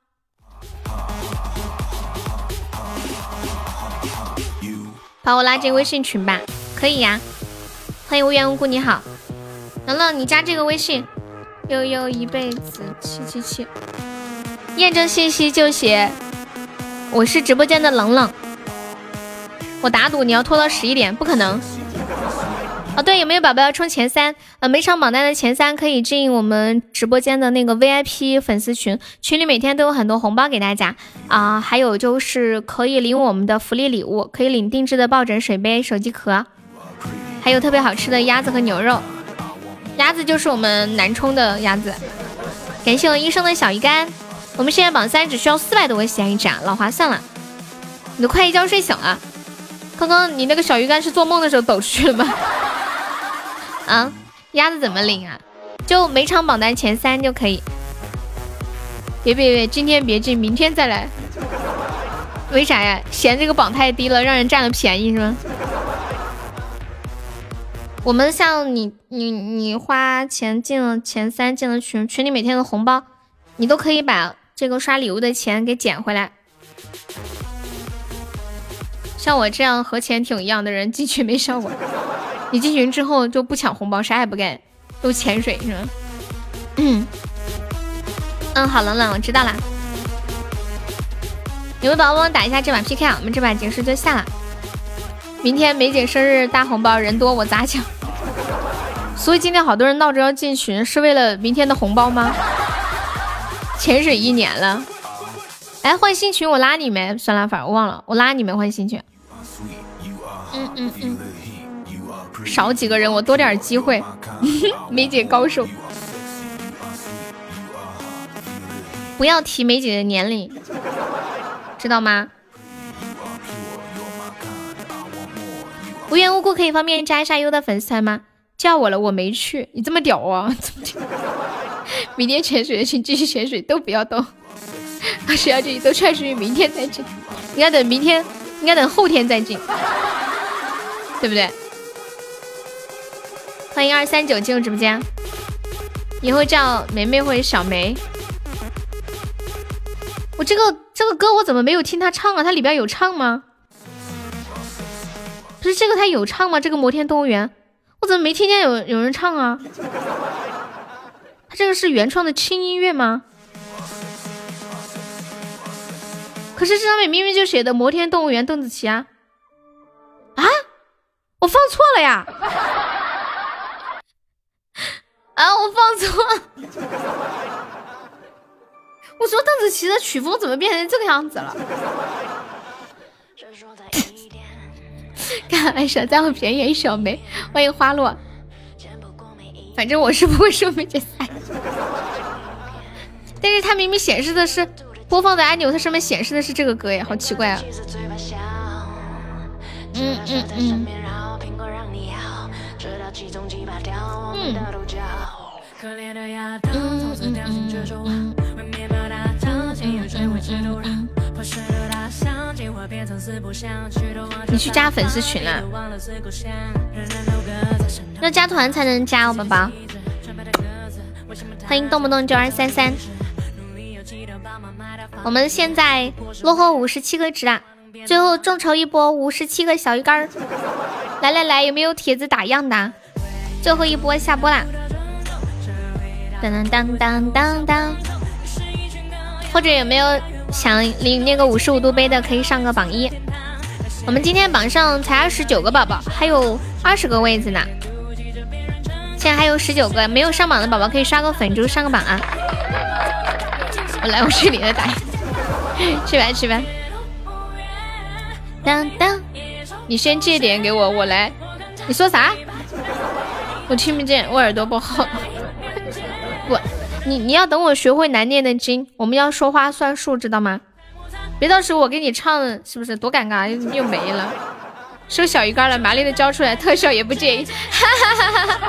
把我拉进微信群吧，可以呀。欢迎无缘无故，你好，冷冷，你加这个微信，悠悠一辈子777，验证信息就写我是直播间的冷冷。我打赌你要拖到11点，不可能。哦，对，有没有宝宝要冲前3？每场榜单的前3可以进我们直播间的那个 VIP 粉丝群，群里每天都有很多红包给大家啊，还有就是可以领我们的福利礼物，可以领定制的抱枕、水杯、手机壳，还有特别好吃的鸭子和牛肉。鸭子就是我们南充的鸭子。感谢我医生的小鱼干，我们现在榜3只需要400多个喜爱一盏，老划算了。你都快一觉睡醒了，刚刚你那个小鱼干是做梦的时候抖出去了吗？啊，鸭子怎么领啊？就每场榜单前3就可以。别，今天别进，明天再来。为啥呀？嫌这个榜太低了，让人占了便宜是吗？我们像你花钱进了前3，进了群里每天的红包，你都可以把这个刷礼物的钱给捡回来。像我这样和钱挺一样的人进群没效果。你进群之后就不抢红包，啥也不干，都潜水是吗？好，冷冷，我知道啦。有没有宝宝帮我打一下这把 PK 啊？我们这把结束就下了。明天梅姐生日大红包，人多我砸抢。所以今天好多人闹着要进群，是为了明天的红包吗？潜水1年了。哎，换新群我拉你没？酸辣粉我忘了，我拉你没换新群。少几个人我多点机会。梅姐高手，不要提梅姐的年龄，知道吗？无缘无故可以方便加一下优的粉丝团吗？叫我了我没去，你这么屌啊？明天潜水的请继续潜水，都不要动。谁要进去都踹出去，明天再进。 应该等明天，应该等后天再进，对不对？欢迎239进入直播间，以后叫梅梅或者小梅。我这个歌我怎么没有听他唱啊？他里边有唱吗？不是这个他有唱吗？这个摩天动物园我怎么没听见有人唱啊？他这个是原创的轻音乐吗？可是这上面明明就写的摩天动物园邓紫棋啊！啊，我放错了呀！啊，我放错了！我说邓紫棋的曲风怎么变成这个样子了？看来小在我便宜小梅，欢迎花落。反正我是不会说梅姐赛，但是它明明显示的是播放的按钮，它上面显示的是这个歌耶，好奇怪啊！你去加粉丝群了？要加团才能加哦，宝宝。欢迎动不动就233。我们现在落后57个值啦，最后众筹一波57个小鱼干。来，有没有帖子打样的？最后一波下播啦！当当当当当。或者有没有想领那个55度杯的，可以上个榜1。我们今天榜上才29个宝宝，还有20个位子呢。现在还有19个没有上榜的宝宝，可以刷个粉猪上个榜啊！我去领了打，去吧。当当，你先借点给我，我来。你说啥？我听不见，我耳朵不好。不，你要等我学会难念的经，我们要说话算数，知道吗？别到时候我给你唱，是不是多尴尬？又没了，收小鱼干了，麻利的交出来，特效也不介意。哈哈哈哈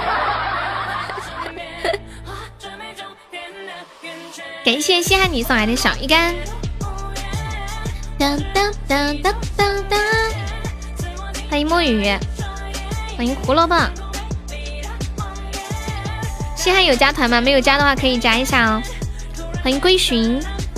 感谢稀罕你送来的小鱼干。当当当当当当，欢迎墨雨，欢迎胡萝卜。稀罕有加团吗？没有加的话可以加一下哦。欢迎归寻，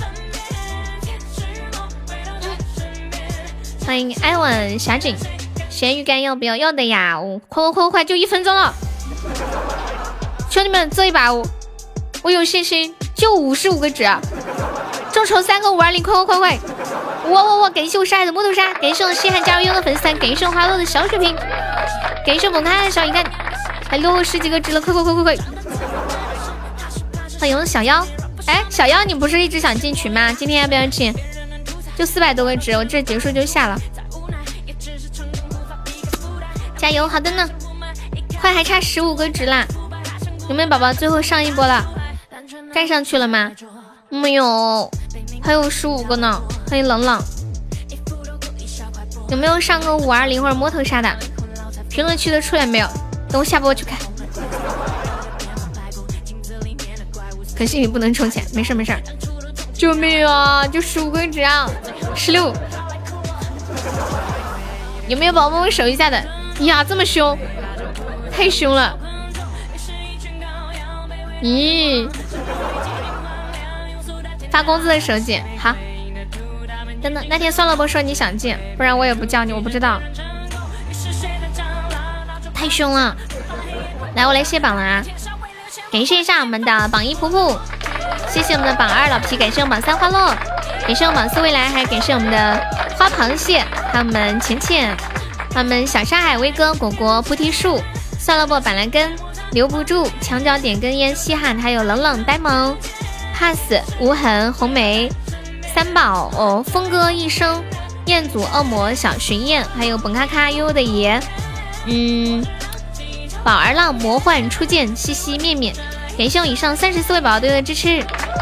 欢迎艾文霞景。咸鱼干要不要？要的呀！快，就1分钟了，兄弟们，这一把我有信心，就55个值，众筹3个520，快！我感谢我是爱的木头沙，感谢我稀罕加入优的粉丝团，感谢我花落的小水瓶，感谢我猛看的小鱼干，还落后10几个值了，快！欢迎小妖，哎，小妖你不是一直想进群吗？今天要不要进？就400多个值，我这结束就下了，加油！好的呢，快，还差15个值啦，有没有宝宝最后上一波了？站上去了吗？没有，还有15个呢。欢迎冷冷，有没有上个520或者摸头杀的？评论区的出来没有？等我下播去看。可惜你不能充钱，没事。救命啊！就15个值啊，16。有没有宝宝帮我守一下的？呀，这么凶，太凶了。咦，发工资的时候见，好。真的，那天酸萝卜说你想进，不然我也不叫你，我不知道。太凶了，来，我来卸榜了啊！感谢一下我们的榜1普普，谢谢我们的榜2老皮，感谢我们榜3花落，感谢我们榜4未来，还感谢我们的花螃蟹，还有我们浅浅，还有我们小沙海威哥、果果、菩提树、酸萝卜、板蓝根、留不住、墙角点根烟、稀罕，还有冷冷、呆萌、pass、无痕、红梅、三宝、峰哥一生、彦祖、恶魔、小巡燕，还有本咔咔、悠悠的爷，宝儿浪、魔幻初见、西西、面面，感谢我以上34位宝宝对我的支持。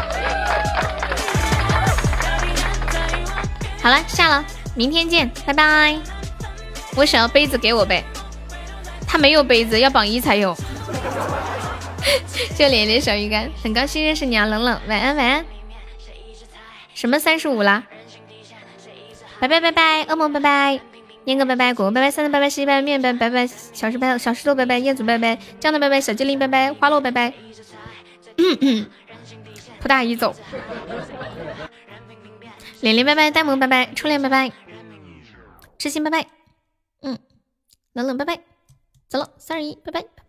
好了，下了，明天见，拜拜。我想要杯子，给我呗。他没有杯子，要榜1才有。就连连小鱼干，很高兴认识你啊，冷冷，晚安晚安。什么35啦？ 拜拜拜拜，噩梦拜拜，烟哥拜拜，果果拜拜，三三拜拜，十一拜拜，面拜拜拜，小石拜小石头拜拜，燕子拜拜，酱的拜拜，小精灵拜拜，花落拜拜，蒲大姨走，脸脸拜拜，呆萌拜拜，初恋拜拜，痴心拜拜，冷冷拜拜，走了，321拜拜。